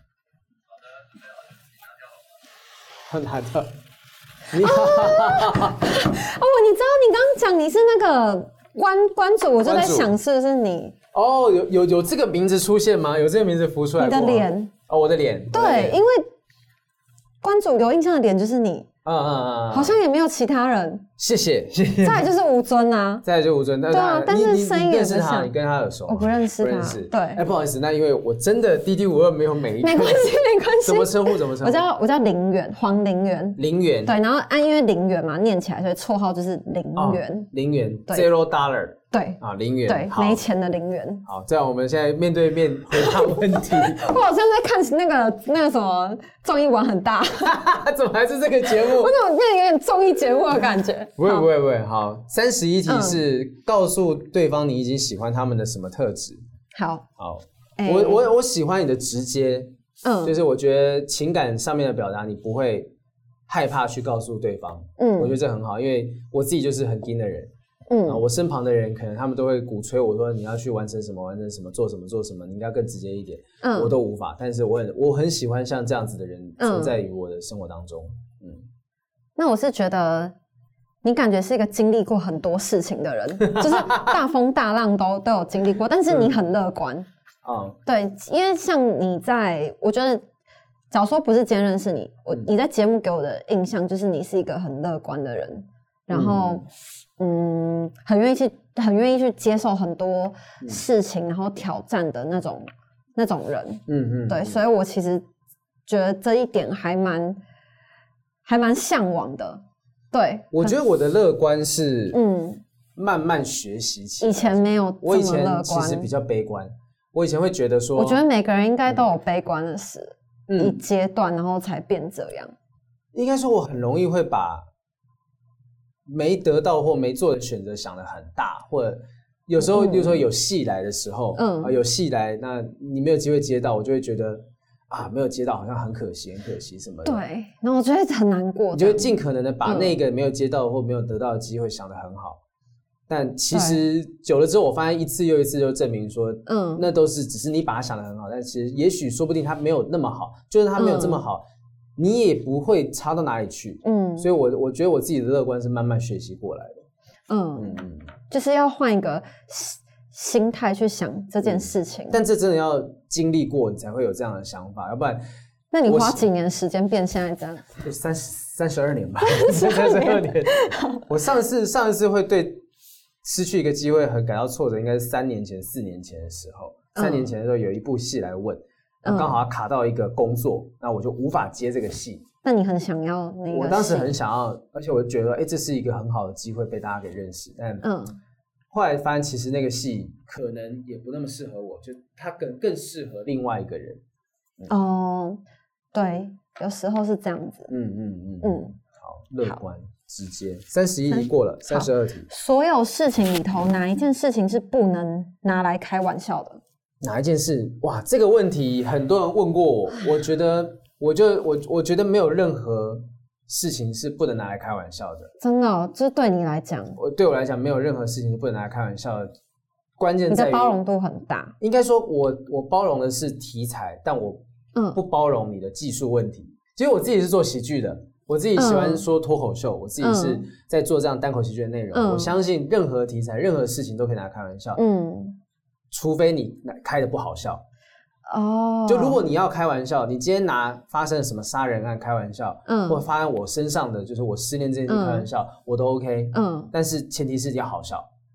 好的，拿掉。你好。 哦，你知道你刚刚讲你是那个关关主，我就在想是不是你？ 哦，有有有这个名字出现吗？有这个名字浮出来过吗？ 你的脸。 哦，我的脸。 对，因为。关主有印象的脸就是你， 嗯嗯嗯， 好像也没有其他人。 谢谢谢谢。 再来就是吴尊啊， 再来就吴尊， 对啊，但是声音也是他，你跟他耳熟？ 我不认识他，对。 哎，不好意思，那因为我真的滴滴五二没有每一个， 没关系没关系。 怎么称呼？怎么称呼？ 我叫我叫林园，黄林园。 林园， 对，然后按因为林园嘛，念起来所以绰号就是林园。 林园 ，zero dollar。 对啊，零元对，没钱的零元。 好，这样我们现在面对面回答问题。 我好像在看那个那个什么综艺玩很大， 怎么还是这个节目？ 我怎么变得有点综艺节目的感觉？ 不会不会不会。好，三十一题是告诉对方你已经喜欢他们的什么特质。 好， 好，欸、我我我喜欢你的直接，嗯，就是我觉得情感上面的表达你不会害怕去告诉对方，嗯，我觉得这很好，因为我自己就是很硬的人。嗯，我身旁的人可能他们都会鼓吹我说你要去完成什么完成什么做什么做什么，你应该更直接一点，嗯，我都无法。但是我很我很喜欢像这样子的人存在于我的生活当中。嗯，嗯那我是觉得你感觉是一个经历过很多事情的人，就是大风大浪都都有经历过，但是你很乐观。嗯，嗯对，因为像你在，我觉得假如说不是今天认识你，我你在节目给我的印象就是你是一个很乐观的人，然后。嗯嗯，很愿意去，很愿意去接受很多事情，嗯、然后挑战的那种那种人。嗯嗯，对，所以我其实觉得这一点还蛮还蛮向往的。对， 我觉得我的乐观是嗯慢慢学习起来。 以前没有这么乐观， 我以前其实比较悲观。我以前会觉得说， 我觉得每个人应该都有悲观的时、嗯、一阶段，然后才变这样。 应该说，我很容易会把。没得到或没做的选择想得很大，或者有时候，比如说有戏来的时候，嗯、啊，有戏来，那你没有机会接到，我就会觉得啊，没有接到好像很可惜，很可惜什么的。 对，然后我觉得很难过。 你就会尽可能的把那个没有接到或没有得到的机会想得很好，但其实久了之后，我发现一次又一次就证明说，嗯，那都是只是你把它想得很好，但其实也许说不定它没有那么好，就是它没有这么好。嗯你也不会差到哪里去，嗯，所以我我觉得我自己的乐观是慢慢学习过来的， 嗯嗯，就是要换一个心态去想这件事情、嗯， 但这真的要经历过，你才会有这样的想法，要不然， 那你花几年时间变现在这样？ 就三三十二年吧，三十二年。我上一次上一次会对失去一个机会很感到挫折，应该是三年前、四年前的时候，三年前的时候有一部戏来问。刚好要卡到一个工作，嗯、那我就无法接这个戏。 那你很想要那个戏？ 我当时很想要，而且我就觉得，哎、欸，这是一个很好的机会被大家给认识。但嗯，后来发现其实那个戏可能也不那么适合我，就它更更适合另外一个人。 嗯、哦，对，有时候是这样子。 嗯嗯嗯嗯，好，乐观直接。三十一题过了，三十二题。 所有事情里头，哪一件事情是不能拿来开玩笑的？ 哪一件事？哇，这个问题很多人问过我，我觉得，我就我我觉得没有任何事情是不能拿来开玩笑的。 真的、哦，这对你来讲， 我对我来讲，没有任何事情是不能拿来开玩笑的。关键在于你的包容度很大。 应该说我我包容的是题材，但我不包容你的技术问题。嗯、其实我自己是做喜剧的，我自己喜欢说脱口秀，嗯、我自己是在做这样单口喜剧的内容。嗯、我相信任何题材、任何事情都可以拿来开玩笑。嗯。除非你开的不好笑哦， oh. 就如果你要开玩笑，你今天拿发生了什么杀人案开玩笑，嗯，或发生我身上的就是我失恋这件事开玩笑，嗯、我都 OK，嗯，但是前提是要好笑，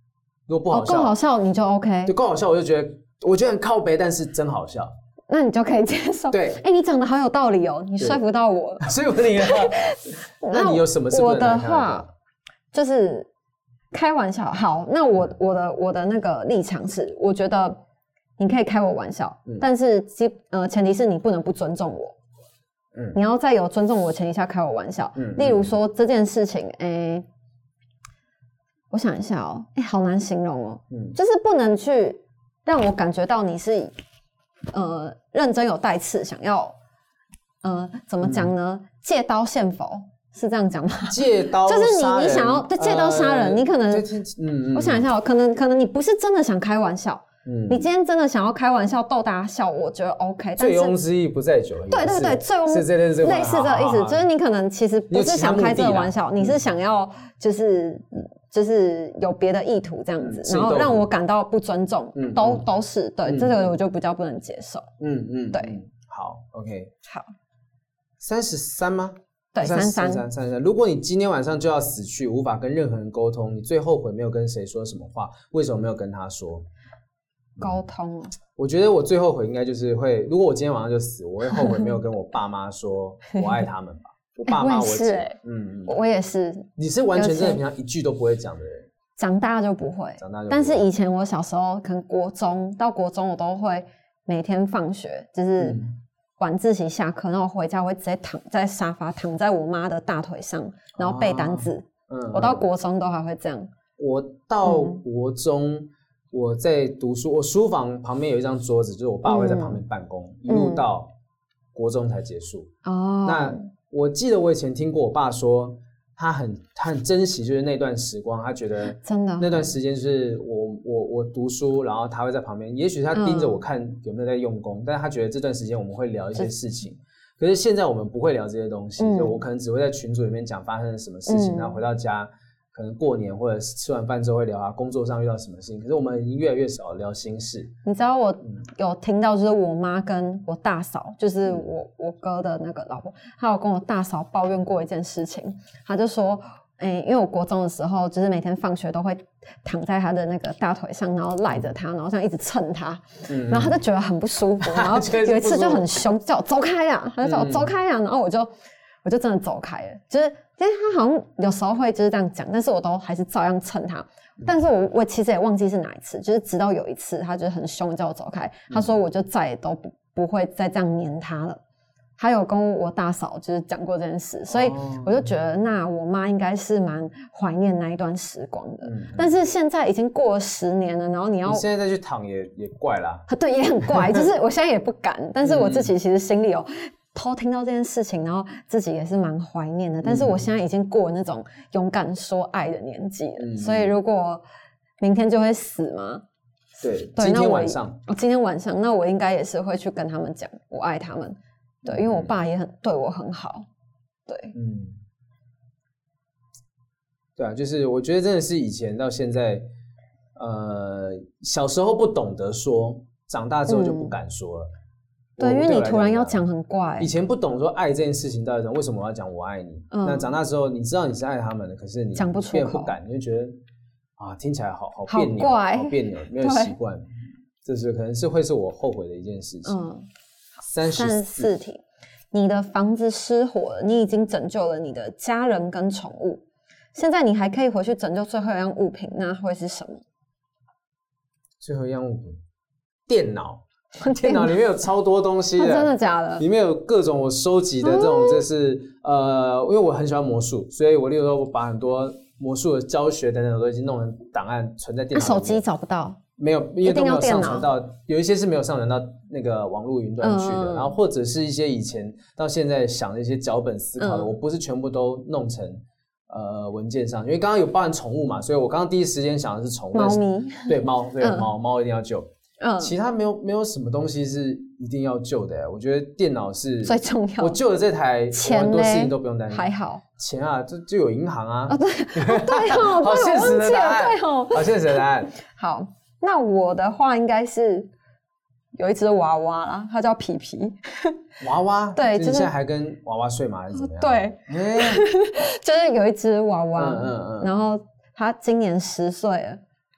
如果不好笑， 够、哦、好笑你就 OK， 对，够好笑我就觉得我觉得很靠北，但是真好笑。 那你就可以接受。 对， 哎、欸，你讲的好有道理哦，你说服到我了。 说服你了。那你有什么是不能拿开玩笑？ 我的话就是开玩笑。好，那我我的我的那个立场是，我觉得你可以开我玩笑，嗯、但是基呃前提是你不能不尊重我。嗯，你要在有尊重我的前提下开我玩笑。嗯，例如说这件事情，哎、欸，我想一下哦，哎、欸，好难形容哦。嗯，就是不能去让我感觉到你是。呃，认真有带刺，想要呃，怎么讲呢？嗯、借刀献佛是这样讲吗？ 借刀就是你你想要对借刀杀人，呃、你可能嗯嗯，我想一下，可能可能你不是真的想开玩笑，嗯，你今天真的想要开玩笑逗大家笑，我觉得 OK。 醉翁之意不在酒， 对对对，醉翁是这类似类似这个意思，就是你可能其实不是想开这个玩笑，你是想要就是。嗯就是有别的意图这样子，嗯、然后让我感到不尊重，嗯、都、嗯、都是对、嗯、这个我就比较不能接受。 嗯嗯， 对， 嗯、好 ，OK， 好， 三十三吗？ 对，三十三， 三十三。如果你今天晚上就要死去，无法跟任何人沟通，你最后悔没有跟谁说什么话？为什么没有跟他说？ 沟通啊、嗯， 我觉得我最后悔应该就是会，如果我今天晚上就死，我会后悔没有跟我爸妈说我爱他们吧。我爸妈，我姐， 欸、嗯，我也是。 你是完全真的平常一句都不会讲的人。 长大就不会， 长大就不会。 但是以前我小时候，可能国中到国中，我都会每天放学，就是晚自习下課，然後回家我會直接躺在沙發，躺在我媽的大腿上，然後背單字。啊、嗯，我到國中都還會這樣。 我到國中，嗯、我在讀書，我書房旁邊有一張桌子，就是我爸會在旁邊辦公，嗯、一路到國中才結束。哦、嗯，那我記得我以前聽過我爸說。他很他很珍惜，就是那段時光，他覺得真的那段時間就是我我我讀書，然後他會在旁邊，也許他盯着我看有沒有在用功，嗯、但是他覺得這段時間我們會聊一些事情，可是現在我們不會聊這些東西，嗯、就我可能只會在群組裡面講發生了什麼事情，嗯、然後回到家可能過年或者吃完飯之後會聊啊工作上遇到什麼事情，可是我們已經越來越少聊心事。 你知道我有聽到就是我媽跟我大嫂，就是我我哥的那個老婆，她有跟我大嫂抱怨過一件事情，她就說欸，因為我國中的時候就是每天放學都會躺在她的那個大腿上，然後賴着她，然後這樣一直蹭她，嗯、然後她就覺得很不舒服，然後有一次就很兇，叫我走開呀，她就叫我走開呀，然後我就我就真的走開了，就是因為他好像有時候會就是這樣講，但是我都還是照樣蹭他。但是我我其實也忘記是哪一次，就是直到有一次他就很兇叫我走開，他說我就再也都不不會再這樣黏他了。他有跟我大嫂就是講過這件事，所以我就覺得那我媽應該是蠻懷念那一段時光的。嗯、但是現在已經過了十年了，然後你要你現在再去躺也也怪啦。 對，也很怪，就是我現在也不敢，但是我自己其實心裡有偷聽到這件事情，然後自己也是蠻懷念的。但是我現在已經過了那種勇敢說愛的年紀了，嗯、所以如果明天就會死嗎？ 對， 對， 今天晚上， 那我今天晚上，那我應該也是會去跟他們講我愛他們。對，因為我爸也很對我很好。對， 嗯，對啊，就是我覺得真的是以前到現在，呃，小時候不懂得說，長大之後就不敢說了。嗯對，因為你突然要講很怪。 以前不懂說愛這件事情到底怎麼，為什麼我要講我愛你？嗯、那長大之後，你知道你是愛他們的，可是你講不出口， 變不敢，你就覺得啊，聽起來好好別扭， 好怪， 好別扭，沒有習慣。這是可能是會是我後悔的一件事情。嗯，三十四題，你的房子失火了，你已經拯救了你的家人跟寵物，現在你還可以回去拯救最後一樣物品，那會是什麼？ 最後一樣物品，電腦。電腦裡面有超多東西的， 真的假的？ 裡面有各種我收集的這種，就是、嗯、呃，因為我很喜歡魔術，所以我例如說我把很多魔術的教學等等都已經弄成檔案存在電腦裡面。那手機找不到？沒有，因為都沒有上傳到，有一些是沒有上傳到那個網絡雲端去的，嗯、然後或者是一些以前到現在想的一些腳本思考的，嗯、我不是全部都弄成呃文件上，因為剛剛有包含寵物嘛，所以我剛剛第一時間想的是寵物， 貓咪， 對貓，對貓，貓、嗯、一定要救。 嗯， 其他沒有沒有什麼東西是一定要救的。我覺得電腦是最重要。 我救了這台，我很多事情都不用擔心。 還好。 錢啊，就就有銀行啊。 哦對，對哦， 好現實的答案。 對哦， 好現實的答案。 好，那我的話應該是有一隻娃娃啦，它叫皮皮。 娃娃？ 對，就是你現在還跟娃娃睡嗎？還是怎麼樣？ 對， 欸、 就是有一隻娃娃， 嗯嗯嗯， 然後它今年十歲了。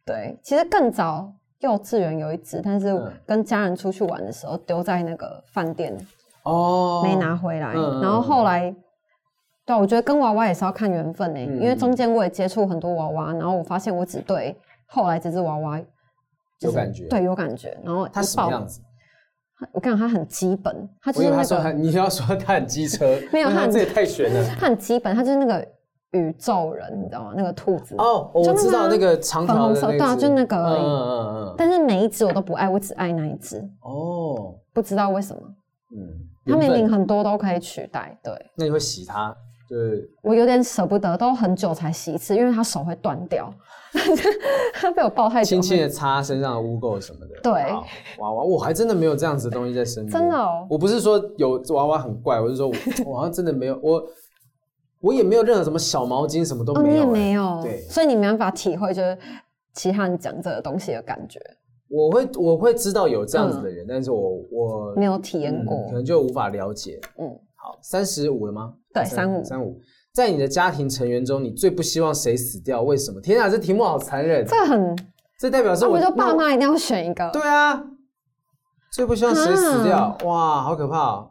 对，其实更早幼稚园有一只，但是跟家人出去玩的时候丢在那个饭店哦，没拿回来。嗯、然后后来，对，我觉得跟娃娃也是要看缘分呢、欸，嗯、因为中间我也接触很多娃娃，然后我发现我只对后来这只娃娃、就是、 有感觉， 对，有感觉。然后它什么样子？ 我跟你讲，它很基本，它就是那个。 你要说它很机车， 没有，它这也太悬了。 它很基本，它就是那个宇宙人，你知道吗？那个兔子哦，我知道那个长条的那个， 对啊，就那个而已。 嗯嗯嗯。 但是每一只我都不爱，我只爱那一只。 哦， 不知道为什么。 嗯， 它明明很多都可以取代，对。 那你会洗它？就是我有点舍不得，都很久才洗一次，因为它手会断掉。它被我抱太久， 轻轻的擦身上的污垢什么的。 对， 娃娃，我还真的没有这样子的东西在身边。 真的哦， 我不是说有娃娃很怪，我是说我我好像真的没有，我我也没有任何什么小毛巾，什么都没有、欸。哦， 你也没有， 对， 所以你没办法体会就是其他人讲这个东西的感觉。 我会我会知道有这样子的人，嗯、但是我我没有体验过、 嗯，可能就无法了解。 嗯， 好，三十五了吗？ 对，三五三五。在你的家庭成员中，你最不希望谁死掉？为什么？天啊，这题目好残忍！ 这很， 这代表是我， 我就爸妈一定要选一个。 对啊，最不希望谁死掉？啊、哇，好可怕哦！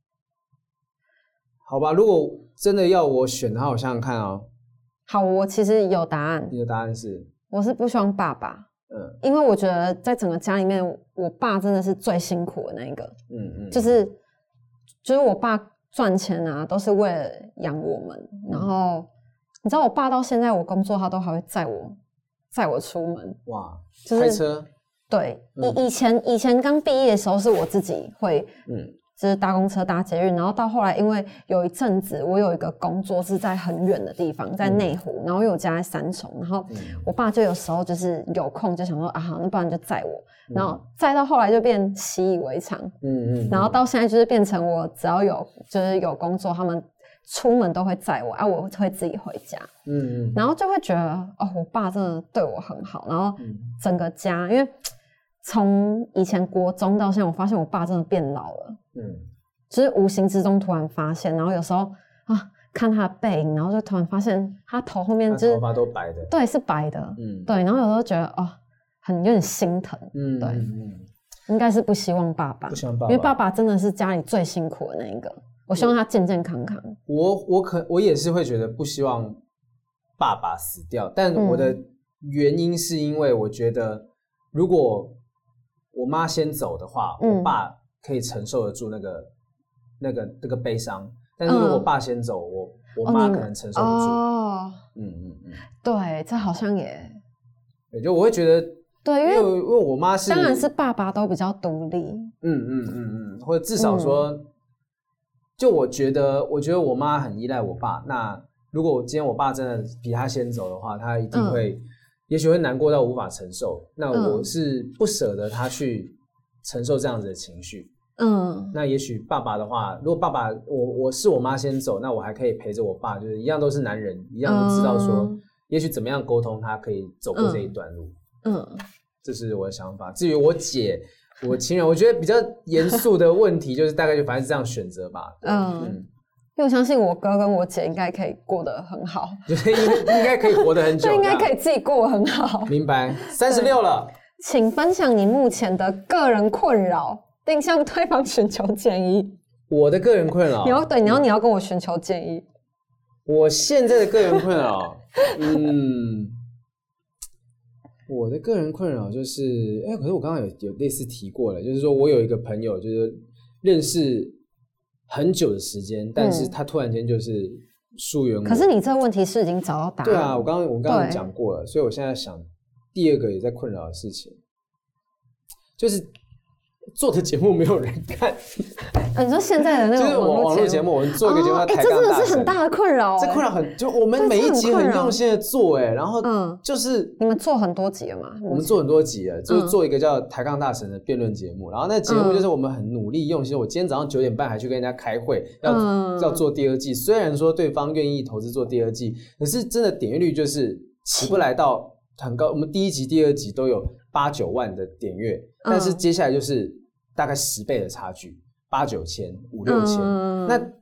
好吧，如果真的要我选的话，我想想看哦。 好，我其实有答案。 你的答案是？ 我是不希望爸爸。 嗯， 因为我觉得在整个家里面，我爸真的是最辛苦的那一个。嗯嗯，就是就是我爸。赚钱啊，都是为了养我们。嗯、然后你知道，我爸到现在我工作，他都还会载我，载我出门。 哇， 就是开车？ 对，以、嗯、以前以前刚毕业的时候，是我自己会，嗯，就是搭公车、搭捷运。然后到后来，因为有一阵子我有一个工作是在很远的地方，在内湖，嗯、然后因为我家在三重，然后我爸就有时候就是有空就想说啊，好，那不然就载我。然后再到后来就变习以为常，嗯嗯，然后到现在就是变成我只要有就是有工作，他们出门都会载我，啊，我会自己回家，嗯嗯，然后就会觉得哦，我爸真的对我很好，然后整个家，因为从以前国中到现在，我发现我爸真的变老了，嗯，就是无形之中突然发现，然后有时候啊看他的背影，然后就突然发现他头后面就是他头发都白的， 对，是白的，嗯，对，然后有时候觉得哦。很有点心疼，嗯，对，嗯，应该是不希望爸爸， 不希望爸爸， 因为爸爸真的是家里最辛苦的那一个。我希望他健健康康。 我我可我也是会觉得不希望爸爸死掉，但我的原因是因为我觉得，如果我妈先走的话，嗯、我爸可以承受得住那个那个那个悲伤，但是如果我爸先走，我我妈可能承受不住。哦，嗯嗯嗯， 对，这好像也， 对，就我会觉得。 对，因为因为因为我妈是， 当然是爸爸都比较独立， 嗯嗯嗯嗯，或者至少说，嗯、就我觉得，我觉得我妈很依赖我爸。那如果今天我爸真的比他先走的话，他一定会，嗯、也许会难过到无法承受。那我是不舍得他去承受这样子的情绪。嗯，那也许爸爸的话，如果爸爸我我是我妈先走，那我还可以陪着我爸，就是一样都是男人，一样都知道说，嗯、也许怎么样沟通，他可以走过这一段路。嗯嗯，这是我的想法。至于我姐、我亲人，我觉得比较严肃的问题，就是大概就反正是这样选择吧。嗯，嗯因为我相信我哥跟我姐应该可以过得很好， 就是应应该可以活得很久， 应该可以自己过得很好。 明白。三十六了， 请分享你目前的个人困扰，并向对方寻求建议。 我的个人困扰， 你要对，你要你要跟我寻求建议。 我现在的个人困扰，嗯。我的个人困扰就是，哎、欸，可是我刚刚有有类似提过了，就是说我有一个朋友，就是认识很久的时间，但是他突然间就是疏远我。 可是你这个问题是已经找到答案了。 对啊，我刚刚我刚刚讲过了，所以我现在想第二个也在困扰的事情，就是做的节目没有人看。 啊、你说现在的那个网络节目，我们做一个节目要抬杠大神、 哦欸，这真的是很大的困扰、欸。 这困扰很，就我们每一集很用心的做、欸，哎，然后就是、 嗯、你们做很多集了嘛？ 我们做很多集了，就是做一个叫抬杠大神的辩论节目，然后那节目就是我们很努力用心。我今天早上九点半还去跟人家开会，要、嗯、要做第二季。虽然说对方愿意投资做第二季，可是真的点阅率就是起不来到很高。我们第一集、第二集都有八九万的点阅，但是接下来就是大概十倍的差距。八九千、五六千，嗯、那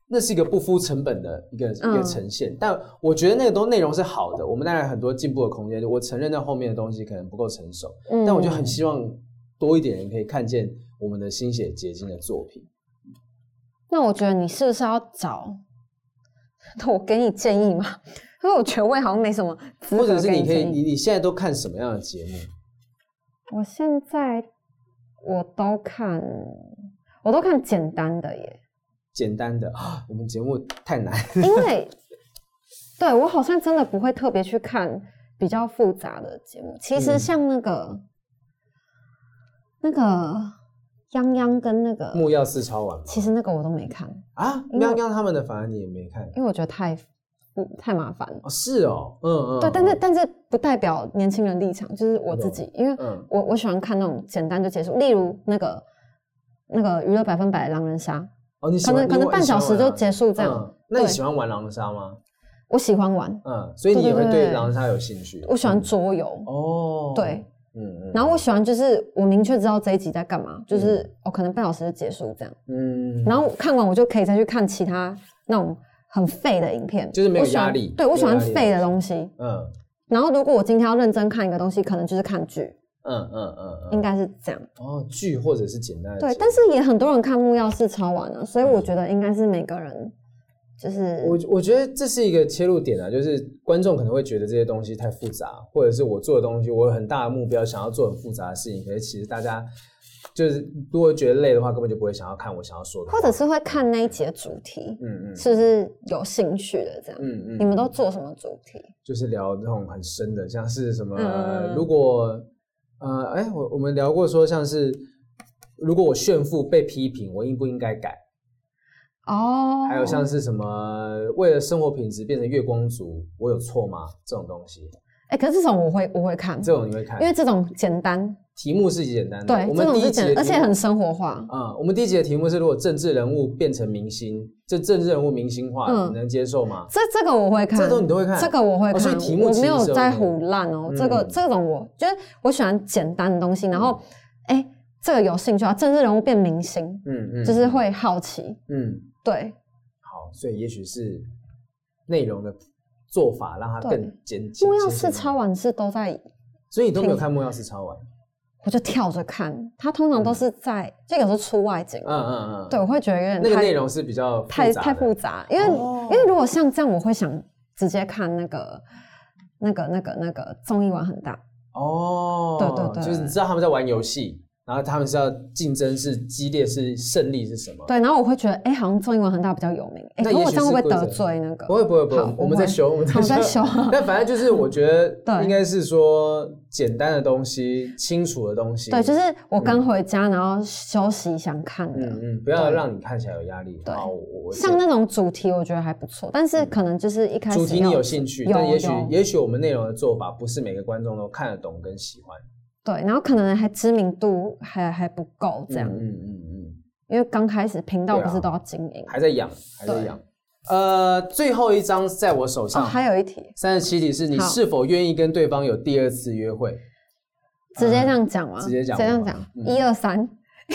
那是一个不敷成本的一个、嗯、一个呈现，但我觉得那个都内容是好的，我们当然很多进步的空间。我承认那后面的东西可能不够成熟，嗯、但我就很希望多一点人可以看见我们的心血结晶的作品。 那我觉得你是不是要找我给你建议嘛？因为我觉得我也好像没什么资格给你建议。或者是你可以，你你现在都看什么样的节目？ 我现在我都看，我都看简单的耶。 简单的，我们节目太难。 因为对我好像真的不会特别去看比较复杂的节目。其实像那个、嗯、那个泱泱跟那个木曜四超玩， 其实那个我都没看啊。泱泱他们的反而你也没看， 因为我觉得太太麻烦了。 哦，是哦，嗯嗯， 对，但是但是不代表年轻人立场，就是我自己，因为我我喜欢看那种简单就结束，例如那个那个娱乐百分百的狼人杀。 哦，你喜欢可能可能半小时就结束这样、 嗯。那你喜欢玩狼人杀吗？ 我喜欢玩， 嗯，所以你也会对狼人杀有兴趣。 我喜欢桌游、嗯、哦，对，嗯嗯。然后我喜欢就是我明确知道这一集在干嘛，就是、嗯、哦可能半小时就结束这样，嗯。然后看完我就可以再去看其他那种很废的影片， 就是没有压力。 我对我喜欢废的东西，嗯。然后如果我今天要认真看一个东西，可能就是看剧。嗯嗯嗯，应该是这样哦，剧或者是简单的对，但是也很多人看木曜四超玩啊，所以我觉得应该是每个人就是我我觉得这是一个切入点啊，就是观众可能会觉得这些东西太复杂，或者是我做的东西我有很大的目标想要做很复杂的事情，可是其实大家就是如果觉得累的话，根本就不会想要看我想要说的， 或者是会看那一集的主题，嗯嗯，是不是有兴趣的这样？嗯嗯，你们都做什么主题？ 就是聊那种很深的，像是什么、嗯、如果。呃，哎，我我们聊过说，像是如果我炫富被批评，我应不应该改？哦，还有像是什么为了生活品质变成月光族，我有错吗？这种东西， 哎，可是这种我会我会看， 这种你会看， 因为这种简单， 题目是简单的， 对， 我们第一集的而且很生活化。 嗯，我们第一集的题目是如果政治人物变成明星，这政治人物明星化，嗯、你能接受吗？ 这这个我会看， 这种你都会看， 这个我会看，哦、 所以题目我没有在唬烂哦。嗯、这个这种我觉得我喜欢简单的东西，然后哎、嗯，这个有兴趣啊，政治人物变明星，嗯嗯，就是会好奇，嗯，对。 好，所以也许是内容的做法让它更简简。 木曜四超玩是都在， 所以你都没有看木曜四超玩。 我就跳着看，它通常都是在，就、嗯、有时候出外景，嗯嗯嗯，对，我会觉得有点那个内容是比较太太复杂，因为、哦、因为如果像这样，我会想直接看那个那个那个那个综艺玩很大哦，对对对， 就是你知道他们在玩游戏，然后他们是要竞争是激烈是胜利是什么？ 对，然后我会觉得，哎、欸，好像综艺玩很大比较有名，哎、欸，可我这样会不会得罪那个？ 不会不会不会，我们在修，我们在修。 在修但反正就是我觉得应该是说简单的东西，清楚的东西。 对，就是我刚回家，嗯、然后休息想看的， 嗯嗯，不要让你看起来有压力。对，我像那种主题，我觉得还不错，但是可能就是一开始、 嗯、主题你有兴趣，但也许也许我们内容的做法不是每个观众都看得懂跟喜欢。 对，然后可能还知名度还还不够这样，嗯嗯嗯，因为刚开始频道不是都要经营、啊， 还在养，还在养。呃，最后一张在我手上， 哦、还有一题， 三十七题是你是否愿意跟对方有第二次约会？ 直接这样讲吗？ 直接讲， 直接这样讲，一二三。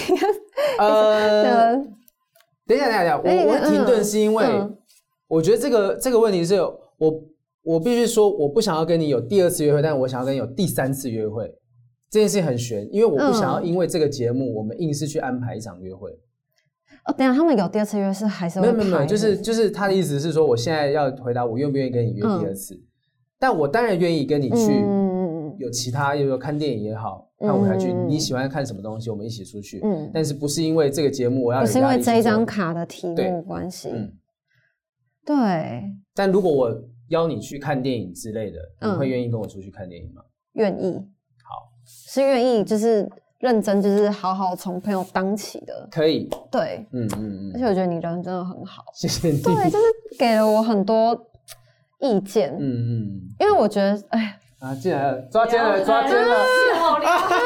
呃，等一下，等一下，等一下，我我停顿是因为、嗯、我觉得这个这个问题是我我必须说，我不想要跟你有第二次约会，但我想要跟你有第三次约会。这件事情很悬，因为我不想要因为这个节目，我们硬是去安排一场约会。 哦，等一下，他们有第二次约是还是会没有没有没有，就是就是他的意思是说，我现在要回答我愿不愿意跟你约第二次，嗯、但我当然愿意跟你去，有其他，有看电影也好，看舞台剧，嗯、你喜欢看什么东西，我们一起出去。嗯，但是不是因为这个节目我要有压力， 不是因为这一张卡的题目关系。嗯，对。 但如果我邀你去看电影之类的，你会愿意跟我出去看电影吗？ 愿意。是愿意，就是认真，就是好好从朋友当起的， 可以， 对，嗯嗯嗯，而且我觉得你人真的很好， 谢谢你， 对，就是给了我很多意见，嗯嗯，因为我觉得，哎， 啊，进来了，抓奸了，抓奸了，好厉害，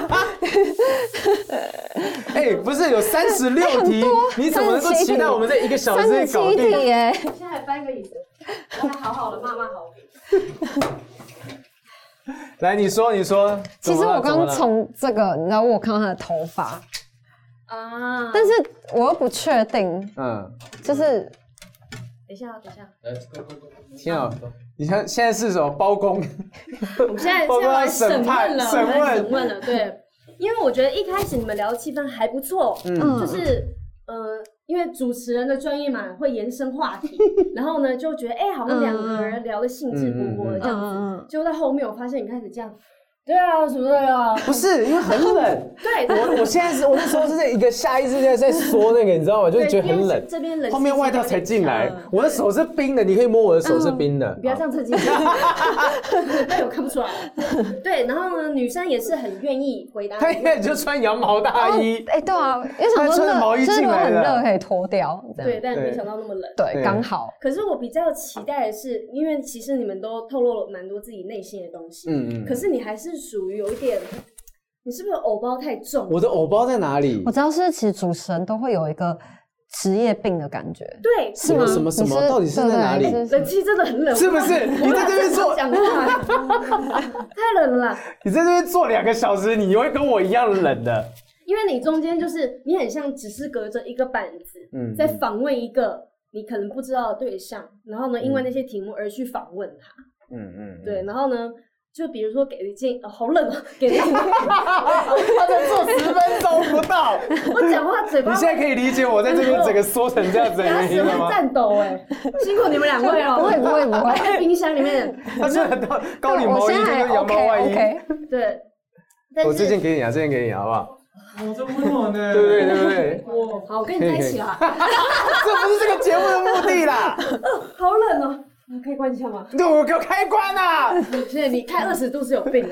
哎，不是有三十六题，你怎么能够期待我们这一个小时内搞定？ 哎， 现在还搬个椅子，我还好好的骂骂好评。 来，你说，你说。 其实我刚从这个，你知道，我有看到他的头发， 啊， 但是我又不确定， 嗯， 就是等一下，等一下， 来，go go go！ 天啊，你看现在是什么包公？ 我们现在现在来审问了， 审问审问了，对，因为我觉得一开始你们聊的气氛还不错，嗯，就是呃，因为主持人的专业嘛，会延伸话题，然后呢就觉得哎、欸，好像两个人聊得兴致勃勃的这样子，嗯嗯、结果到后面我发现你开始这样。对啊，什么对啊？ 不是，因为很冷。 对， 我我现在是，我那时候是在一个下意识在在说那个，你知道吗？就是觉得很冷。 这边冷， 后面外套才进来，我的手是冰的，你可以摸我的手是冰的。 你不要这样刺激，那我看不出来。对，然后呢，女生也是很愿意回答。 她一开始就穿羊毛大衣。 哎，对啊，因为想说毛衣进来很热可以脱掉。 对，但没想到那么冷。 对，刚好。 可是我比较期待的是，因为其实你们都透露了蛮多自己内心的东西，嗯嗯，可是你还是属于有一点。你是不是偶包太重？ 我的偶包在哪里？ 我知道是，其实主持人都会有一个职业病的感觉。 对， 是吗？ 什么什么？到底是在哪里？ 冷气真的很冷， 是不是？你在这边坐， 讲话太冷了。 你在这边坐两个小时，你会跟我一样冷的。 因为你中间就是你很像只是隔着一个板子，嗯，在访问一个你可能不知道的对象，然后呢，因为那些题目而去访问他，嗯嗯，对，然后呢。就比如说给了建议、哦，好冷啊！给了建议， 他在做十分钟不到。 我讲话嘴巴， 你现在可以理解我在这边整个缩成这样子的原因了吗？ 颤抖哎，辛苦你们两位哦！ 不会不会不会， 在冰箱里面， 他是很高高领毛衣跟羊毛外衣。 对， 我这件给你啊，这件给你好不好？ 我这温暖呢， 对不对？对不对？ 我好，我跟你在一起啦。 这不是这个节目的目的啦。 好冷哦。可以关一下吗？ 对，我给我开关啊！ 现在你开二十度是有病的。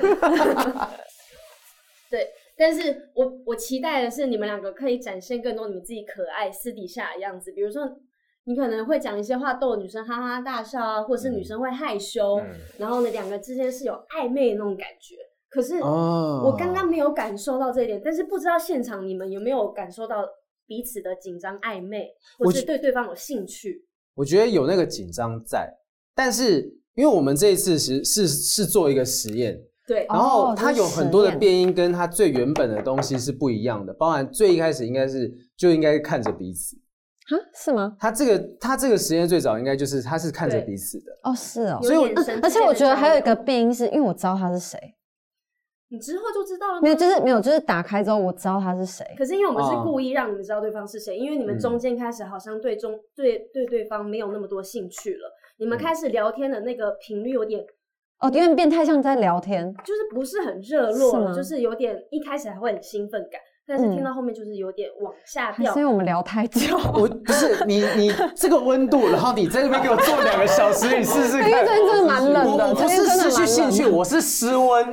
对，但是我我期待的是你们两个可以展现更多你们自己可爱私底下的样子，比如说你可能会讲一些话逗女生哈哈大笑啊，或者是女生会害羞，嗯、然后呢两个之间是有暧昧的那种感觉。可是我刚刚没有感受到这一点，但是不知道现场你们有没有感受到彼此的紧张暧昧，或是对对方有兴趣？ 我觉得有那个紧张在。但是，因为我们这一次是是是做一个实验， 对， 然后它有很多的变音跟它最原本的东西是不一样的，包含最一开始应该是就应该看着彼此， 哈，是吗？ 它这个它这个实验最早应该就是它是看着彼此的， 哦，是哦， 所以我而且我觉得还有一个变音是因为我知道他是谁。 你之后就知道了吗？ 没有，就是没有，就是打开之后我知道他是谁。 可是因为我们是故意让你们知道对方是谁，因为你们中间开始好像对中对对对方没有那么多兴趣了。你们开始聊天的那个频率有点， 哦，有点变态，像在聊天， 就是不是很热络了，就是有点一开始还会很兴奋感，但是听到后面就是有点往下掉。 是因为我们聊太久， 我不是你你这个温度，然后你在那边给我坐两个小时，你试试看。 因为最近真的蛮冷的， 我不是失去兴趣，我是失温。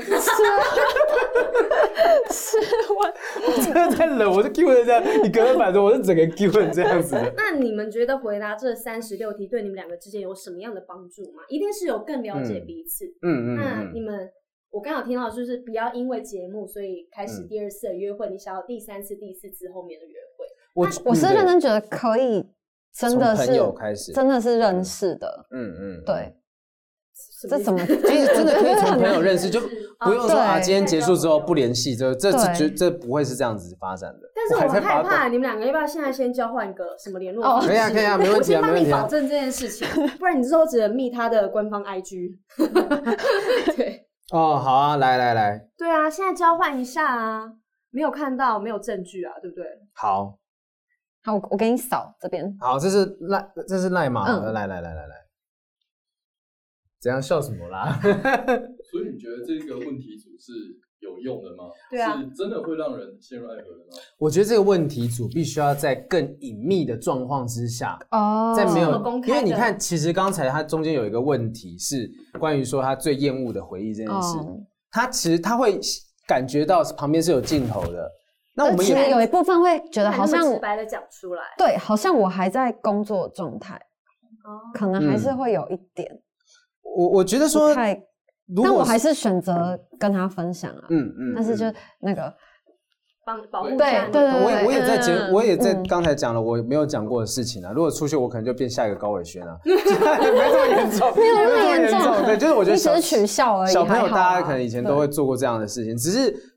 失温， 我真的太冷，我是 Q 成这样，你隔着板子，我是整个 Q 成这样子的。 那你们觉得回答这三十六题对你们两个之间有什么样的帮助吗？一定是有更了解彼此。嗯嗯。那你们，我刚好听到就是不要因为节目所以开始第二次的约会，你想要第三次、第四次后面的约会。 我我是认真觉得可以，真的是从朋友开始， 真的是认识的。 嗯嗯， 对。这怎么？ 其实真的可以从朋友认识，就不用说啊，今天结束之后不联系，这这这这不会是这样子发展的。 但是我害怕你们两个要不要现在先交换一个什么联络方式？可以啊，可以啊，没问题啊，没问题啊。 我先帮你保证这件事情，不然你之后只能密他的官方 I G。对。 哦，好啊，来来来。 对啊，现在交换一下啊，没有看到，没有证据啊，对不对？ 好， 好，我给你扫这边。 好，这是赖，这是赖嘛？嗯，来来来来来。怎样笑什么啦？ 所以你觉得这个问题组是有用的吗？ 对啊， 是真的会让人陷入爱河的吗？ 我觉得这个问题组必须要在更隐秘的状况之下，哦，在没有，因为你看，其实刚才它中间有一个问题是关于说他最厌恶的回忆这件事，哦、他其实他会感觉到旁边是有镜头的。那我们也有一部分会觉得好像直白的讲出来， 对，好像我还在工作状态，哦，可能还是会有一点。嗯我我觉得说， 但我还是选择跟他分享啊，嗯嗯，但是就那个帮保护， 对对对， 我也我也在节，我也在刚才讲了我没有讲过的事情啊。如果出去，我可能就变下一个高伟轩啊，没这么严重， 没有那么严重， 对，就是我觉得只是取笑而已。 小朋友大家可能以前都会做过这样的事情，只是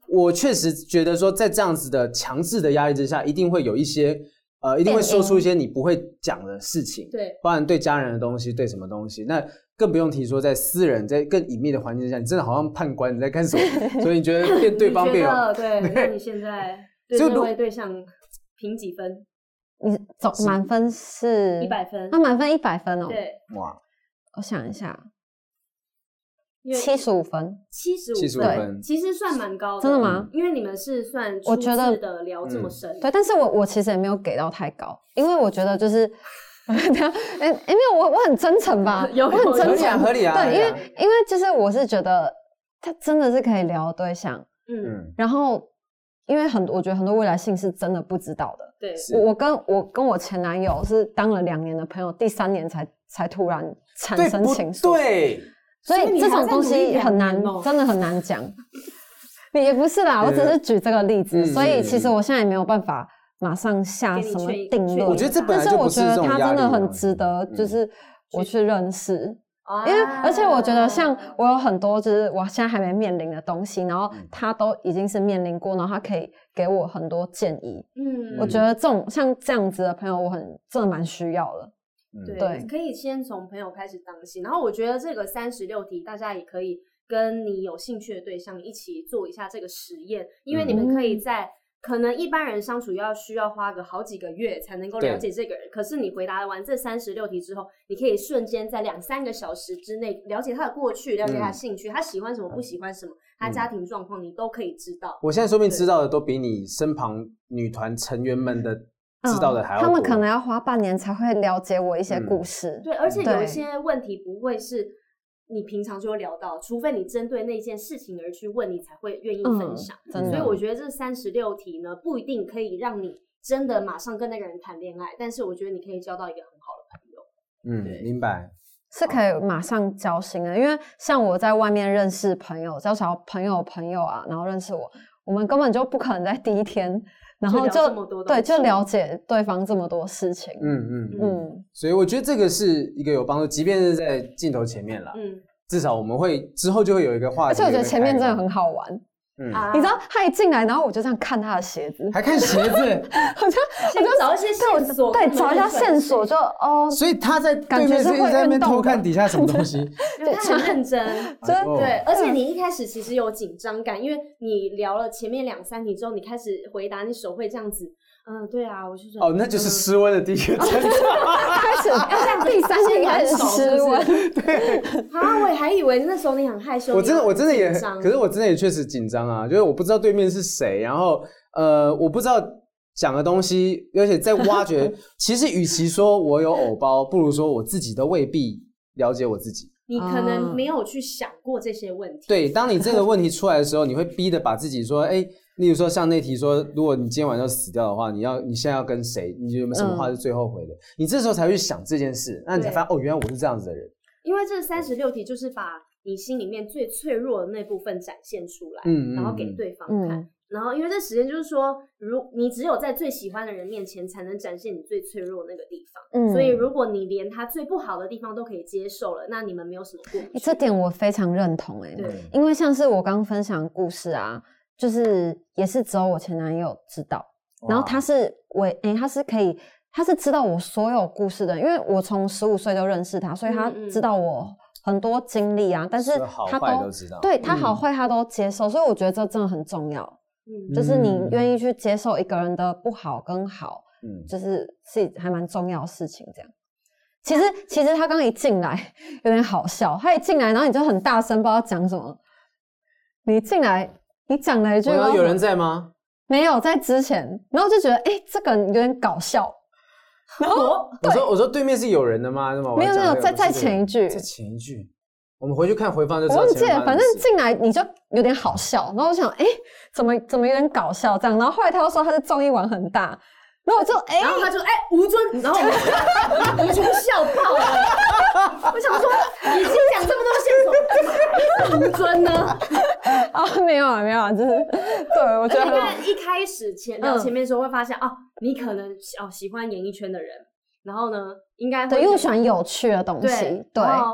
我确实觉得说，在这样子的强制的压力之下，一定会有一些呃，一定会说出一些你不会讲的事情， 对， 包含对家人的东西，对什么东西，那更不用提说在私人、在更隐秘的环境之下，你真的好像判官你在干什么，所以你觉得变对方变有对，那你现在对这位对象评几分？ 你总满分是一百分， 那满分一百分哦。 对， 哇， 我想一下，七十五分， 七十五分， 其实算蛮高的， 真的吗？ 因为你们是算初次的聊这么深， 对，但是我我其实也没有给到太高，因为我觉得就是。哎哎，没有，我我很真诚吧？ 有， 我很真诚， 合理啊， 对，因为因为就是我是觉得他真的是可以聊的对象，嗯，然后因为很多我觉得很多未来性是真的不知道的， 对， 我我跟我跟我前男友是当了两年的朋友，第三年才才突然产生情愫， 对， 所以这种东西很难，真的很难讲。也不是啦，我只是举这个例子，所以其实我现在也没有办法。马上下什么定论？ 我觉得这本来就不是这种压力， 但是我觉得他真的很值得，就是我去认识，嗯、因为而且我觉得像我有很多就是我现在还没面临的东西，然后他都已经是面临过，然后他可以给我很多建议。嗯，我觉得这种像这样子的朋友，我很真的蛮需要的。 对，对可以先从朋友开始当起，然后我觉得这个三十六题大家也可以跟你有兴趣的对象一起做一下这个实验，因为你们可以在。嗯可能一般人相处要需要花个好几个月才能够了解这个人，可是你回答完这三十六题之后，你可以瞬间在两三个小时之内了解他的过去，了解他的兴趣，嗯、他喜欢什么，不喜欢什么，他家庭状况，你都可以知道。 我现在说不定知道的都比你身旁女团成员们的知道的还要多、嗯。 他们可能要花半年才会了解我一些故事。 嗯、对，而且有一些问题不会是。你平常就会聊到，除非你针对那件事情而去问，你才会愿意分享。嗯、所以我觉得这三十六题呢，不一定可以让你真的马上跟那个人谈恋爱，但是我觉得你可以交到一个很好的朋友。 嗯，明白。 是可以马上交心的，因为像我在外面认识朋友，交小朋友朋友啊，然后认识我，我们根本就不可能在第一天。然后就对，就了解对方这么多事情。嗯嗯嗯。所以我觉得这个是一个有帮助，即便是在镜头前面啦，嗯，至少我们会之后就会有一个话题。 而且我觉得前面真的很好玩。嗯，你知道他一进来，然后我就这样看他的鞋子， 还看鞋子， 我就我就找一些线索， 对，找一下线索就哦。 所以他在对面是在那边偷看底下什么东西， 对，他很认真，真对。而且你一开始其实有紧张感，因为你聊了前面两三题之后，你开始回答，你手会这样子。嗯，对啊，我就说哦，那就是失温的第一个征兆， 开始要这样，第三题开始失温， 对啊，我也还以为那时候你很害羞， 我真的我真的也，可是我真的也确实紧张啊，就是我不知道对面是谁，然后呃，我不知道讲的东西，而且在挖掘，其实与其说我有偶包，不如说我自己都未必了解我自己。 你可能没有去想过这些问题。 对，当你这个问题出来的时候，你会逼得把自己说，哎。例如说，像那题说，如果你今天晚上死掉的话，你要你现在要跟谁？你有没有什么话是最后悔的？嗯、你这时候才会去想这件事，那你才发现哦，原来我是这样子的人。 因为这三十六题就是把你心里面最脆弱的那部分展现出来，嗯、然后给对方看。嗯、然后，因为这实验就是说，如你只有在最喜欢的人面前，才能展现你最脆弱的那个地方。嗯、所以，如果你连他最不好的地方都可以接受了，那你们没有什么过不去。 这点我非常认同、欸，哎，对，因为像是我刚分享的故事啊。就是也是只有我前男友知道，然后他是我诶、欸，他是可以，他是知道我所有故事的，因为我从十五岁就认识他，所以他知道我很多经历啊，但是他 都, 都知道对他好坏他都接受，嗯、所以我觉得这真的很重要。嗯，就是你愿意去接受一个人的不好跟好，嗯，就是是还蛮重要的事情。这样，其实其实他刚一进来有点好笑，他一进来然后你就很大声，不知道讲什么，你进来。你讲了一句， 有人在吗？ 没有，在之前，然后就觉得，哎、欸，这个有点搞笑。然后我说，我说对面是有人的吗？是吗？ 没有没有，在在前一句， 在前一句，我们回去看回放就知道。 我忘记了，反正进来你就有点好笑，然后我想，哎、欸，怎么怎么有点搞笑这样？然后后来他又说他的综艺玩很大。然后我就哎，欸、 然后他就哎、欸、吴尊，然后我吴尊笑爆了。我想说，已经讲这么多线索，吴尊呢？ 啊、哦，没有啊，没有啊，就是对我觉得因为一开始前聊前面的时候会发现，嗯、哦，你可能哦喜欢演艺圈的人，然后呢，应该会对，因为我喜欢有趣的东西，对。 对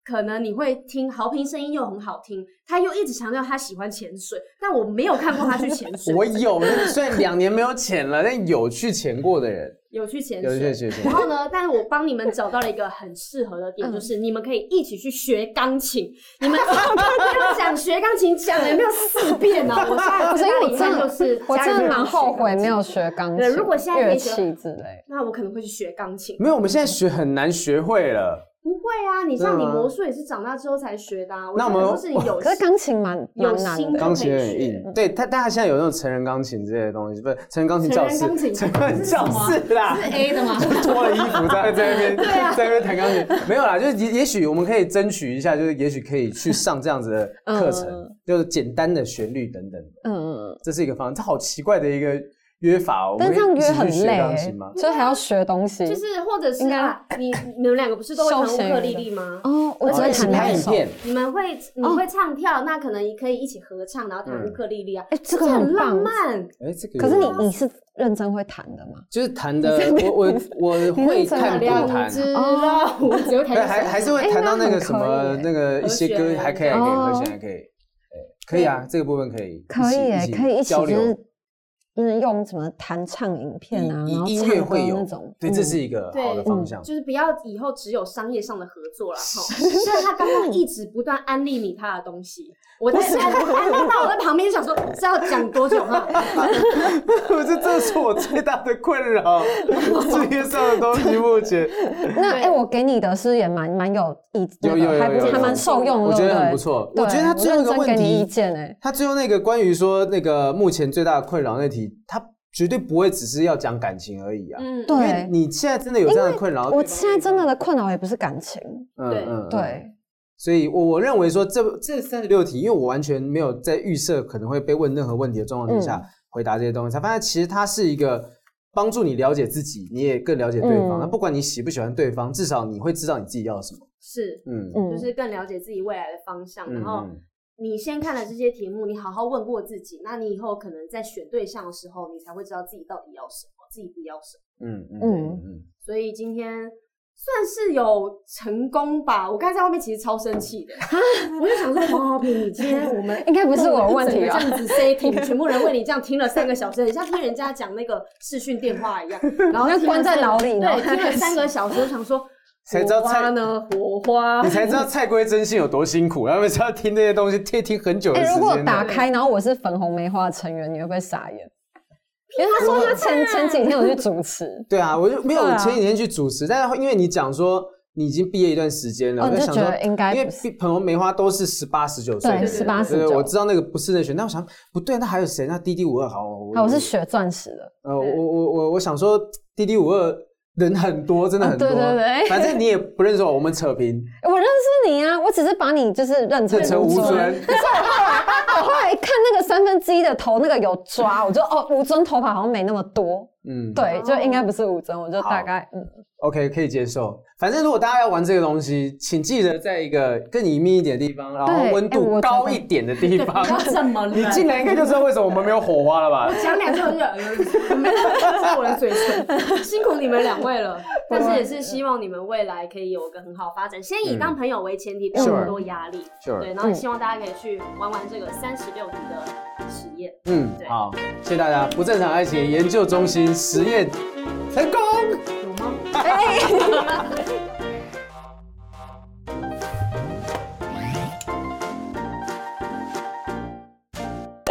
可能你会听豪平声音又很好听，他又一直强调他喜欢潜水，但我没有看过他去潜水。 我有，虽然两年没有潜了，但有去潜过的人。 有去潜水，有去潜水。 然后呢？但是我帮你们找到了一个很适合的点，就是你们可以一起去学钢琴。你们要讲学钢琴讲了有没有四遍啊？我现在不是因为我真的就是我真的蛮后悔没有学钢琴。 对，如果现在可以学乐器之类， 那我可能会去学钢琴。 没有，我们现在学很难学会了。 不会啊，你像你魔术也是长大之后才学的啊。 那我们都是你有， 可是钢琴蛮蛮难的， 钢琴有点硬。对，他大家现在有那种成人钢琴之类的东西，不是成人钢琴教室，成人教室啦， 是 A 的吗？ 脱了衣服在在那边，对啊，在那边弹钢琴，没有啦，就是也也许我们可以争取一下，就是也许可以去上这样子的课程，嗯、就是简单的旋律等等。嗯，这是一个方案，这好奇怪的一个约法哦。 但这样约很累、欸，所以还要学东西。 就是或者是啊，你你们两个不是都会弹乌克丽丽吗？ 哦，我只会弹拍影片。 你们会你会唱跳，那可能可以一起合唱，然后弹乌克丽丽啊。 哎，这个很浪漫。 哎，这个。 可是你你是认真会弹的吗？ 就是弹的，我我我会看不弹。 哦，只会弹。 还还是会弹到那个什么那个一些歌，还可以，还可以，和弦还可以。可以啊，这个部分可以。 可以哎，可以一起交流。 嗯，用什么弹唱影片啊，然后音乐会有那种， 对，这是一个好的方向。 就是不要以后只有商业上的合作啦哈。虽然他刚刚一直不断安利你他的东西，我在安安到我在旁边想说是要讲多久哈？ 不是，这是我最大的困扰，事业上的东西目前。 那哎，我给你的是也蛮蛮有意， 有有有， 还不还蛮受用的， 我觉得很不错。我觉得他最后一个问题，他最后那个关于说那个目前最大的困扰那题。他绝对不会只是要讲感情而已啊，嗯，对，因为你现在真的有这样的困扰， 我现在真的的困扰也不是感情， 对嗯对， 所以我我认为说这这三十六题，因为我完全没有在预设可能会被问任何问题的状况之下回答这些东西，才发现其实它是一个帮助你了解自己，你也更了解对方。那不管你喜不喜欢对方，至少你会知道你自己要什么， 是，嗯，就是更了解自己未来的方向，然后。你先看了这些题目，你好好问过自己，那你以后可能在选对象的时候，你才会知道自己到底要什么，自己不要什么。嗯嗯嗯嗯。所以今天算是有成功吧。我刚才在外面其实超生气的，我就想说黄豪平，你今天我们应该不是我的问题啊， 这样子 setting， 全部人为你这样听了三个小时，很像听人家讲那个视讯电话一样，然后关在牢里， 对，听了三个小时，我想说。 才知道菜呢，火花， 你才知道蔡归真心有多辛苦，他们是要听这些东西，听听很久的时间。 如果打开，然后我是粉红梅花的成员，你会不会傻眼？因为他说他前前几天有去主持。 对啊，我就没有前几天去主持，但是因为你讲说你已经毕业一段时间了， 我就想说应该， 因为粉红梅花都是十八、十九岁， 对，十八、十九， 我知道那个不是那选，但我想不对，那还有谁？那滴滴五二好， 我是学钻石的。 呃，我我我我想说滴滴五二。人很多，真的很多。 啊、对对对， 反正你也不认识我，我们扯平。 我认识你啊，我只是把你就是认成吴尊。 可是我后来，我后来看那个三分之一的头那个有抓，我就哦，吴尊头发好像没那么多。嗯，对，就应该不是吴尊，我就大概嗯。 OK， 可以接受。反正如果大家要玩这个东西，请记得在一个更隐秘一点的地方，然后温度高一点的地方。 这么你进来应该就知道为什么我们没有火花了吧？ 我讲两句我就没有是我的嘴唇，辛苦你们两位了。但是也是希望你们未来可以有一个很好发展，先以当朋友为前提，不要那么多压力。对，然后也希望大家可以去玩玩这个三十六题的实验。 嗯，好，谢谢大家。不正常爱情研究中心实验成功。 有吗？哎。